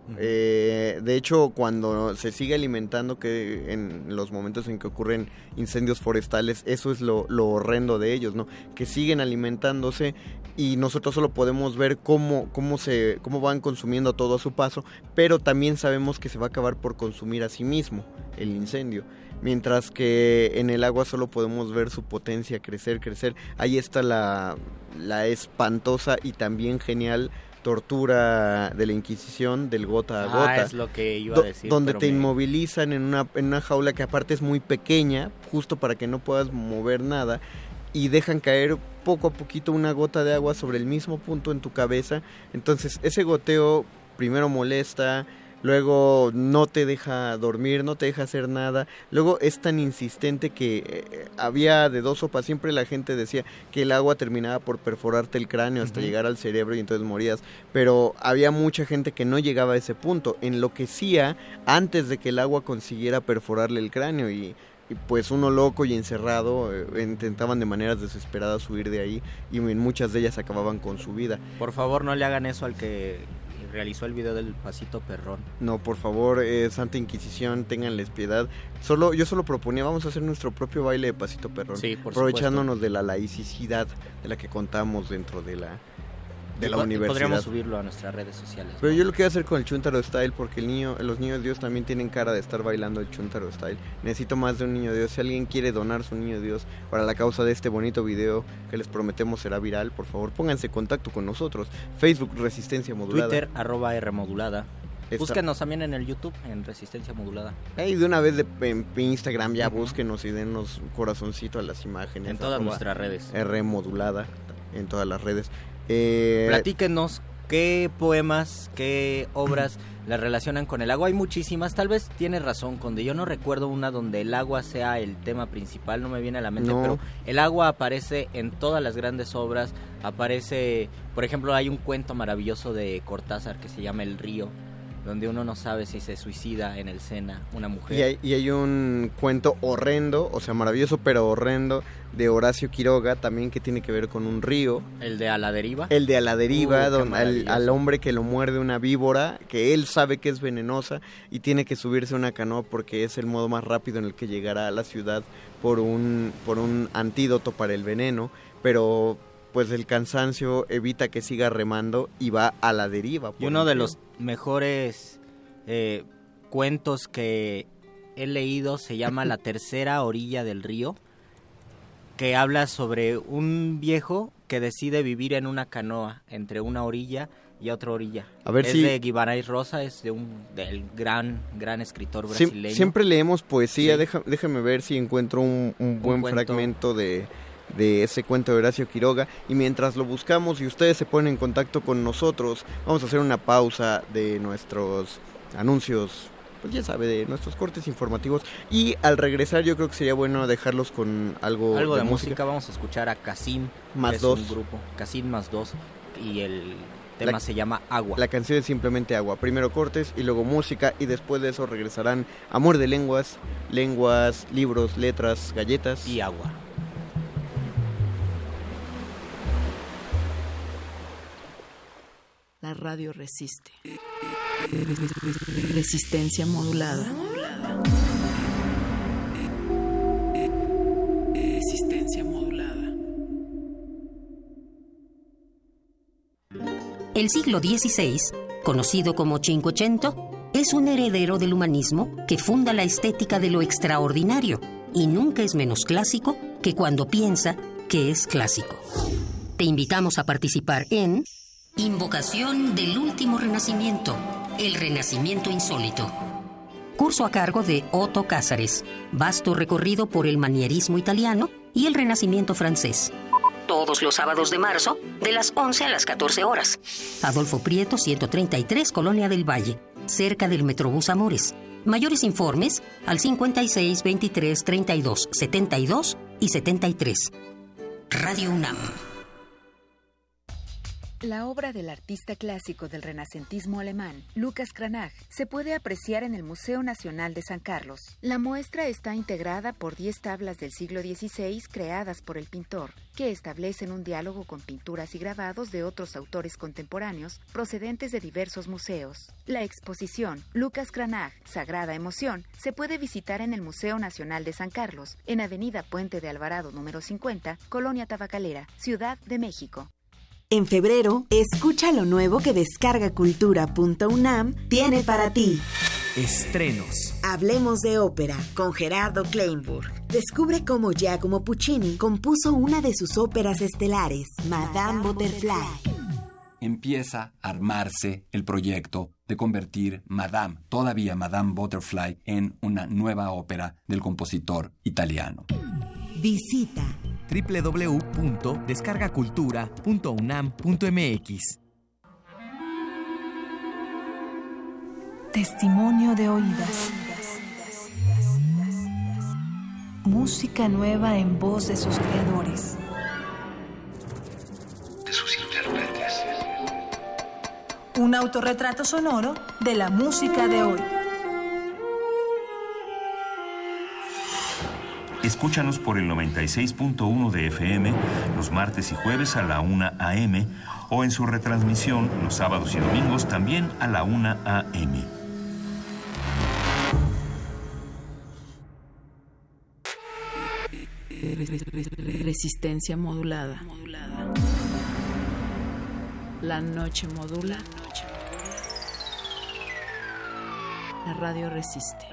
De hecho, cuando se sigue alimentando, que en los momentos en que ocurren incendios forestales, eso es lo horrendo de ellos, ¿no? Que siguen alimentándose y nosotros solo podemos ver cómo van consumiendo todo a su paso, pero también sabemos que se va a acabar por consumir a sí mismo el incendio. Mientras que en el agua solo podemos ver su potencia crecer. Ahí está la espantosa y también genial tortura de la Inquisición, del gota a gota. Es lo que iba a decir. Donde te inmovilizan en una jaula que aparte es muy pequeña, justo para que no puedas mover nada, y dejan caer poco a poquito una gota de agua sobre el mismo punto en tu cabeza. Entonces ese goteo primero molesta, luego no te deja dormir, no te deja hacer nada, luego es tan insistente que había de dos sopas. Siempre la gente decía que el agua terminaba por perforarte el cráneo hasta llegar al cerebro y entonces morías, pero había mucha gente que no llegaba a ese punto, enloquecía antes de que el agua consiguiera perforarle el cráneo, y pues uno loco y encerrado intentaban de maneras desesperadas huir de ahí, y en muchas de ellas acababan con su vida. Por favor, no le hagan eso al que realizó el video del pasito perrón. No, por favor, Santa Inquisición, ténganles piedad. Yo solo proponía, vamos a hacer nuestro propio baile de pasito perrón. Sí, por aprovechándonos supuesto de la laicidad de la que contamos dentro de de la universidad. Podríamos subirlo a nuestras redes sociales. Pero yo lo quiero hacer con el Chuntaro Style porque los niños Dios también tienen cara de estar bailando el Chuntaro Style. Necesito más de un niño Dios. Si alguien quiere donar su niño Dios para la causa de este bonito video que les prometemos será viral, por favor, pónganse en contacto con nosotros. Facebook Resistencia Modulada. Twitter @Rmodulada. Búsquenos también en el YouTube, en Resistencia Modulada. Y de una vez en Instagram ya búsquenos y denos un corazoncito a las imágenes. En todas nuestras redes. Rmodulada, en todas las redes. Platíquenos qué poemas, qué obras las relacionan con el agua. Hay muchísimas, tal vez tiene razón, Conde. Yo no recuerdo una donde el agua sea el tema principal, no me viene a la mente, pero el agua aparece en todas las grandes obras. Aparece, por ejemplo, hay un cuento maravilloso de Cortázar que se llama El río, donde uno no sabe si se suicida en el Sena una mujer. Y hay un cuento horrendo, o sea, maravilloso pero horrendo, de Horacio Quiroga también, que tiene que ver con un río. ¿El de A la deriva? El de A la deriva, donde al hombre que lo muerde una víbora, que él sabe que es venenosa, y tiene que subirse a una canoa porque es el modo más rápido en el que llegará a la ciudad por un antídoto para el veneno, pero pues el cansancio evita que siga remando y va a la deriva. Y uno de los mejores cuentos que he leído se llama La tercera orilla del río, que habla sobre un viejo que decide vivir en una canoa entre una orilla y otra orilla. De Guimarães Rosa, es del gran escritor brasileño. Siempre leemos poesía, sí. Déjame ver si encuentro un buen fragmento de ese cuento de Horacio Quiroga, y mientras lo buscamos y ustedes se ponen en contacto con nosotros, vamos a hacer una pausa de nuestros anuncios, pues ya sabe, de nuestros cortes informativos, y al regresar yo creo que sería bueno dejarlos con algo de música. Vamos a escuchar a Casim más dos, un grupo, Casim más dos, y el tema se llama Agua. La canción es simplemente Agua. Primero cortes y luego música, y después de eso regresarán Amor de lenguas, libros, letras, galletas y agua. La radio resiste. Resistencia modulada. Resistencia modulada. El siglo XVI, conocido como Cinquecento, es un heredero del humanismo que funda la estética de lo extraordinario y nunca es menos clásico que cuando piensa que es clásico. Te invitamos a participar en Invocación del Último Renacimiento, el Renacimiento Insólito. Curso a cargo de Otto Cázares, vasto recorrido por el manierismo italiano y el Renacimiento francés. Todos los sábados de marzo, de las 11 a las 14 horas. Adolfo Prieto, 133, Colonia del Valle, cerca del Metrobús Amores. Mayores informes al 56 23 32 72 y 73. Radio UNAM. La obra del artista clásico del renacentismo alemán, Lucas Cranach, se puede apreciar en el Museo Nacional de San Carlos. La muestra está integrada por 10 tablas del siglo XVI creadas por el pintor, que establecen un diálogo con pinturas y grabados de otros autores contemporáneos procedentes de diversos museos. La exposición Lucas Cranach, Sagrada Emoción, se puede visitar en el Museo Nacional de San Carlos, en Avenida Puente de Alvarado número 50, Colonia Tabacalera, Ciudad de México. En febrero, escucha lo nuevo que descargacultura.unam tiene para ti. Estrenos. Hablemos de ópera con Gerardo Kleinburg. Descubre cómo Giacomo Puccini compuso una de sus óperas estelares, Madame Butterfly. Empieza a armarse el proyecto de convertir todavía Madame Butterfly, en una nueva ópera del compositor italiano. Visita www.descargacultura.unam.mx. Testimonio de oídas. Música nueva en voz de sus creadores. De sus intérpretes. Un autorretrato sonoro de la música de hoy. Escúchanos por el 96.1 de FM los martes y jueves a la 1 a.m. o en su retransmisión los sábados y domingos también a la 1 a.m. Resistencia modulada. La noche modula. La radio resiste.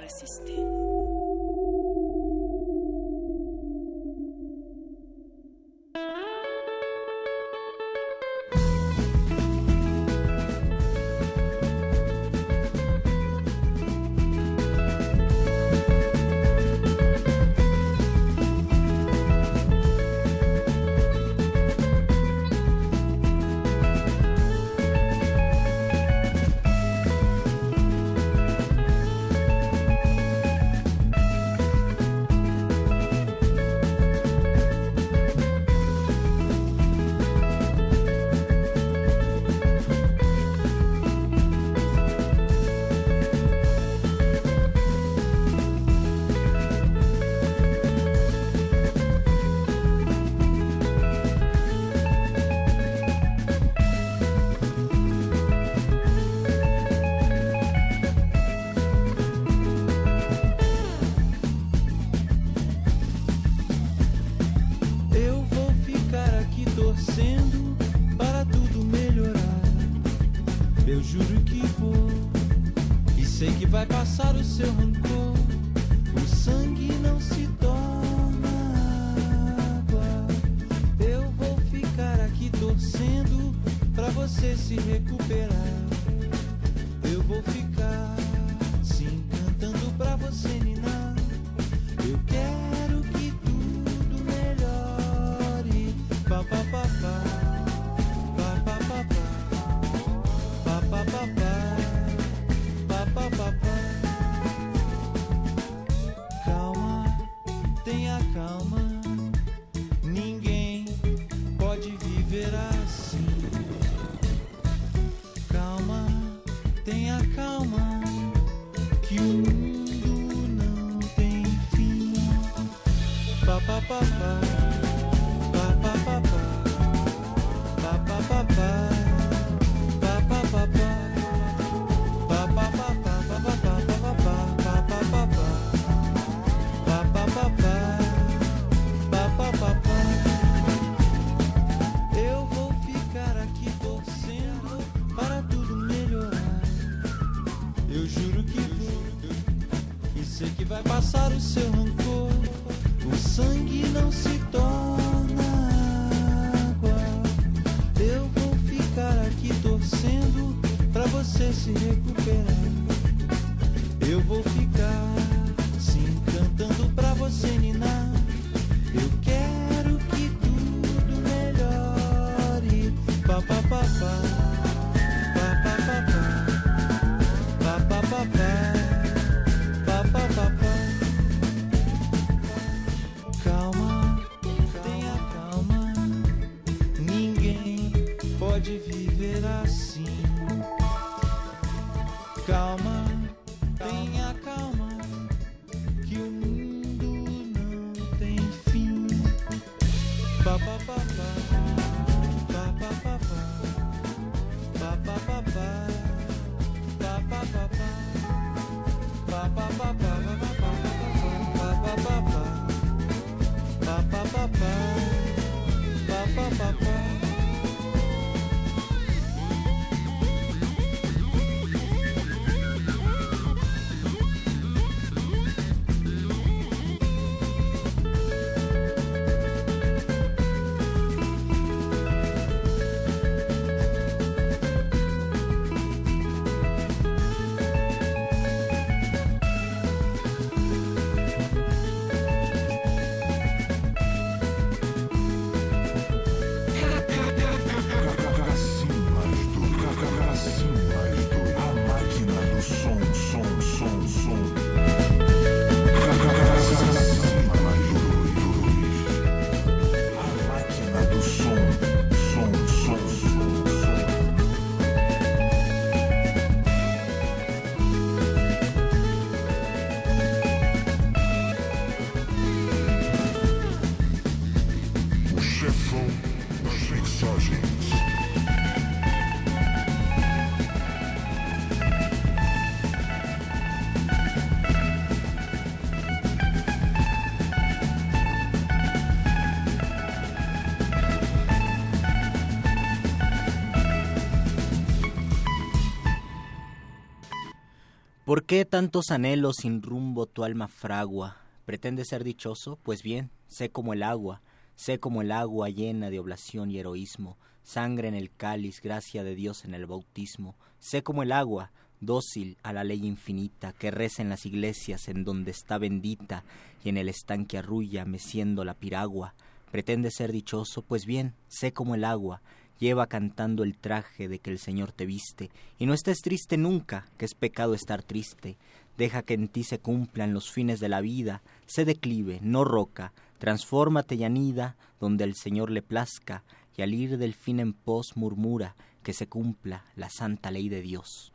¿Por qué tantos anhelos sin rumbo tu alma fragua? ¿Pretendes ser dichoso? Pues bien, sé como el agua llena de oblación y heroísmo, sangre en el cáliz, gracia de Dios en el bautismo. Sé como el agua, dócil a la ley infinita, que reza en las iglesias en donde está bendita, y en el estanque arrulla meciendo la piragua. ¿Pretendes ser dichoso? Pues bien, sé como el agua, lleva cantando el traje de que el Señor te viste, y no estés triste nunca, que es pecado estar triste. Deja que en ti se cumplan los fines de la vida, sé declive, no roca, transfórmate y anida donde el Señor le plazca, y al ir del fin en pos murmura que se cumpla la santa ley de Dios.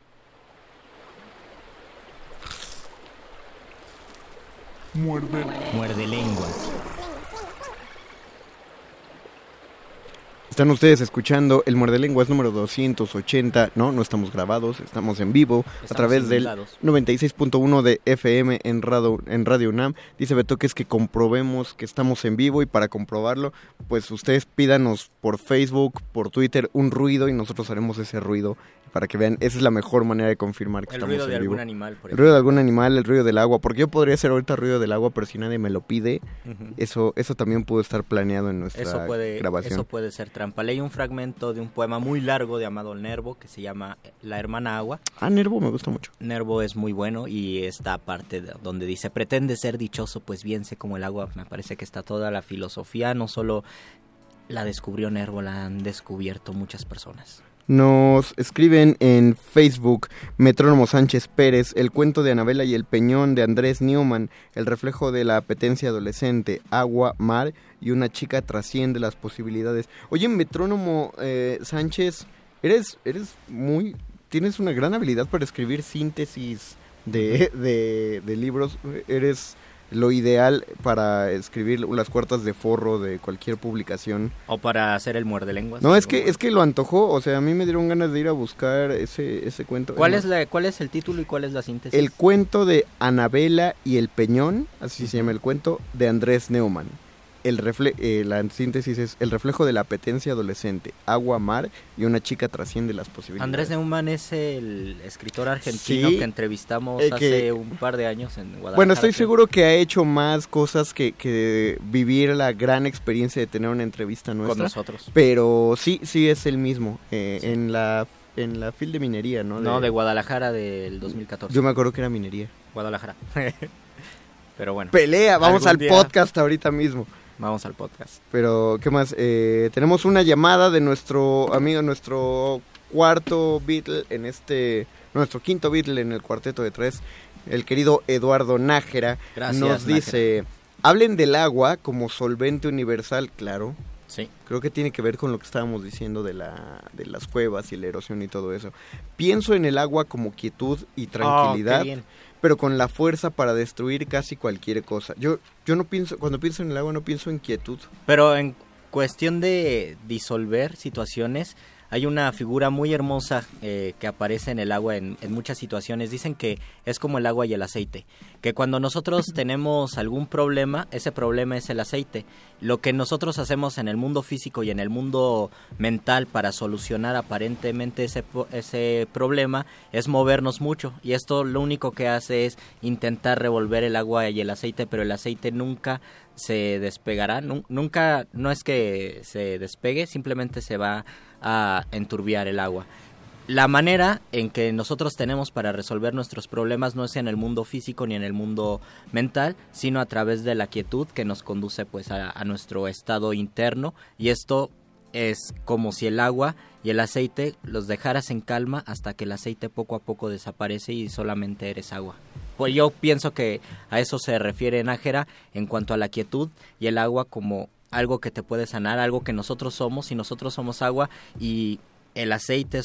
Muerde lenguas. Están ustedes escuchando el Muerde Lenguas número 280. No estamos grabados, estamos en vivo a través del 96.1 de FM en Radio UNAM. Dice Beto que es que comprobemos que estamos en vivo, y para comprobarlo, pues ustedes pídanos por Facebook, por Twitter, un ruido y nosotros haremos ese ruido para que vean. Esa es la mejor manera de confirmar que estamos en vivo. El ruido de algún animal, por ejemplo. El ruido de algún animal, el ruido del agua, porque yo podría hacer ahorita ruido del agua, pero si nadie me lo pide, eso también puede estar planeado en nuestra grabación. Eso puede ser trampa. Leí un fragmento de un poema muy largo de Amado Nervo que se llama La hermana agua. Nervo me gusta mucho. Nervo es muy bueno, y esta parte donde dice pretende ser dichoso, pues bien sé como el agua, me parece que está toda la filosofía, no solo la descubrió Nervo, la han descubierto muchas personas. Nos escriben en Facebook Metrónomo Sánchez Pérez, el cuento de Anabela y el Peñón de Andrés Newman, el reflejo de la apetencia adolescente, agua, mar y una chica trasciende las posibilidades. Oye, Metrónomo Sánchez, tienes una gran habilidad para escribir síntesis de libros, eres lo ideal para escribir las cuartas de forro de cualquier publicación. O para hacer el muerde lenguas. No, es que lo antojó, o sea, a mí me dieron ganas de ir a buscar ese cuento. ¿Cuál es el título y cuál es la síntesis? El cuento de Anabela y el Peñón, así se llama el cuento, de Andrés Neumann. La síntesis es el reflejo de la apetencia adolescente, agua, mar y una chica trasciende las posibilidades. Andrés Neumann es el escritor argentino que entrevistamos hace un par de años en Guadalajara. Bueno, estoy seguro que ha hecho más cosas que vivir la gran experiencia de tener una entrevista nuestra. Con nosotros. Pero sí es el mismo, en la FIL de minería, ¿no? De Guadalajara del 2014. Yo me acuerdo que era minería. Guadalajara. Pero bueno. Pelea, vamos al podcast ahorita mismo. Vamos al podcast. Pero, ¿qué más? Tenemos una llamada de nuestro amigo, nuestro cuarto Beatle nuestro quinto Beatle en el cuarteto de tres, el querido Eduardo Nájera. Gracias, nos dice, hablen del agua como solvente universal, claro. Sí. Creo que tiene que ver con lo que estábamos diciendo de las cuevas y la erosión y todo eso. Pienso en el agua como quietud y tranquilidad. Qué bien. Pero con la fuerza para destruir casi cualquier cosa. Yo no pienso, cuando pienso en el agua no pienso en quietud. Pero en cuestión de disolver situaciones, hay una figura muy hermosa que aparece en el agua en muchas situaciones. Dicen que es como el agua y el aceite, que cuando nosotros tenemos algún problema, ese problema es el aceite. Lo que nosotros hacemos en el mundo físico y en el mundo mental para solucionar aparentemente ese problema es movernos mucho, y esto lo único que hace es intentar revolver el agua y el aceite, pero el aceite nunca se despegará, nunca, no es que se despegue, simplemente se va a enturbiar el agua. La manera en que nosotros tenemos para resolver nuestros problemas no es en el mundo físico ni en el mundo mental, sino a través de la quietud que nos conduce pues a nuestro estado interno, y esto es como si el agua y el aceite los dejaras en calma hasta que el aceite poco a poco desaparece y solamente eres agua. Pues yo pienso que a eso se refiere Nájera en cuanto a la quietud y el agua como algo que te puede sanar, algo que nosotros somos, y nosotros somos agua, y el aceite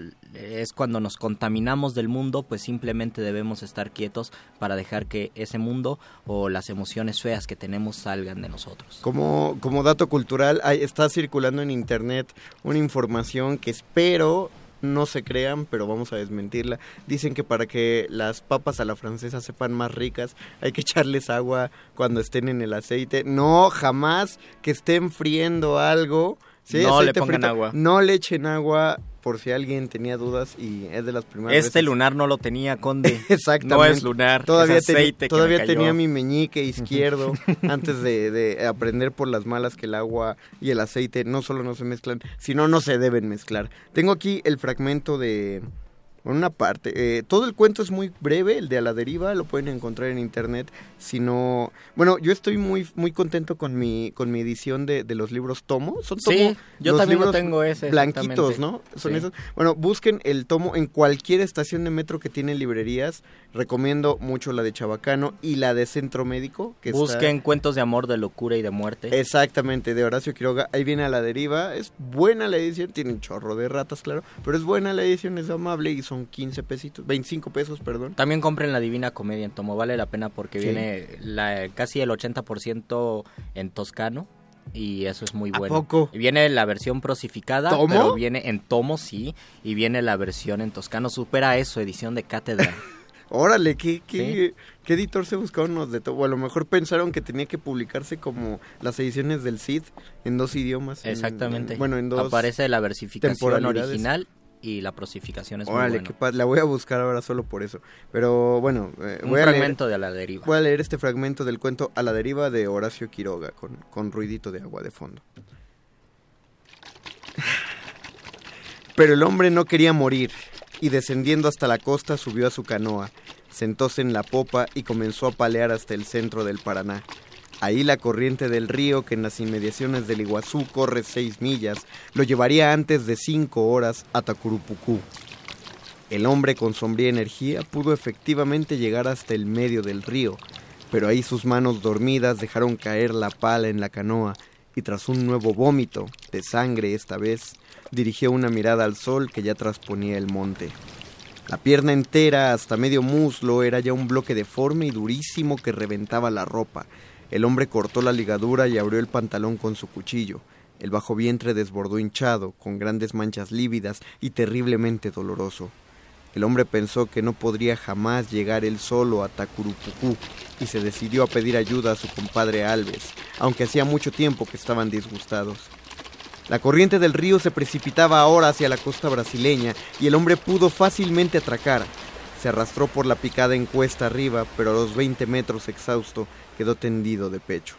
es cuando nos contaminamos del mundo, pues simplemente debemos estar quietos para dejar que ese mundo o las emociones feas que tenemos salgan de nosotros. Como dato cultural, está circulando en internet una información que espero no se crean, pero vamos a desmentirla. Dicen que para que las papas a la francesa sepan más ricas, hay que echarles agua cuando estén en el aceite. No, jamás que estén friendo algo. ¿Sí? No le pongan agua. No le echen agua por si alguien tenía dudas, y es de las primeras veces. Lunar no lo tenía, Conde. Exactamente. No es lunar, todavía es aceite todavía tenía mi meñique izquierdo antes de aprender por las malas que el agua y el aceite no solo no se mezclan, sino no se deben mezclar. Tengo aquí el fragmento de... una parte, todo el cuento es muy breve, el de A la Deriva, lo pueden encontrar en internet, sino, bueno, yo estoy muy contento con mi edición de los libros tomo, son tomo, sí, yo también lo tengo blanquitos, ¿no? Son esos, bueno, busquen el tomo en cualquier estación de metro que tiene librerías, recomiendo mucho la de Chabacano y la de Centro Médico, que busquen Cuentos de Amor, de Locura y de Muerte. Exactamente, de Horacio Quiroga, ahí viene A la Deriva, es buena la edición, tiene un chorro de ratas, claro, pero es buena la edición, es amable y son 15 pesitos, 25 pesos, perdón. También compren La Divina Comedia en tomo, vale la pena porque viene casi el 80% en toscano y eso es muy bueno. ¿A poco? Viene la versión prosificada, ¿Tomo? pero viene en tomo, sí, y viene la versión en toscano, supera eso, edición de cátedra. Órale, ¿qué editor se buscaron los de todo? O a lo mejor pensaron que tenía que publicarse como las ediciones del Cid en 2 idiomas. Exactamente. En 2 aparece la versificación original y la prosificación es Órale, muy buena. La voy a buscar ahora solo por eso. Pero bueno, un fragmento de A la Deriva. Voy a leer este fragmento del cuento A la Deriva de Horacio Quiroga con ruidito de agua de fondo. Pero el hombre no quería morir y descendiendo hasta la costa subió a su canoa, sentóse en la popa y comenzó a palear hasta el centro del Paraná. Ahí la corriente del río, que en las inmediaciones del Iguazú corre 6 millas, lo llevaría antes de 5 horas a Tacurupucú. El hombre con sombría energía pudo efectivamente llegar hasta el medio del río, pero ahí sus manos dormidas dejaron caer la pala en la canoa y tras un nuevo vómito, de sangre esta vez, dirigió una mirada al sol que ya trasponía el monte. La pierna entera hasta medio muslo era ya un bloque deforme y durísimo que reventaba la ropa. El hombre cortó la ligadura y abrió el pantalón con su cuchillo. El bajo vientre desbordó hinchado, con grandes manchas lívidas y terriblemente doloroso. El hombre pensó que no podría jamás llegar él solo a Tacurupucú y se decidió a pedir ayuda a su compadre Alves, aunque hacía mucho tiempo que estaban disgustados. La corriente del río se precipitaba ahora hacia la costa brasileña y el hombre pudo fácilmente atracar. Se arrastró por la picada en cuesta arriba, pero a los 20 metros exhausto quedó tendido de pecho.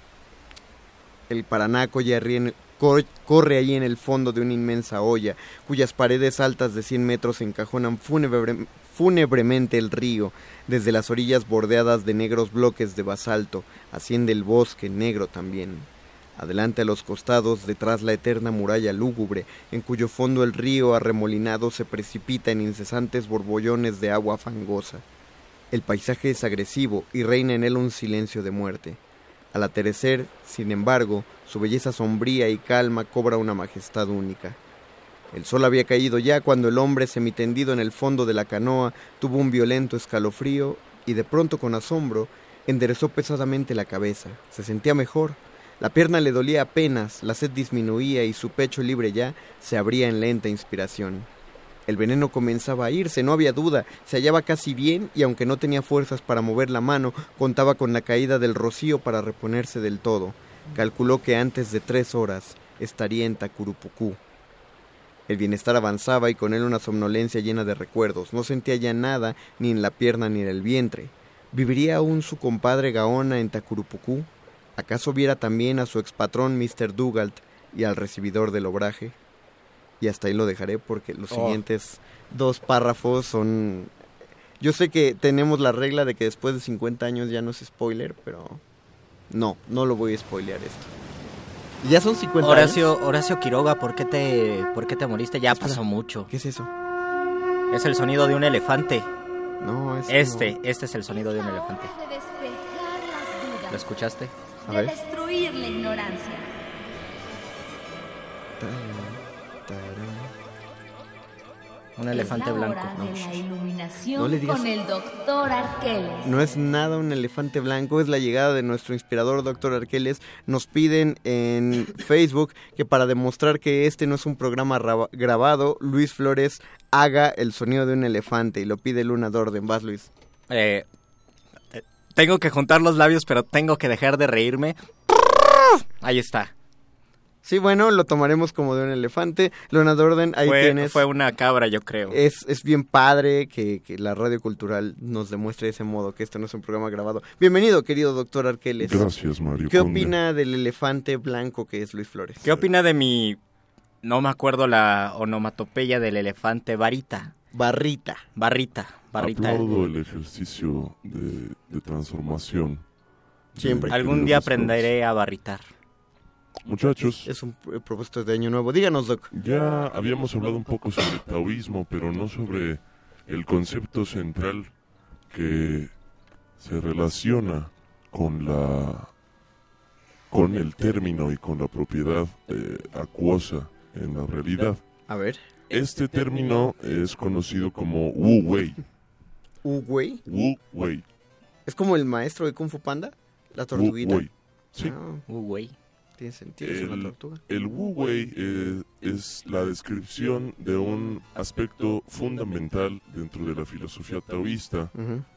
El Paraná corre allí en el fondo de una inmensa hoya, cuyas paredes altas de 100 metros encajonan fúnebremente el río. Desde las orillas bordeadas de negros bloques de basalto, asciende el bosque negro también. Adelante a los costados, detrás la eterna muralla lúgubre, en cuyo fondo el río arremolinado se precipita en incesantes borbollones de agua fangosa. El paisaje es agresivo y reina en él un silencio de muerte. Al atardecer, sin embargo, su belleza sombría y calma cobra una majestad única. El sol había caído ya cuando el hombre, semitendido en el fondo de la canoa, tuvo un violento escalofrío y de pronto con asombro enderezó pesadamente la cabeza. Se sentía mejor. La pierna le dolía apenas, la sed disminuía y su pecho libre ya se abría en lenta inspiración. El veneno comenzaba a irse, no había duda, se hallaba casi bien y aunque no tenía fuerzas para mover la mano, contaba con la caída del rocío para reponerse del todo. Calculó que antes de 3 horas estaría en Tacurupucú. El bienestar avanzaba y con él una somnolencia llena de recuerdos. No sentía ya nada, ni en la pierna ni en el vientre. ¿Viviría aún su compadre Gaona en Tacurupucú? ¿Acaso viera también a su expatrón Mr. Dugald y al recibidor del obraje? Y hasta ahí lo dejaré porque los siguientes 2 párrafos son... Yo sé que tenemos la regla de que después de 50 años ya no es spoiler, pero no lo voy a spoilear esto. Ya son 50 años. Horacio Quiroga, ¿por qué te moriste? Ya pasó mucho. ¿Qué es eso? Es el sonido de un elefante. No, Este es el sonido de un elefante. De despejar las dudas, ¿Lo escuchaste? de destruir la ignorancia. Un elefante blanco. De la iluminación No le digas. con el doctor Arqueles. No es nada un elefante blanco, es la llegada de nuestro inspirador Dr. Arqueles. Nos piden en Facebook que para demostrar que este no es un programa grabado, Luis Flores haga el sonido de un elefante y lo pide Luna Dorden. Vas, Luis. Tengo que juntar los labios, pero tengo que dejar de reírme. Ahí está. Sí, bueno, lo tomaremos como de un elefante. Leonardo Orden, ahí tienes. Fue una cabra, yo creo. Es bien padre que la radio cultural nos demuestre de ese modo que esto no es un programa grabado. Bienvenido, querido doctor Arqueles. Gracias, Mario. ¿Qué opina del elefante blanco que es Luis Flores? ¿Qué opina de mi... no me acuerdo la onomatopeya del elefante, Barrita? Barrita. Aplaudo el ejercicio de transformación. Siempre. Algún día aprenderé a barritar. Muchachos. Es un propósito de año nuevo. Díganos, Doc. Ya habíamos hablado un poco sobre el taoísmo, pero no sobre el concepto central que se relaciona con el término y con la propiedad acuosa en la realidad. A ver. Este término es conocido como Wu Wei. ¿Wu Wei? Wu Wei. ¿Es como el maestro de Kung Fu Panda? La tortuguita. Wu Wei. Sí. Wu Wei. Tiene sentido, es una tortuga. El Wu Wei es la descripción de un aspecto fundamental dentro de la filosofía taoísta,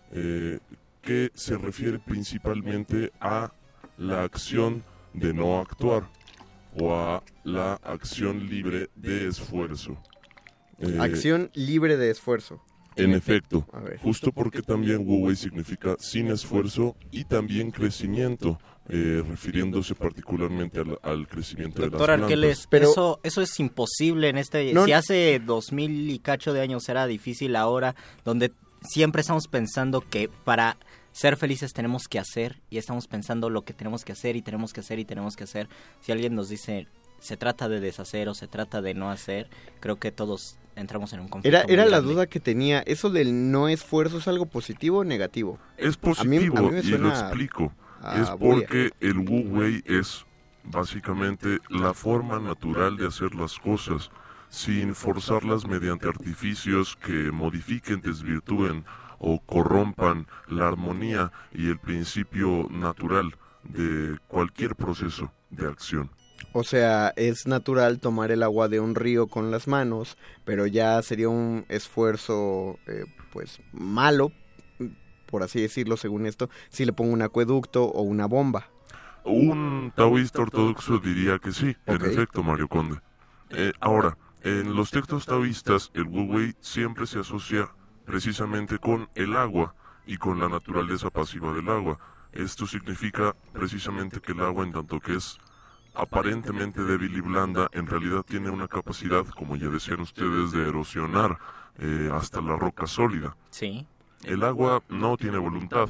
que se refiere principalmente a la acción de no actuar o a la acción libre de esfuerzo. Acción libre de esfuerzo. En efecto, justo porque también Wu Wei significa sin esfuerzo y también crecimiento, refiriéndose particularmente al crecimiento de las plantas. Doctor Arqueles, eso es imposible en este... No, si hace 2000 y cacho de años era difícil, ahora donde siempre estamos pensando que para ser felices tenemos que hacer, y estamos pensando lo que tenemos que hacer y tenemos que hacer y tenemos que hacer. Si alguien nos dice se trata de deshacer o se trata de no hacer, creo que todos entramos en un conflicto. Era la duda que tenía. ¿Eso del no esfuerzo es algo positivo o negativo? Es positivo, a mí me suena y lo explico. Es porque el Wu Wei es básicamente la forma natural de hacer las cosas, sin forzarlas mediante artificios que modifiquen, desvirtúen o corrompan la armonía y el principio natural de cualquier proceso de acción. O sea, es natural tomar el agua de un río con las manos, pero ya sería un esfuerzo, pues, malo, por así decirlo, según esto, si le pongo un acueducto o una bomba. Un taoísta ortodoxo diría que sí, en efecto, Mario Conde. Ahora, en los textos taoístas, el Wu Wei siempre se asocia precisamente con el agua y con la naturaleza pasiva del agua. Esto significa precisamente que el agua, en tanto que es aparentemente débil y blanda, en realidad tiene una capacidad, como ya decían ustedes, de erosionar hasta la roca sólida. Sí. El agua no tiene voluntad.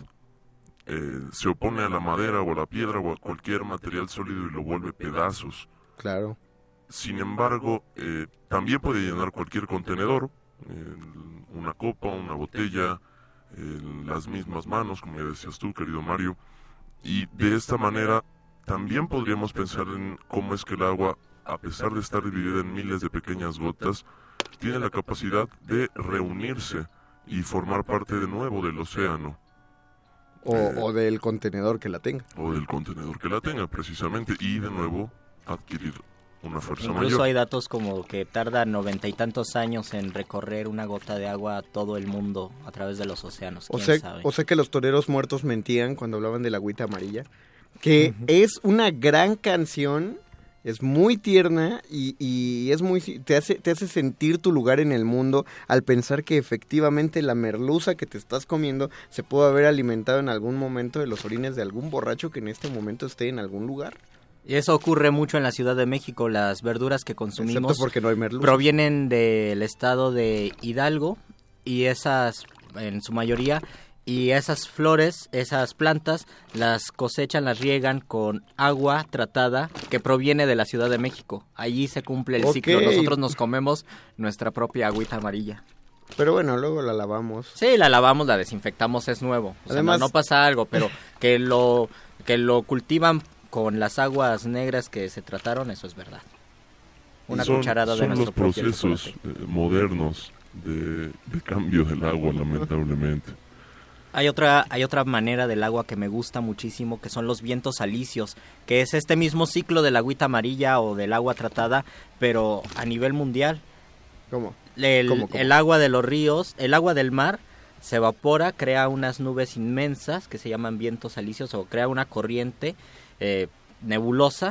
Se opone a la madera o a la piedra o a cualquier material sólido y lo vuelve pedazos. Claro. Sin embargo, también puede llenar cualquier contenedor, una copa, una botella, las mismas manos, como ya decías tú, querido Mario, y de esta manera también podríamos pensar en cómo es que el agua, a pesar de estar dividida en miles de pequeñas gotas, tiene la capacidad de reunirse y formar parte de nuevo del océano. O del contenedor que la tenga. O del contenedor que la tenga, precisamente, y de nuevo adquirir una fuerza mayor. Incluso hay datos como que tarda 90 y tantos años en recorrer una gota de agua a todo el mundo a través de los océanos. O sea que los toreros muertos mentían cuando hablaban de la agüita amarilla. Que es una gran canción, es muy tierna y es muy te hace sentir tu lugar en el mundo al pensar que efectivamente la merluza que te estás comiendo se pudo haber alimentado en algún momento de los orines de algún borracho que en este momento esté en algún lugar. Y eso ocurre mucho en la Ciudad de México. Las verduras que consumimos porque no hay merluza, provienen del estado de Hidalgo, y esas, en su mayoría, y esas flores, esas plantas, las cosechan, las riegan con agua tratada que proviene de la Ciudad de México. Allí se cumple el ciclo. Nosotros nos comemos nuestra propia agüita amarilla. Pero bueno, luego la lavamos. Sí, la lavamos, la desinfectamos, es nuevo. O Además, sea, no pasa algo, pero que lo cultivan con las aguas negras que se trataron, eso es verdad. Una cucharada de nuestro propio chocolate. Son los procesos modernos de cambio del agua, lamentablemente. Hay otra manera del agua que me gusta muchísimo, que son los vientos alisios, que es este mismo ciclo de la agüita amarilla o del agua tratada, pero a nivel mundial. ¿Cómo? El agua de los ríos, el agua del mar se evapora, crea unas nubes inmensas que se llaman vientos alisios, o crea una corriente nebulosa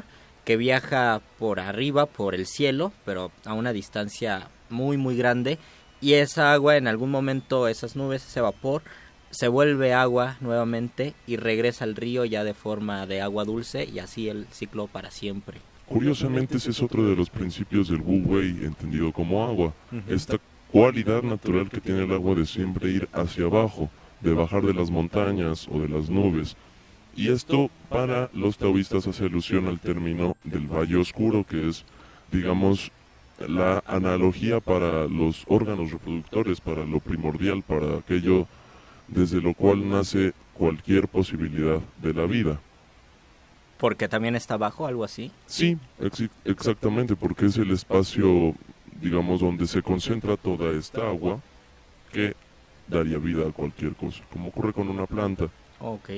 que viaja por arriba, por el cielo, pero a una distancia muy muy grande, y esa agua en algún momento, esas nubes, ese vapor, se vuelve agua nuevamente y regresa al río ya de forma de agua dulce, y así el ciclo para siempre. Curiosamente ese es otro de los principios del Wu Wei, entendido como agua. Esta cualidad natural que tiene el agua de siempre ir hacia abajo, de bajar de las montañas o de las nubes. Y esto para los taoístas hace alusión al término del valle oscuro, que es, digamos, la analogía para los órganos reproductores, para lo primordial, para aquello desde lo cual nace cualquier posibilidad de la vida. ¿Porque también está abajo, algo así? Sí, exactamente, porque es el espacio, digamos, donde se concentra toda esta agua que daría vida a cualquier cosa, como ocurre con una planta. Ok.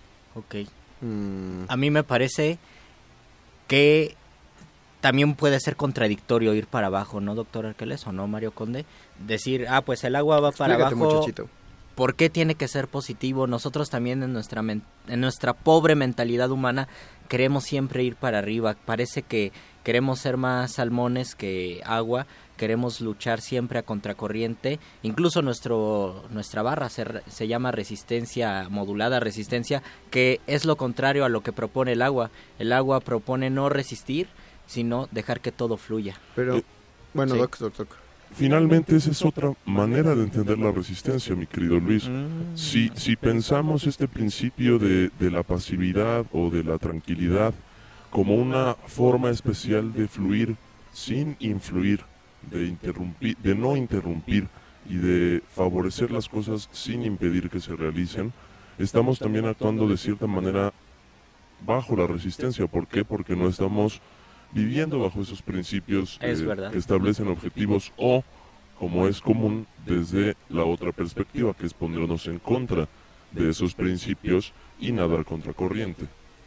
A mí me parece que también puede ser contradictorio ir para abajo, ¿no, doctor Arqueles, o no, Mario Conde? Decir, pues el agua va para abajo, muchachito. ¿Por qué tiene que ser positivo? Nosotros también en nuestra pobre mentalidad humana queremos siempre ir para arriba. Parece que queremos ser más salmones que agua, queremos luchar siempre a contracorriente. Incluso nuestra barra se llama resistencia modulada, resistencia, que es lo contrario a lo que propone el agua. El agua propone no resistir, sino dejar que todo fluya. Pero, bueno, sí. Doctor. Finalmente esa es otra manera de entender la resistencia, mi querido Luis. Si pensamos este principio de la pasividad o de la tranquilidad como una forma especial de fluir sin influir, de no interrumpir y de favorecer las cosas sin impedir que se realicen, estamos también actuando de cierta manera bajo la resistencia. ¿Por qué? Porque no estamos viviendo bajo esos principios que establecen objetivos, o, como es común, desde la otra perspectiva, que es ponernos en contra de esos principios y nadar contracorriente.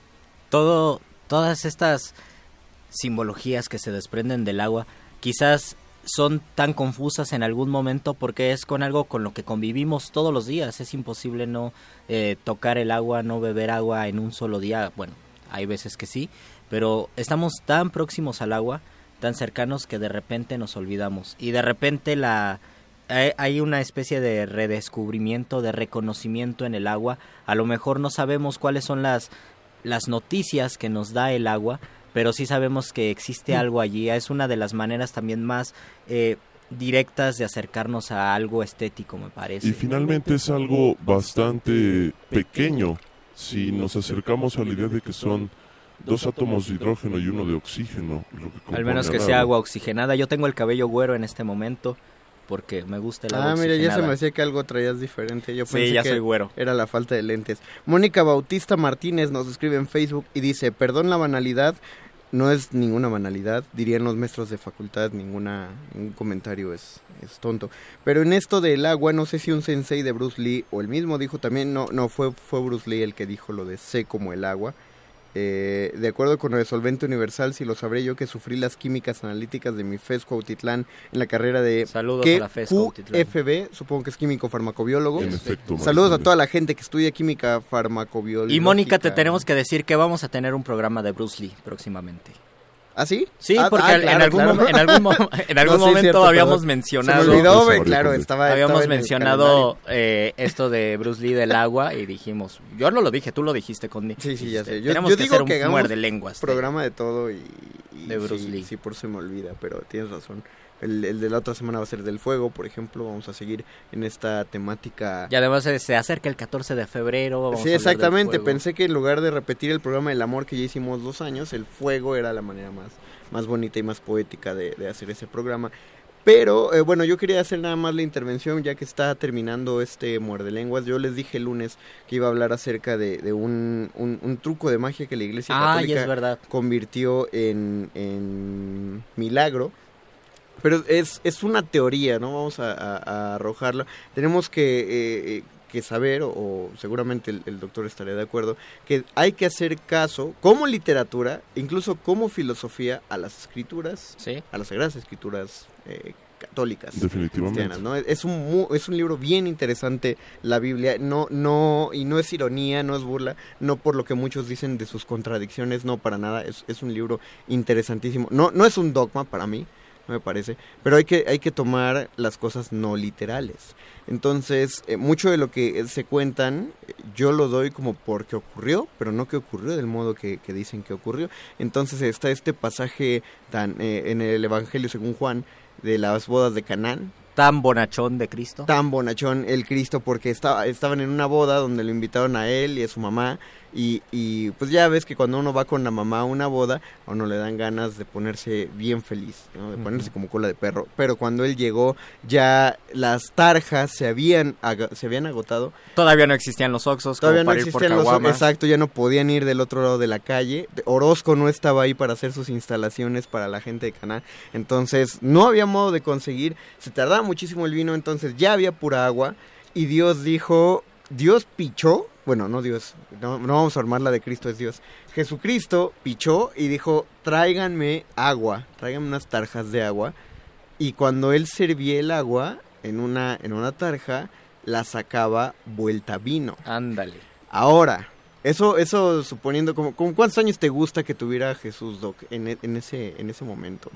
Todas estas simbologías que se desprenden del agua quizás son tan confusas en algún momento porque es con algo con lo que convivimos todos los días. Es imposible no tocar el agua, no beber agua en un solo día. Bueno, hay veces que sí, pero estamos tan próximos al agua, tan cercanos, que de repente nos olvidamos. Y de repente hay una especie de redescubrimiento, de reconocimiento en el agua. A lo mejor no sabemos cuáles son las noticias que nos da el agua, pero sí sabemos que existe algo allí. Es una de las maneras también más directas de acercarnos a algo estético, me parece. Y finalmente es algo bastante pequeño si nos acercamos a la idea de que son 2 átomos de hidrógeno y 1 de oxígeno. Al menos que sea agua oxigenada. Yo tengo el cabello güero en este momento porque me gusta el agua oxigenada. Mira, ya se me decía que algo traías diferente. Yo pensé sí, ya que soy güero. Era la falta de lentes. Mónica Bautista Martínez nos escribe en Facebook y dice: perdón la banalidad, no es ninguna banalidad, dirían los maestros de facultad, ningún comentario es tonto. Pero en esto del agua, no sé si un sensei de Bruce Lee o el mismo dijo también, no fue Bruce Lee el que dijo lo de sé como el agua. De acuerdo con el solvente universal, si lo sabré yo que sufrí las químicas analíticas de mi FES Cuautitlán en la carrera de Saludos a la FES Cuautitlán. QFB, supongo que es químico farmacobiólogo. En efecto, saludos a toda la gente que estudia química farmacobiológica. Y Mónica, te tenemos que decir que vamos a tener un programa de Bruce Lee próximamente. ¿Ah, sí? Sí, porque claro, en algún momento cierto, habíamos perdón. mencionado... Se me olvidó, claro, habíamos mencionado esto de Bruce Lee del agua y dijimos... Yo no lo dije, tú lo dijiste, Condi. Sí, ya sé. Tenemos yo que digo hacer que un muerde lenguas. Programa de todo y de Bruce Lee. Sí, por eso se me olvida, pero tienes razón. El de la otra semana va a ser del fuego, por ejemplo. Vamos a seguir en esta temática. Y además se acerca el 14 de febrero. Sí, exactamente. Pensé que en lugar de repetir el programa del amor que ya hicimos 2 años, el fuego era la manera más bonita y más poética de hacer ese programa. Pero, bueno, yo quería hacer nada más la intervención, ya que está terminando este Muerde Lenguas. Yo les dije el lunes que iba a hablar acerca de un truco de magia que la Iglesia Católica convirtió en milagro. Pero es una teoría, ¿no? Vamos a arrojarla. Tenemos que saber, o seguramente el doctor estaría de acuerdo, que hay que hacer caso, como literatura, incluso como filosofía, a las escrituras, ¿sí? A las sagradas escrituras católicas. Definitivamente. Cristianas, ¿no? Es un libro bien interesante, la Biblia, y no es ironía, no es burla, no por lo que muchos dicen de sus contradicciones, no, para nada, es un libro interesantísimo. No es un dogma para mí, me parece, pero hay que tomar las cosas no literales. Entonces, mucho de lo que se cuentan, yo lo doy como porque ocurrió, pero no que ocurrió del modo que dicen que ocurrió. Entonces está este pasaje en el Evangelio según Juan, de las bodas de Canaán. Tan bonachón de Cristo. Tan bonachón el Cristo, porque estaban en una boda donde lo invitaron a él y a su mamá, y pues ya ves que cuando uno va con la mamá a una boda, a uno le dan ganas de ponerse bien feliz, ¿no? De ponerse como cola de perro, pero cuando él llegó ya las tarjas se habían agotado. Todavía no existían los Oxxos como para ir por caguamas. Exacto, ya no podían ir del otro lado de la calle. Orozco no estaba ahí para hacer sus instalaciones para la gente de Canaán, entonces no había modo de conseguir, se tardaba muchísimo el vino, entonces ya había pura agua, y Dios pichó, bueno, no Dios, no vamos a armar la de Cristo es Dios, Jesucristo pichó y dijo, tráiganme unas tarjas de agua, y cuando él servía el agua en una tarja, la sacaba vuelta vino. Ándale. Ahora, eso suponiendo, como ¿cuántos años te gusta que tuviera Jesús, Doc, en ese momento?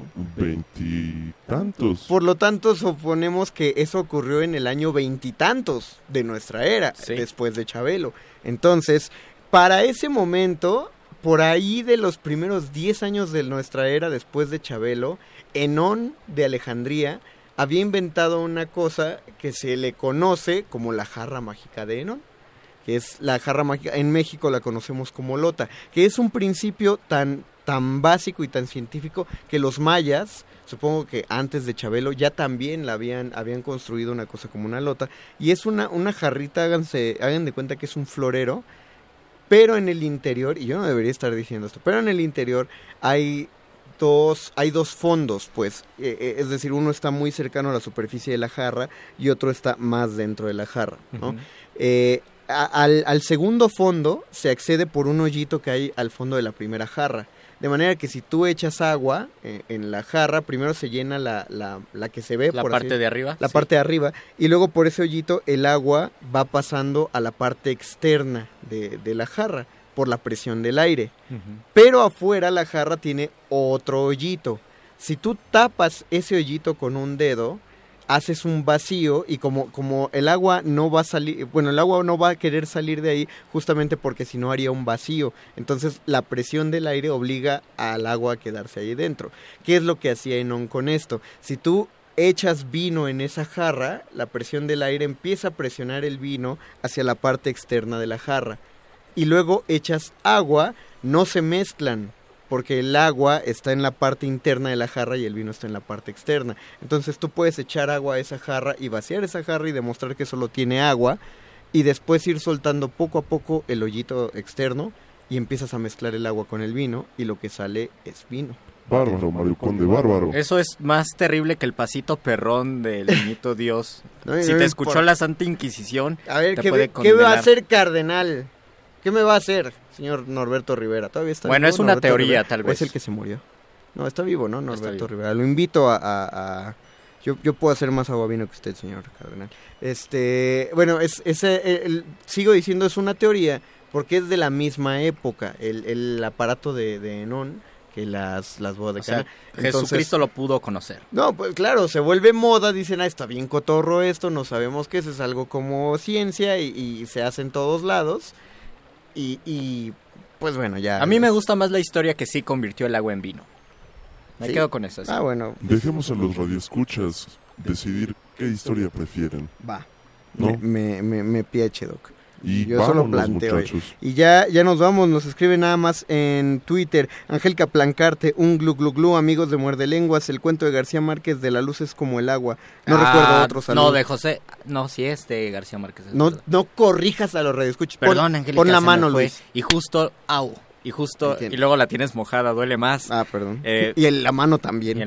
20 tantos. Por lo tanto, suponemos que eso ocurrió en el año 20 tantos de nuestra era, sí, después de Chabelo. Entonces, para ese momento, por ahí de los primeros 10 años de nuestra era, después de Chabelo, Enón de Alejandría había inventado una cosa que se le conoce como la jarra mágica de Enón, que es la jarra mágica, en México la conocemos como lota, que es un principio tan básico y tan científico que los mayas, supongo que antes de Chabelo, ya también habían construido una cosa como una lota, y es una jarrita, hagan de cuenta que es un florero, pero en el interior, y yo no debería estar diciendo esto, pero en el interior hay dos fondos, pues, es decir, uno está muy cercano a la superficie de la jarra y otro está más dentro de la jarra, ¿no? Uh-huh. Al segundo fondo se accede por un hoyito que hay al fondo de la primera jarra, de manera que si tú echas agua en la jarra, primero se llena la que se ve, la parte de arriba, la parte de arriba, y luego por ese hoyito el agua va pasando a la parte externa de la jarra por la presión del aire. Uh-huh. Pero afuera la jarra tiene otro hoyito. Si tú tapas ese hoyito con un dedo, haces un vacío, y como el agua no va a salir, bueno, el agua no va a querer salir de ahí justamente porque si no haría un vacío. Entonces la presión del aire obliga al agua a quedarse ahí dentro. ¿Qué es lo que hacía Enón con esto? Si tú echas vino en esa jarra, la presión del aire empieza a presionar el vino hacia la parte externa de la jarra. Y luego echas agua, no se mezclan, porque el agua está en la parte interna de la jarra y el vino está en la parte externa. Entonces tú puedes echar agua a esa jarra y vaciar esa jarra y demostrar que solo tiene agua, y después ir soltando poco a poco el hoyito externo y empiezas a mezclar el agua con el vino y lo que sale es vino. Bárbaro, Mario Conde, bárbaro. Eso es más terrible que el pasito perrón del niñito Dios. Si te escuchó la Santa Inquisición, a ver, te puede condenar. ¿Qué va a hacer cardenal? ¿Qué me va a hacer, señor Norberto Rivera? ¿Todavía está bueno, vivo? Es una Norberto teoría, Rivera, tal vez. ¿es el que se murió? No, está vivo, ¿no? Norberto Rivera. Lo invito a yo puedo hacer más agua vino que usted, señor cardenal. Bueno, sigo diciendo, es una teoría, porque es de la misma época, el aparato de Enón, que las bodas de Cana. Jesucristo lo pudo conocer. No, pues claro, se vuelve moda, dicen, está bien cotorro esto, no sabemos qué es algo como ciencia, y se hace en todos lados. Y pues bueno, ya. A mí me gusta más la historia que sí convirtió el agua en vino. Me quedo con eso. ¿Sí? Ah, bueno. Dejemos a los radioescuchas decidir qué historia prefieren. Va. ¿No? Me pieche, Doc. Y yo vámonos, solo planteo. Muchachos. Y ya nos vamos, nos escribe nada más en Twitter. Angélica Plancarte, un glu glu glu, amigos de Muerde Lenguas, el cuento de García Márquez de la luz es como el agua. No recuerdo otro saludo. No, de José, no, sí es de García Márquez. No corrijas a los radioescuchas. Perdón, Angélica, pon la mano, Luis. Y luego la tienes mojada, duele más. Ah, perdón. Y en la mano también.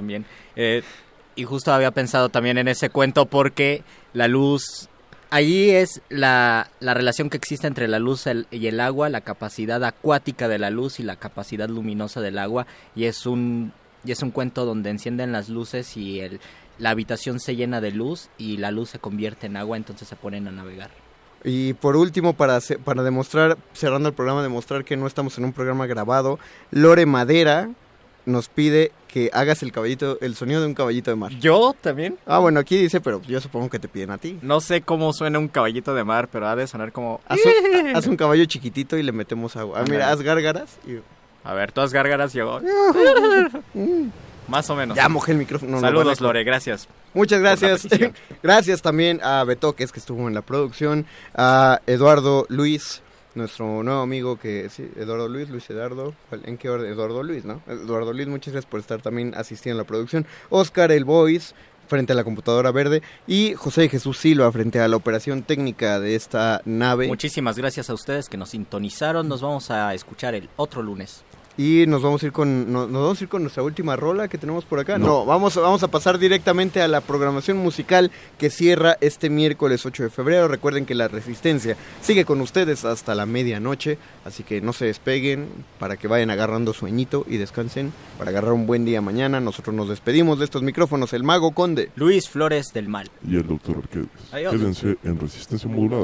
Y justo había pensado también en ese cuento porque la luz... Ahí es la relación que existe entre la luz y el agua, la capacidad acuática de la luz y la capacidad luminosa del agua, y es un cuento donde encienden las luces y la habitación se llena de luz y la luz se convierte en agua, entonces se ponen a navegar. Y por último, para demostrar, cerrando el programa, demostrar que no estamos en un programa grabado, Lore Madera nos pide que hagas el sonido de un caballito de mar. ¿Yo también? Ah, bueno, aquí dice, pero yo supongo que te piden a ti. No sé cómo suena un caballito de mar, pero ha de sonar como... Haz un caballo chiquitito y le metemos agua. Ah, mira, haz gárgaras. A ver, tú haz gárgaras y hago... Más o menos. Ya mojé el micrófono. Saludos, Lore, gracias. Muchas gracias. Gracias también a Betoques, que estuvo en la producción, a Eduardo Luis, nuestro nuevo amigo Eduardo Luis, ¿en qué orden? Eduardo Luis, ¿no? Eduardo Luis, muchas gracias por estar también asistiendo a la producción. Oscar el Voice, frente a la computadora verde, y José Jesús Silva, frente a la operación técnica de esta nave. Muchísimas gracias a ustedes que nos sintonizaron. Nos vamos a escuchar el otro lunes. Y nos vamos a ir con nuestra última rola que tenemos por acá. No, vamos a pasar directamente a la programación musical que cierra este miércoles 8 de febrero. Recuerden que La Resistencia sigue con ustedes hasta la medianoche, así que no se despeguen para que vayan agarrando sueñito y descansen para agarrar un buen día mañana. Nosotros nos despedimos de estos micrófonos, el Mago Conde, Luis Flores del Mal y el Dr. Arquedes. Adiós. Quédense en Resistencia Modulada.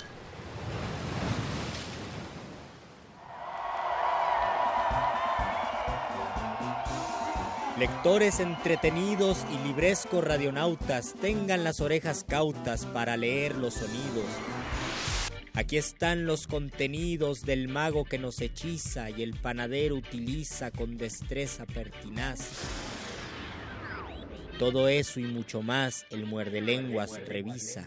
Lectores entretenidos y librescos radionautas, tengan las orejas cautas para leer los sonidos. Aquí están los contenidos del mago que nos hechiza y el panadero utiliza con destreza pertinaz. Todo eso y mucho más el muerdelenguas revisa.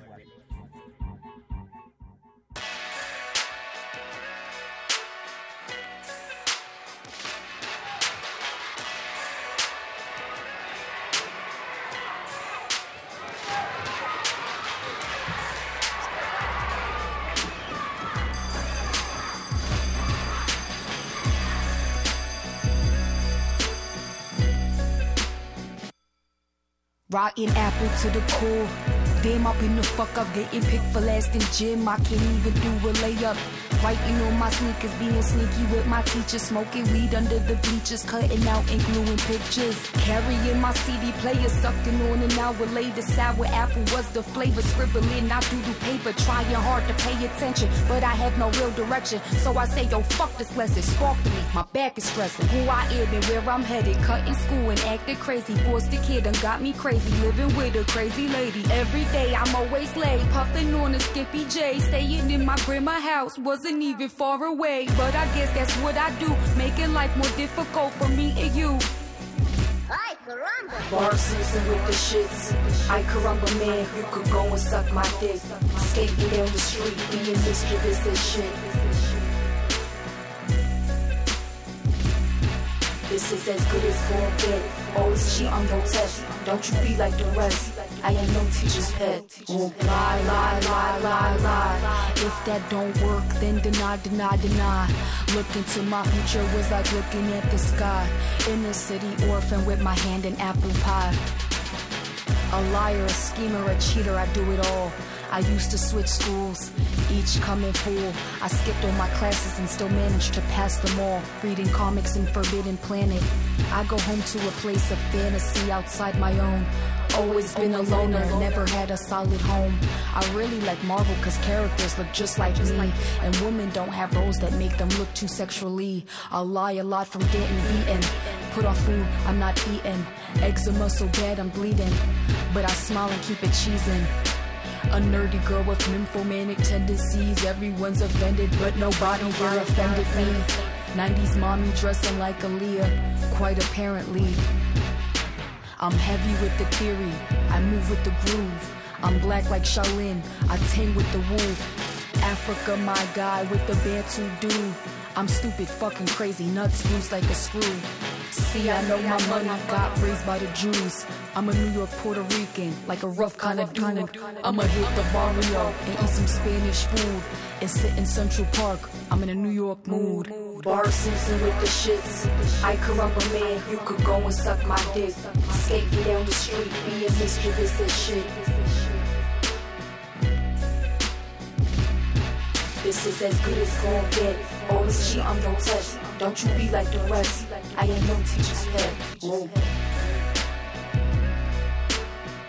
Rotten apple to the core. Damn, I've been the fuck up, getting picked for last in gym. I can't even do a layup. Writing on my sneakers, being sneaky with my teacher, smoking weed under the bleachers, cutting out and gluing pictures. Carrying my CD player, sucking on an hour later. Sour apple was the flavor, scribbling out through the paper, trying hard to pay attention, but I have no real direction. So I say, yo, fuck this lesson, spark to me, my back is stressing. Who I am and where I'm headed, cutting school and acting crazy. Forced the kid and got me crazy, living with a crazy lady. Every day I'm always late, puffing on a Skippy J, staying in my grandma's house. Wasn't even far away, but I guess that's what I do, making life more difficult for me and you. Ay, caramba. Bar Simpson with the shits. Ay, caramba, man, you could go and suck my dick. Skating down the street, being mischievous as shit. This is as good as gon' get. Always cheat on your test. Don't you be like the rest. I ain't no teacher's pet. Won't lie, lie, lie, lie, lie. If that don't work, then deny, deny, deny. Look into my future was like looking at the sky. Inner city orphan with my hand in apple pie. A liar, a schemer, a cheater, I do it all. I used to switch schools, each coming full. I skipped all my classes and still managed to pass them all. Reading comics in Forbidden Planet. I go home to a place of fantasy outside my own. Always been a loner, never had a solid home. I really like Marvel cause characters look just like me. And women don't have roles that make them look too sexually. I lie a lot from getting beaten. Put on food, I'm not eating. Eczema so bad I'm bleeding. But I smile and keep it cheesing. A nerdy girl with nymphomanic tendencies. Everyone's offended, but nobody here offended me. 90s mommy dressing like Aaliyah, quite apparently. I'm heavy with the theory, I move with the groove. I'm black like Shaolin, I ting with the wolf. Africa, my guy with the Bantu dude. I'm stupid, fucking crazy, nuts loose like a screw. See, I know my money got raised by the Jews. I'm a New York Puerto Rican, like a rough kind of dude. I'ma hit the barrio and eat some Spanish food and sit in Central Park. I'm in a New York mood. Bar Simpson with the shits. I caramba, man, you could go and suck my dick. Skating down the street, being mischievous as shit. This is as good as gon' get. Always cheat on your test. Don't you be like the rest. I ain't no teacher's pet. Whoa.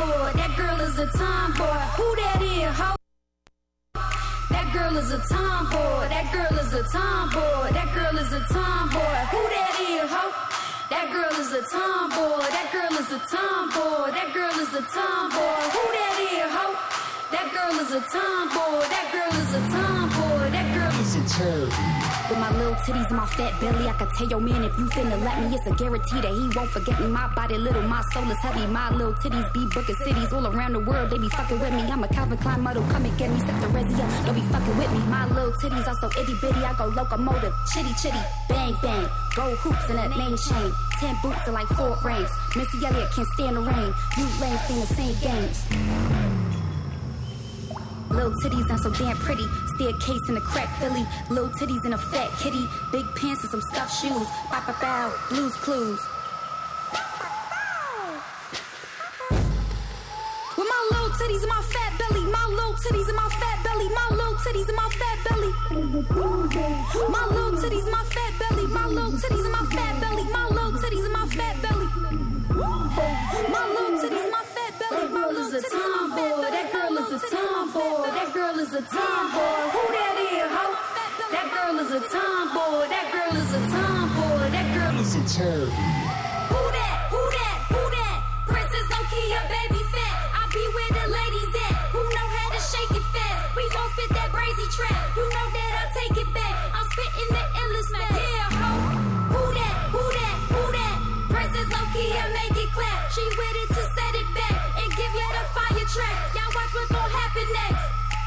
tomboy. That girl is a tomboy. Who that is, ho? That girl is a tomboy. That girl is a tomboy. That girl is a tomboy. Who that is, ho? That girl is a tomboy. That girl is a tomboy. That girl is a tomboy. Who that is, ho? That girl is a tomboy. That girl is a tomboy. That girl is a tomboy. With my little titties and my fat belly, I can tell your man if you finna let me, it's a guarantee that he won't forget me. My body little, my soul is heavy. My little titties be booking cities all around the world. They be fucking with me. I'm a Calvin Klein model, come and get me. Step the resi up, don't be fucking with me. My little titties are so itty bitty, I go locomotive, chitty chitty, bang bang. Gold hoops in that name chain. 10 boots are like 4 rings. Missy Elliott can't stand the rain. You lames think the same games. Little titties not so damn pretty. Staircase in a crack Philly. Little titties in a fat kitty. Big pants and some stuffed shoes. Bow bow bow. Blues Clues. With my little titties and my fat belly. My little titties and my fat belly. My little titties and my fat belly. My little titties and my fat belly. My little titties and my fat belly. My little titties and my fat belly. My little titties and my fat belly. My little titties and my fat belly. That girl is a tomboy. That girl is a tomboy. Who that is, ho? That girl is a tomboy. That girl is a tomboy. That girl is a tomboy. Who that? Who that? Who that? Princess Nokia, baby fat. I be where the ladies at. Who know how to shake it fast? We gon' spit that brazy trap. You know that I take it back. I'm spitting the illest man. Yeah, ho. Who that? Who that? Who that? Princess Nokia, make it clap. She with it to set it back and give you the fire track. Y'all watch what's gon' happen next.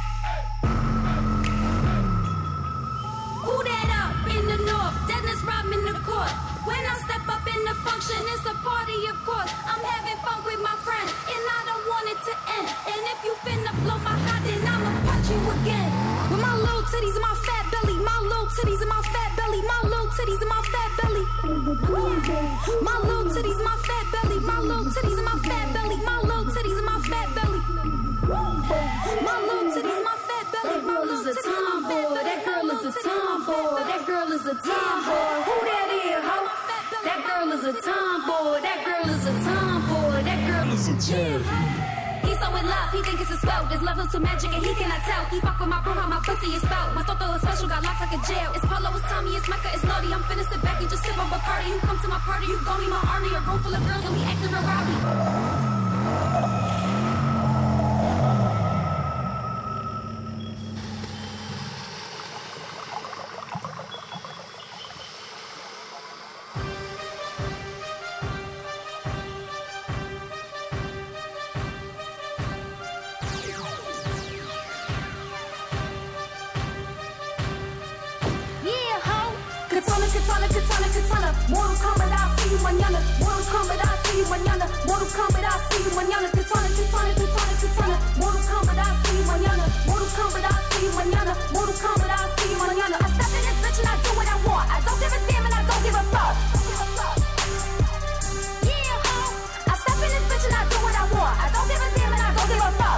Who that up in the north? Dennis Rodman the court. When I step up in the function, it's a party, of course. I'm having fun with my friends, and I don't want it to end. And if you finna blow my hot, then I'ma punch you again. With my little titties and my fat belly, my little titties and my fat belly, my little titties and my fat belly. My little titties and my fat belly, my little titties and my fat belly, my little titties and my fat belly. My little titties and my fat belly, my little titties and my fat belly. That girl is a tomboy. That girl is a tomboy. Who that is, ho? That girl is a tomboy. That girl is a tomboy. That girl is a tomboy. He's so in love, he think it's a spell. This love is too magic and he cannot tell. He fuck with my bro, how my pussy is spelled. My toto is special, got locks like a jail. It's Polo, it's Tommy, it's Mecca, it's Naughty. I'm finna sit back and just sip on Bacardi. You come to my party, you gon' need my army. A room full of girls and we acting real rowdy. Katana, Mortal Kombat, I'll see you mañana. Mortal Kombat, I'll see you mañana. Mortal Kombat, I'll see you mañana. Katana, Mortal Kombat, I'll see you mañana. Mortal Kombat, I'll see you mañana. Mortal Kombat, I'll see you mañana. I step in this bitch and I do what I want. I don't give a damn and I don't give a fuck. Yeah, ho. I step in this bitch and I do what I want. I don't give a damn and I don't give a fuck.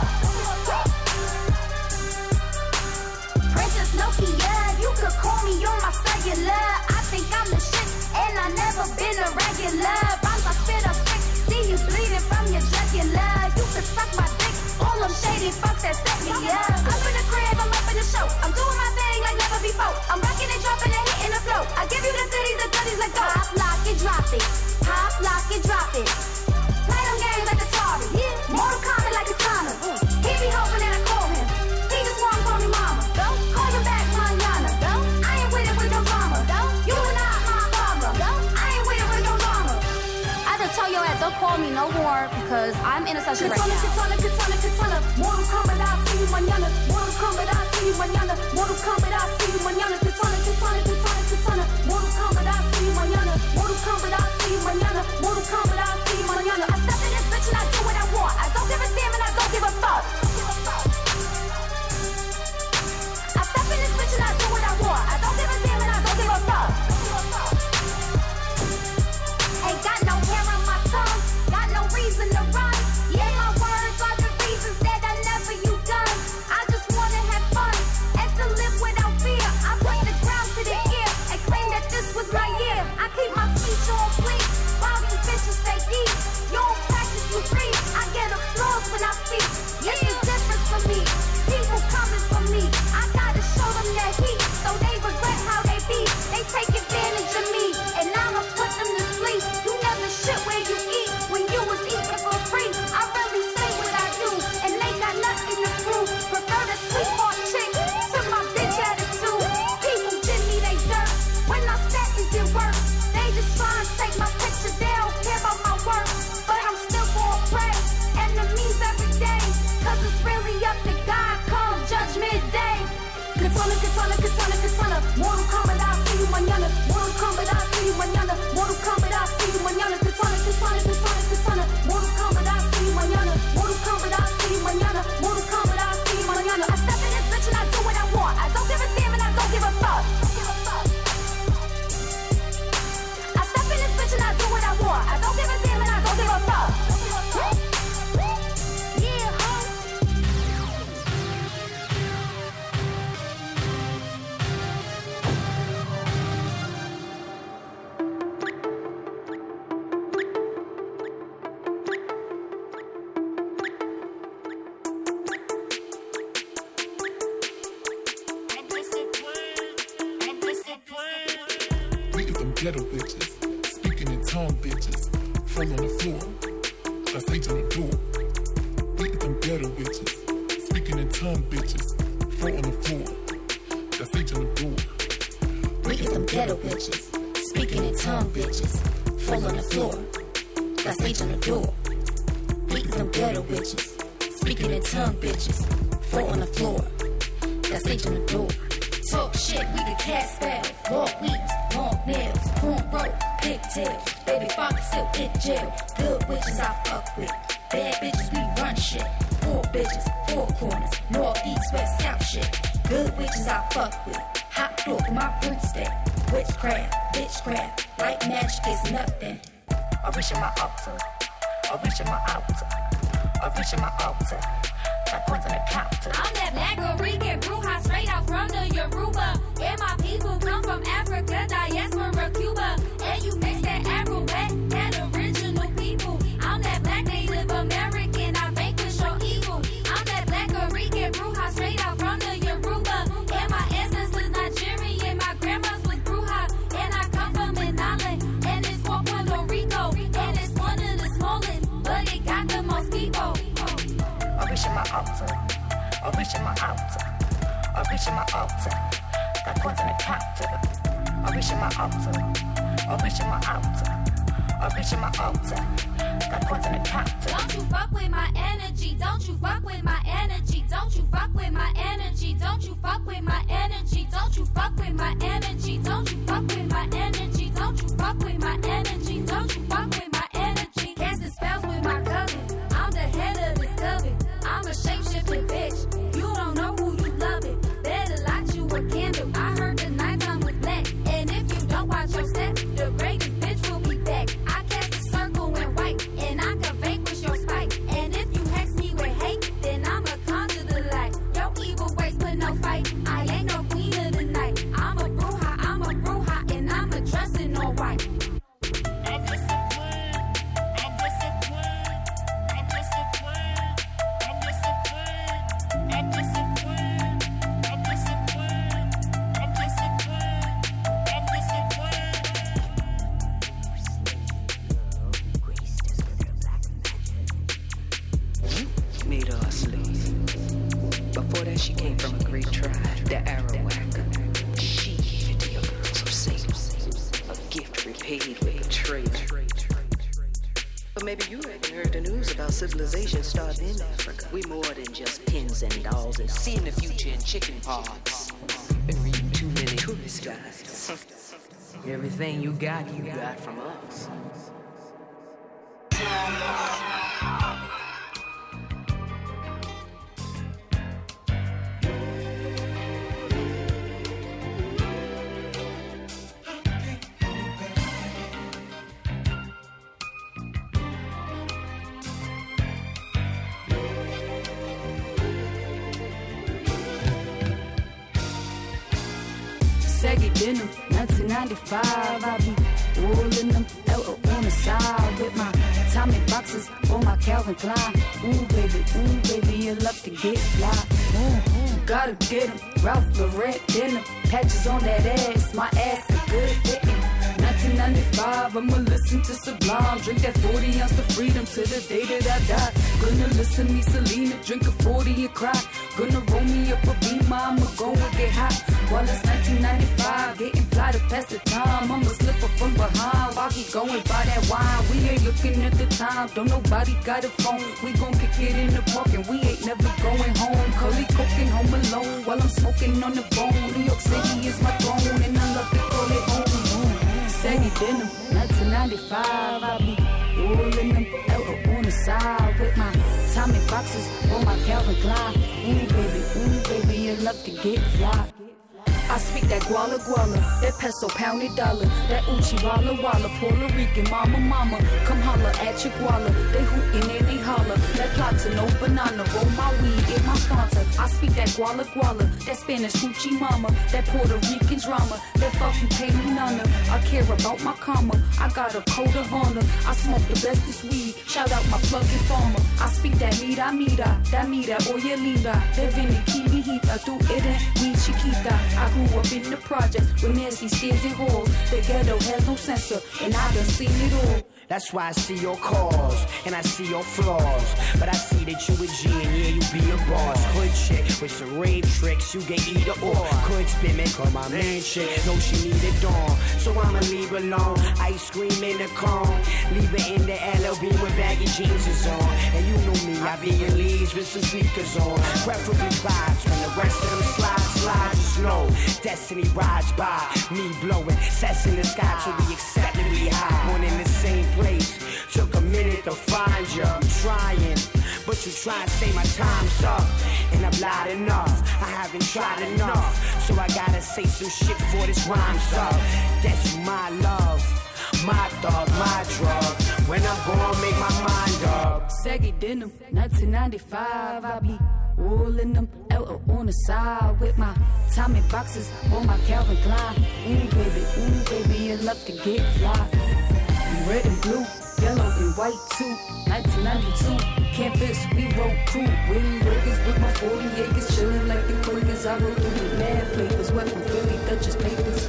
Princess Nokia, you could call me on my cellular. I think I'm the shit, and I never been a regular. Rhymes I spit up thick, see you bleeding from your jugular. You can suck my dick, all them shady fucks that set me up. I'm in the crib, I'm up in the show. I'm doing my thing like never before. I'm rocking and dropping and hitting the flow. I give you the goodies, let go. Pop, lock, and drop it. Pop, lock, and drop it. Play them games like Atari. Mortal Kombat like Katana. He be hoping that I call him. He just wanna call me mama. Don't call you back, mañana. I ain't with it with no drama. You are not my father. I ain't with it with no drama. I just tell your ass, don't call me no more because I'm in a session right now. Katana. Mortal Kombat, I'll see you mañana. Mortal Kombat, I'll see you mañana. Mortal Kombat, I'll see you mañana. Katana. Mortal Kombat, I'll see you mañana. Mortal Kombat, I'll see you mañana. Mortal Kombat, I'll see you mañana. I step in this bitch and I do what I want. I don't give a damn and I don't give a fuck. I step in this bitch and I do what I want. I don't give a damn and I don't give a fuck. Ain't got no hair on my tongue, got no reason to run. Yeah, my words are the ghetto bitches, speaking in tongue bitches, fall on the floor, that's H on the door. Beating them ghetto bitches, speaking in tongue bitches, fall on the floor, that's H on the door. Beating them ghetto bitches, speaking in tongue bitches, fall on the floor, that's H on the door. Beating them ghetto bitches, speaking in tongue bitches, fall on the floor, that's H on the door. Talk shit, we the cat spell. Walk weeds, long nails, cornrow, pigtails. Baby father still in jail. Good bitches I fuck with. Bad bitches we run shit. 4 bitches, 4 corners. North, east, west, south shit. Good bitches I fuck with. Hot dog in my broomstick. Witchcraft, bitchcraft. Like magic is nothing. I reach in my altar. I reach in my altar. I reach in my altar. I'm that black Rican bruja straight out from the Yoruba. And my people come from Africa, diaspora, Cuba. And you mix that Afro-Wet, that original people. I'm that black Native American, I vanquish your evil. I'm that black Rican bruja straight out from the Yoruba. And my ancestors Nigerian, my grandma's was bruja. And I come from an island, and it's called Puerto Rico. And it's one of the smallest, but it got the most people. I reach in my altar. I reach in my altar. I reach in my altar. Got coins in the counter. I reach in my altar. I reach in my altar. I reach in my altar. Got coins in the counter. Don't you fuck with my energy. Don't you fuck with my energy. Don't you fuck with my energy. Don't you fuck with my energy. Don't you fuck with my energy. Don't you fuck with my energy. Don't you fuck with my energy. Don't you fuck with my energy. Casting spells with my cousins. I'm the head of this coven. I'm a shape-shifting bitch. You don't know who you love it. Better light you a candle. I heard the nighttime was black. And if you don't watch your step, the greatest bitch will be back. I cast a circle in white, and I can vanquish your spite. And if you hex me with hate, then I'ma conjure the light. Your evil ways put no fight. I ain't no queen of the night. I'm a bruja, and I'm a dressing all white. She came from a great tribe, the Arawak. She gave to your girls of Salem, a gift repaid with betrayal. But maybe you haven't heard the news about civilization starting in Africa. We more than just pins and dolls and seeing the future in chicken pods. Been reading too many tourist guides. Everything you got from us. Denim, 1995, I be rolling them LO on the side with my Tommy boxes on my Calvin Klein. Ooh baby, you love to get fly. Gotta get them, Ralph Lauren denim, patches on that ass, my ass is good fitting. 1995, I'ma listen to Sublime, drink that 40 ounce to freedom to the day that I die. Gonna listen to me Selena, drink a 40 and cry. Gonna roll me up a beamer, I'ma go and get hot. While it's 1995, getting fly to pass the time. I'ma slip up from behind while he going by that wine. We ain't looking at the time, don't nobody got a phone. We gon' kick it in the park and we ain't never going home. Curly cooking home alone while I'm smoking on the bone. New York City is my throne and I love to call it home. Saggy denim, 1995, I be rolling them LO on the side with my Tommy boxes on my Calvin Klein. Ooh baby, you love to get fly. I speak that guala guala, that peso pounded dollar, that uchi walla walla, Puerto Rican mama, come holla at your guala. They hootin' and they holla, that plata no banana, roll my weed in my Fanta. I speak that guala guala, that Spanish hoochie mama, that Puerto Rican drama, that fucking pay me none. I care about my karma, I got a code of honor. I smoke the bestest weed, shout out my plug-in farmer. I speak that mira, that mira, oye linda, that vini kiwi hita, tu eres mi chiquita. I grew up in the project with nasty stairs and halls. The ghetto has no censor, and I done seen it all. That's why I see your calls and I see your flaws. But I see that you a G and yeah, you be a boss. Hood chick with some rape tricks, you get either or. Could spin me, call my man chick, know she need a dawn. So I'ma leave her alone, ice cream in the cone. Leave her in the LOB with baggy jeans is on. And you know me, I be in leaves with some sneakers on. Preferably Clydes, when the rest of them slide, just know destiny rides by, me blowing sets in the sky to be acceptably high. One in the same place, took a minute to find you. I'm trying, but you try and say my time's up, and I've lied enough. I haven't tried enough, so I gotta say some shit before this rhyme's up. That's my love, my thug, my drug. When I'm gonna make my mind up. Saggy denim, 1995. I be all in them, L on the side with my Tommy boxes on my Calvin Klein. Baby, you love to get fly. Red and blue, yellow and white too. 1992, campus, we roll crew. Wind breakers with my 40 acres, chilling like the Quakers. I wrote through the mad papers, went from Philly Dutchess papers.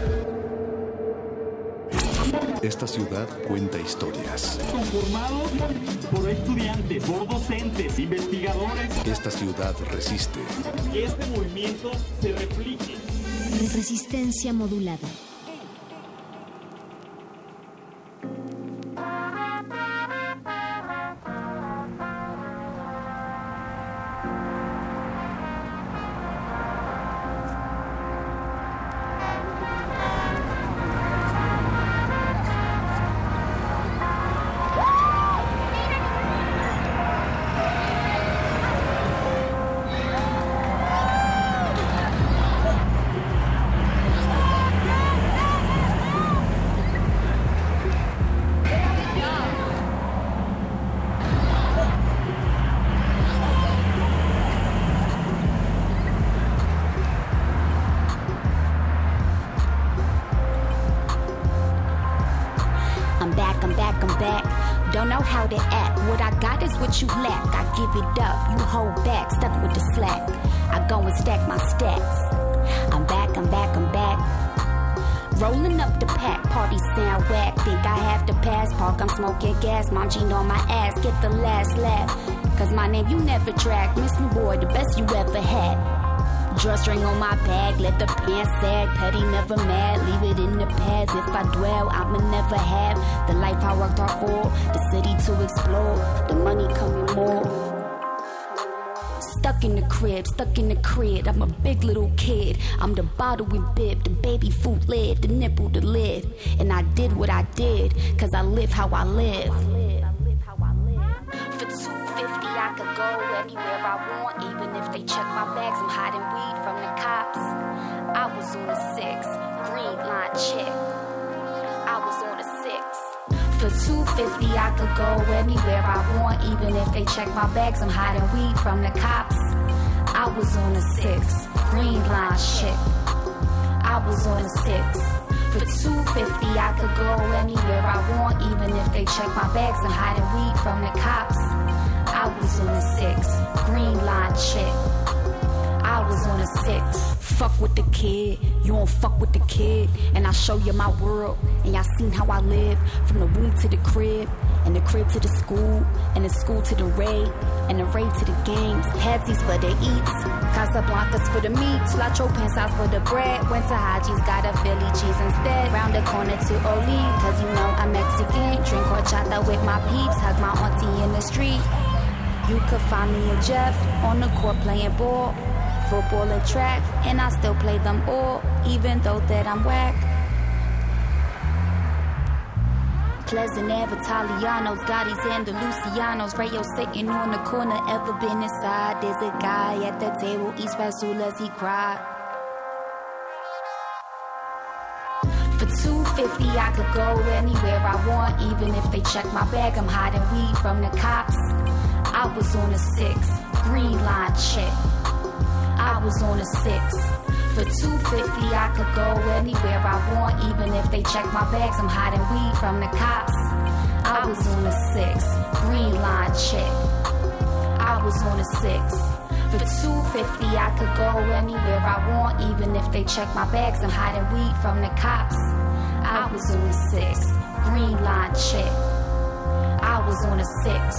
Esta ciudad cuenta historias. Conformados por estudiantes, por docentes, investigadores. Esta ciudad resiste. Que este movimiento se replique. Resistencia modulada. How to act, what I got is what you lack. I give it up, you hold back, stuck with the slack. I go and stack my stacks. I'm back. Rolling up the pack, party sound whack. Think I have to pass park, I'm smoking gas. Mom Jean on my ass, get the last laugh. Cause my name you never track. Miss me boy, the best you ever had. Drawstring on my bag, let the pants sag. Petty, never mad, leave it in the past. If I dwell, I'ma never have the life I worked hard for, the city to explore, the money coming more. Stuck in the crib, I'm a big little kid. I'm the bottle and bib, the baby food lid, the nipple, the lid. And I did what I did, cause I live how I live. For $2.50 I could go anywhere I want, even if they check my bags. I'm hiding weed from the cops. I was on a 6, green line chick. I was on a 6. For $2.50 I could go anywhere I want, even if they check my bags. I'm hiding weed from the cops. I was on a 6, green line chick. I was on a 6. For $2.50 I could go anywhere I want, even if they check my bags. I'm hiding weed from the cops. I was on a 6, green line chick. I was on a 6. Fuck with the kid, you don't fuck with the kid. And I show you my world, and y'all seen how I live. From the womb to the crib, and the crib to the school, and the school to the raid, and the raid to the games. Hatsies for the eats, Casablancas for the meats, La Chopin sauce for the bread. Went to Haji's, got a Philly cheese instead. Round the corner to Oli, cause you know I'm Mexican. Drink horchata with my peeps, hug my auntie in the street. You could find me a Jeff on the court playing ball, football and track, and I still play them all, even though that I'm whack. Pleasant Ave, Italianos, Gotti's and the Lucianos. Rayo sitting on the corner, ever been inside? There's a guy at the table, East Fasulas, he cried. For $2.50 I could go anywhere I want, even if they check my bag. I'm hiding weed from the cops. I was on a 6, green line chick. I was on a 6. For $2.50 I could go anywhere I want, even if they check my bags. I'm hiding weed from the cops. I was on a 6, green line chick. I was on a 6. For $2.50 I could go anywhere I want, even if they check my bags. I'm hiding weed from the cops. I was on a 6. Green line chick. I was on a 6.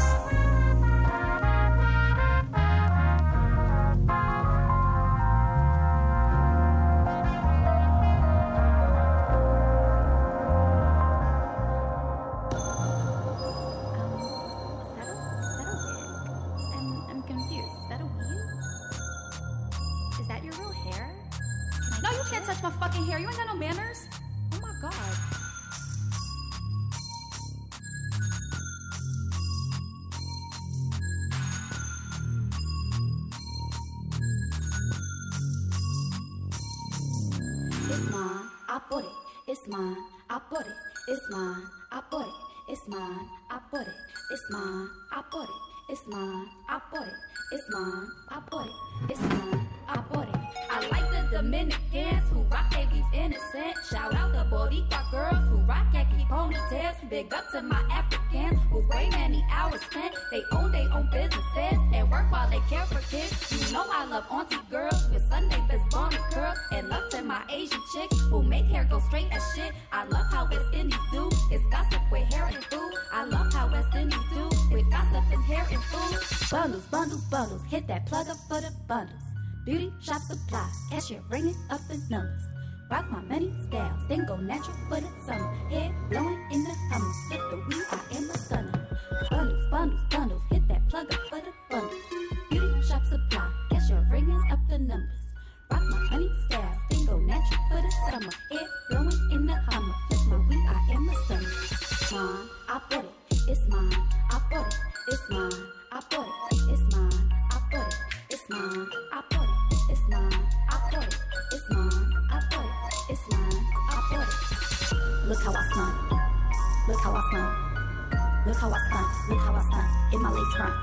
Beauty shop supply, cashier ringing up the numbers. Rock my money styles, then go natural for the summer. Hair blowing in the Hummer, flip the weed, I am a stunner. Bundles, bundles, bundles, hit that plug up for the bundles. Beauty shop supply, cashier ringing up the numbers. Rock my money styles, then go natural for the summer. Hair blowing in the Hummer, flip the weed, I am a stunner. Mine, I bought it, it's mine, I bought it, it's mine, I bought it, it's mine, I bought it, it's mine, I bought it. It's mine, I bought it. It's mine, I bought it. It's mine, I bought it. Look how I stunt. Look how I stunt. Look how I stunt. Look how I stunt. In my lace front.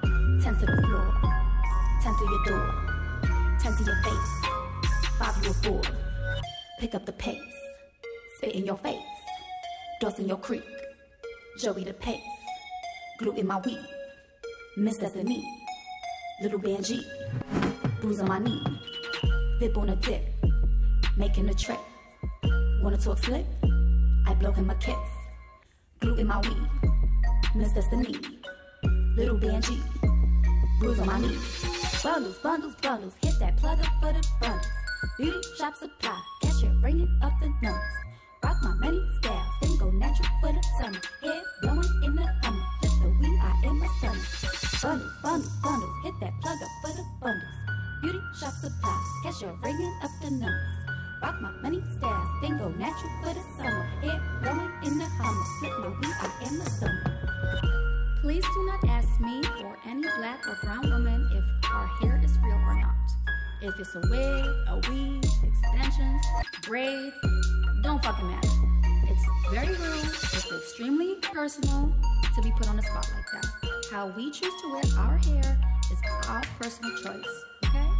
10 to the floor. 10 through your door. 10 to your face. 5 you a 4. Pick up the pace. Spit in your face. Dust in your creek. Joey the pace. Glue in my weed. Miss Destiny. Little Benji. Bruise on my knee, dip on a dip, making a trip. Wanna talk slick? I blow him a kiss. Glue in my weed, Miss Destiny. Little Benji, bruise on my knee. Bundles, bundles, bundles, hit that plug up for the bundles. Beauty shop supply, cashier ringing up the numbers. Rock my money styles, then go natural for the summer. Hair blowing in the Hummer, flip the weed, I am a stunner. Bundles, bundles, bundles, hit that plug up for the bundles. Beauty shop supply, cashier ringing up the numbers. Rock my money styles, then go natural for the summer. Hair blowing in the Hummer, flip the weed, I am a stunner. Please do not ask me or any black or brown woman if our hair is real or not. If it's a wig, a weave, extensions, braids, don't fucking matter. It's very rude, it's extremely personal to be put on the spot like that. How we choose to wear our hair is our personal choice, okay?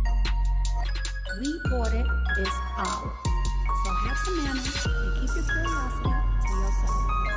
We bought it, it's ours. So have some manners and keep your curiosity to yourself.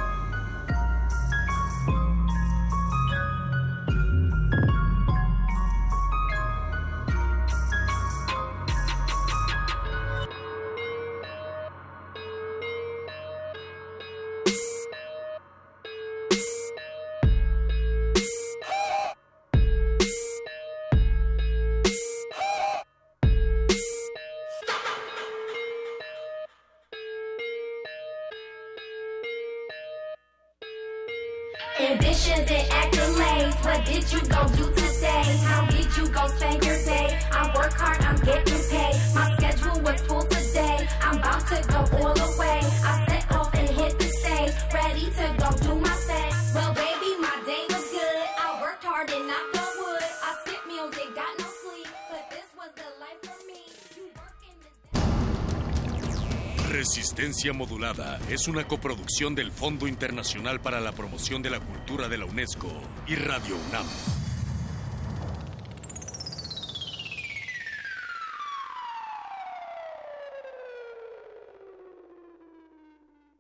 Ambitions and accolades, what did you go do today? How did you go spend your day? I work hard, I'm getting paid. My schedule was full today, I'm about to go all the way. I set off and hit the stage, ready to go do my thing. Well baby, my day was good, I worked hard and knocked on wood. I skipped meals and got no sleep, but this was the life for me. Resistencia Modulada es una coproducción del Fondo Internacional para la Promoción de la Cultura de la UNESCO y Radio UNAM.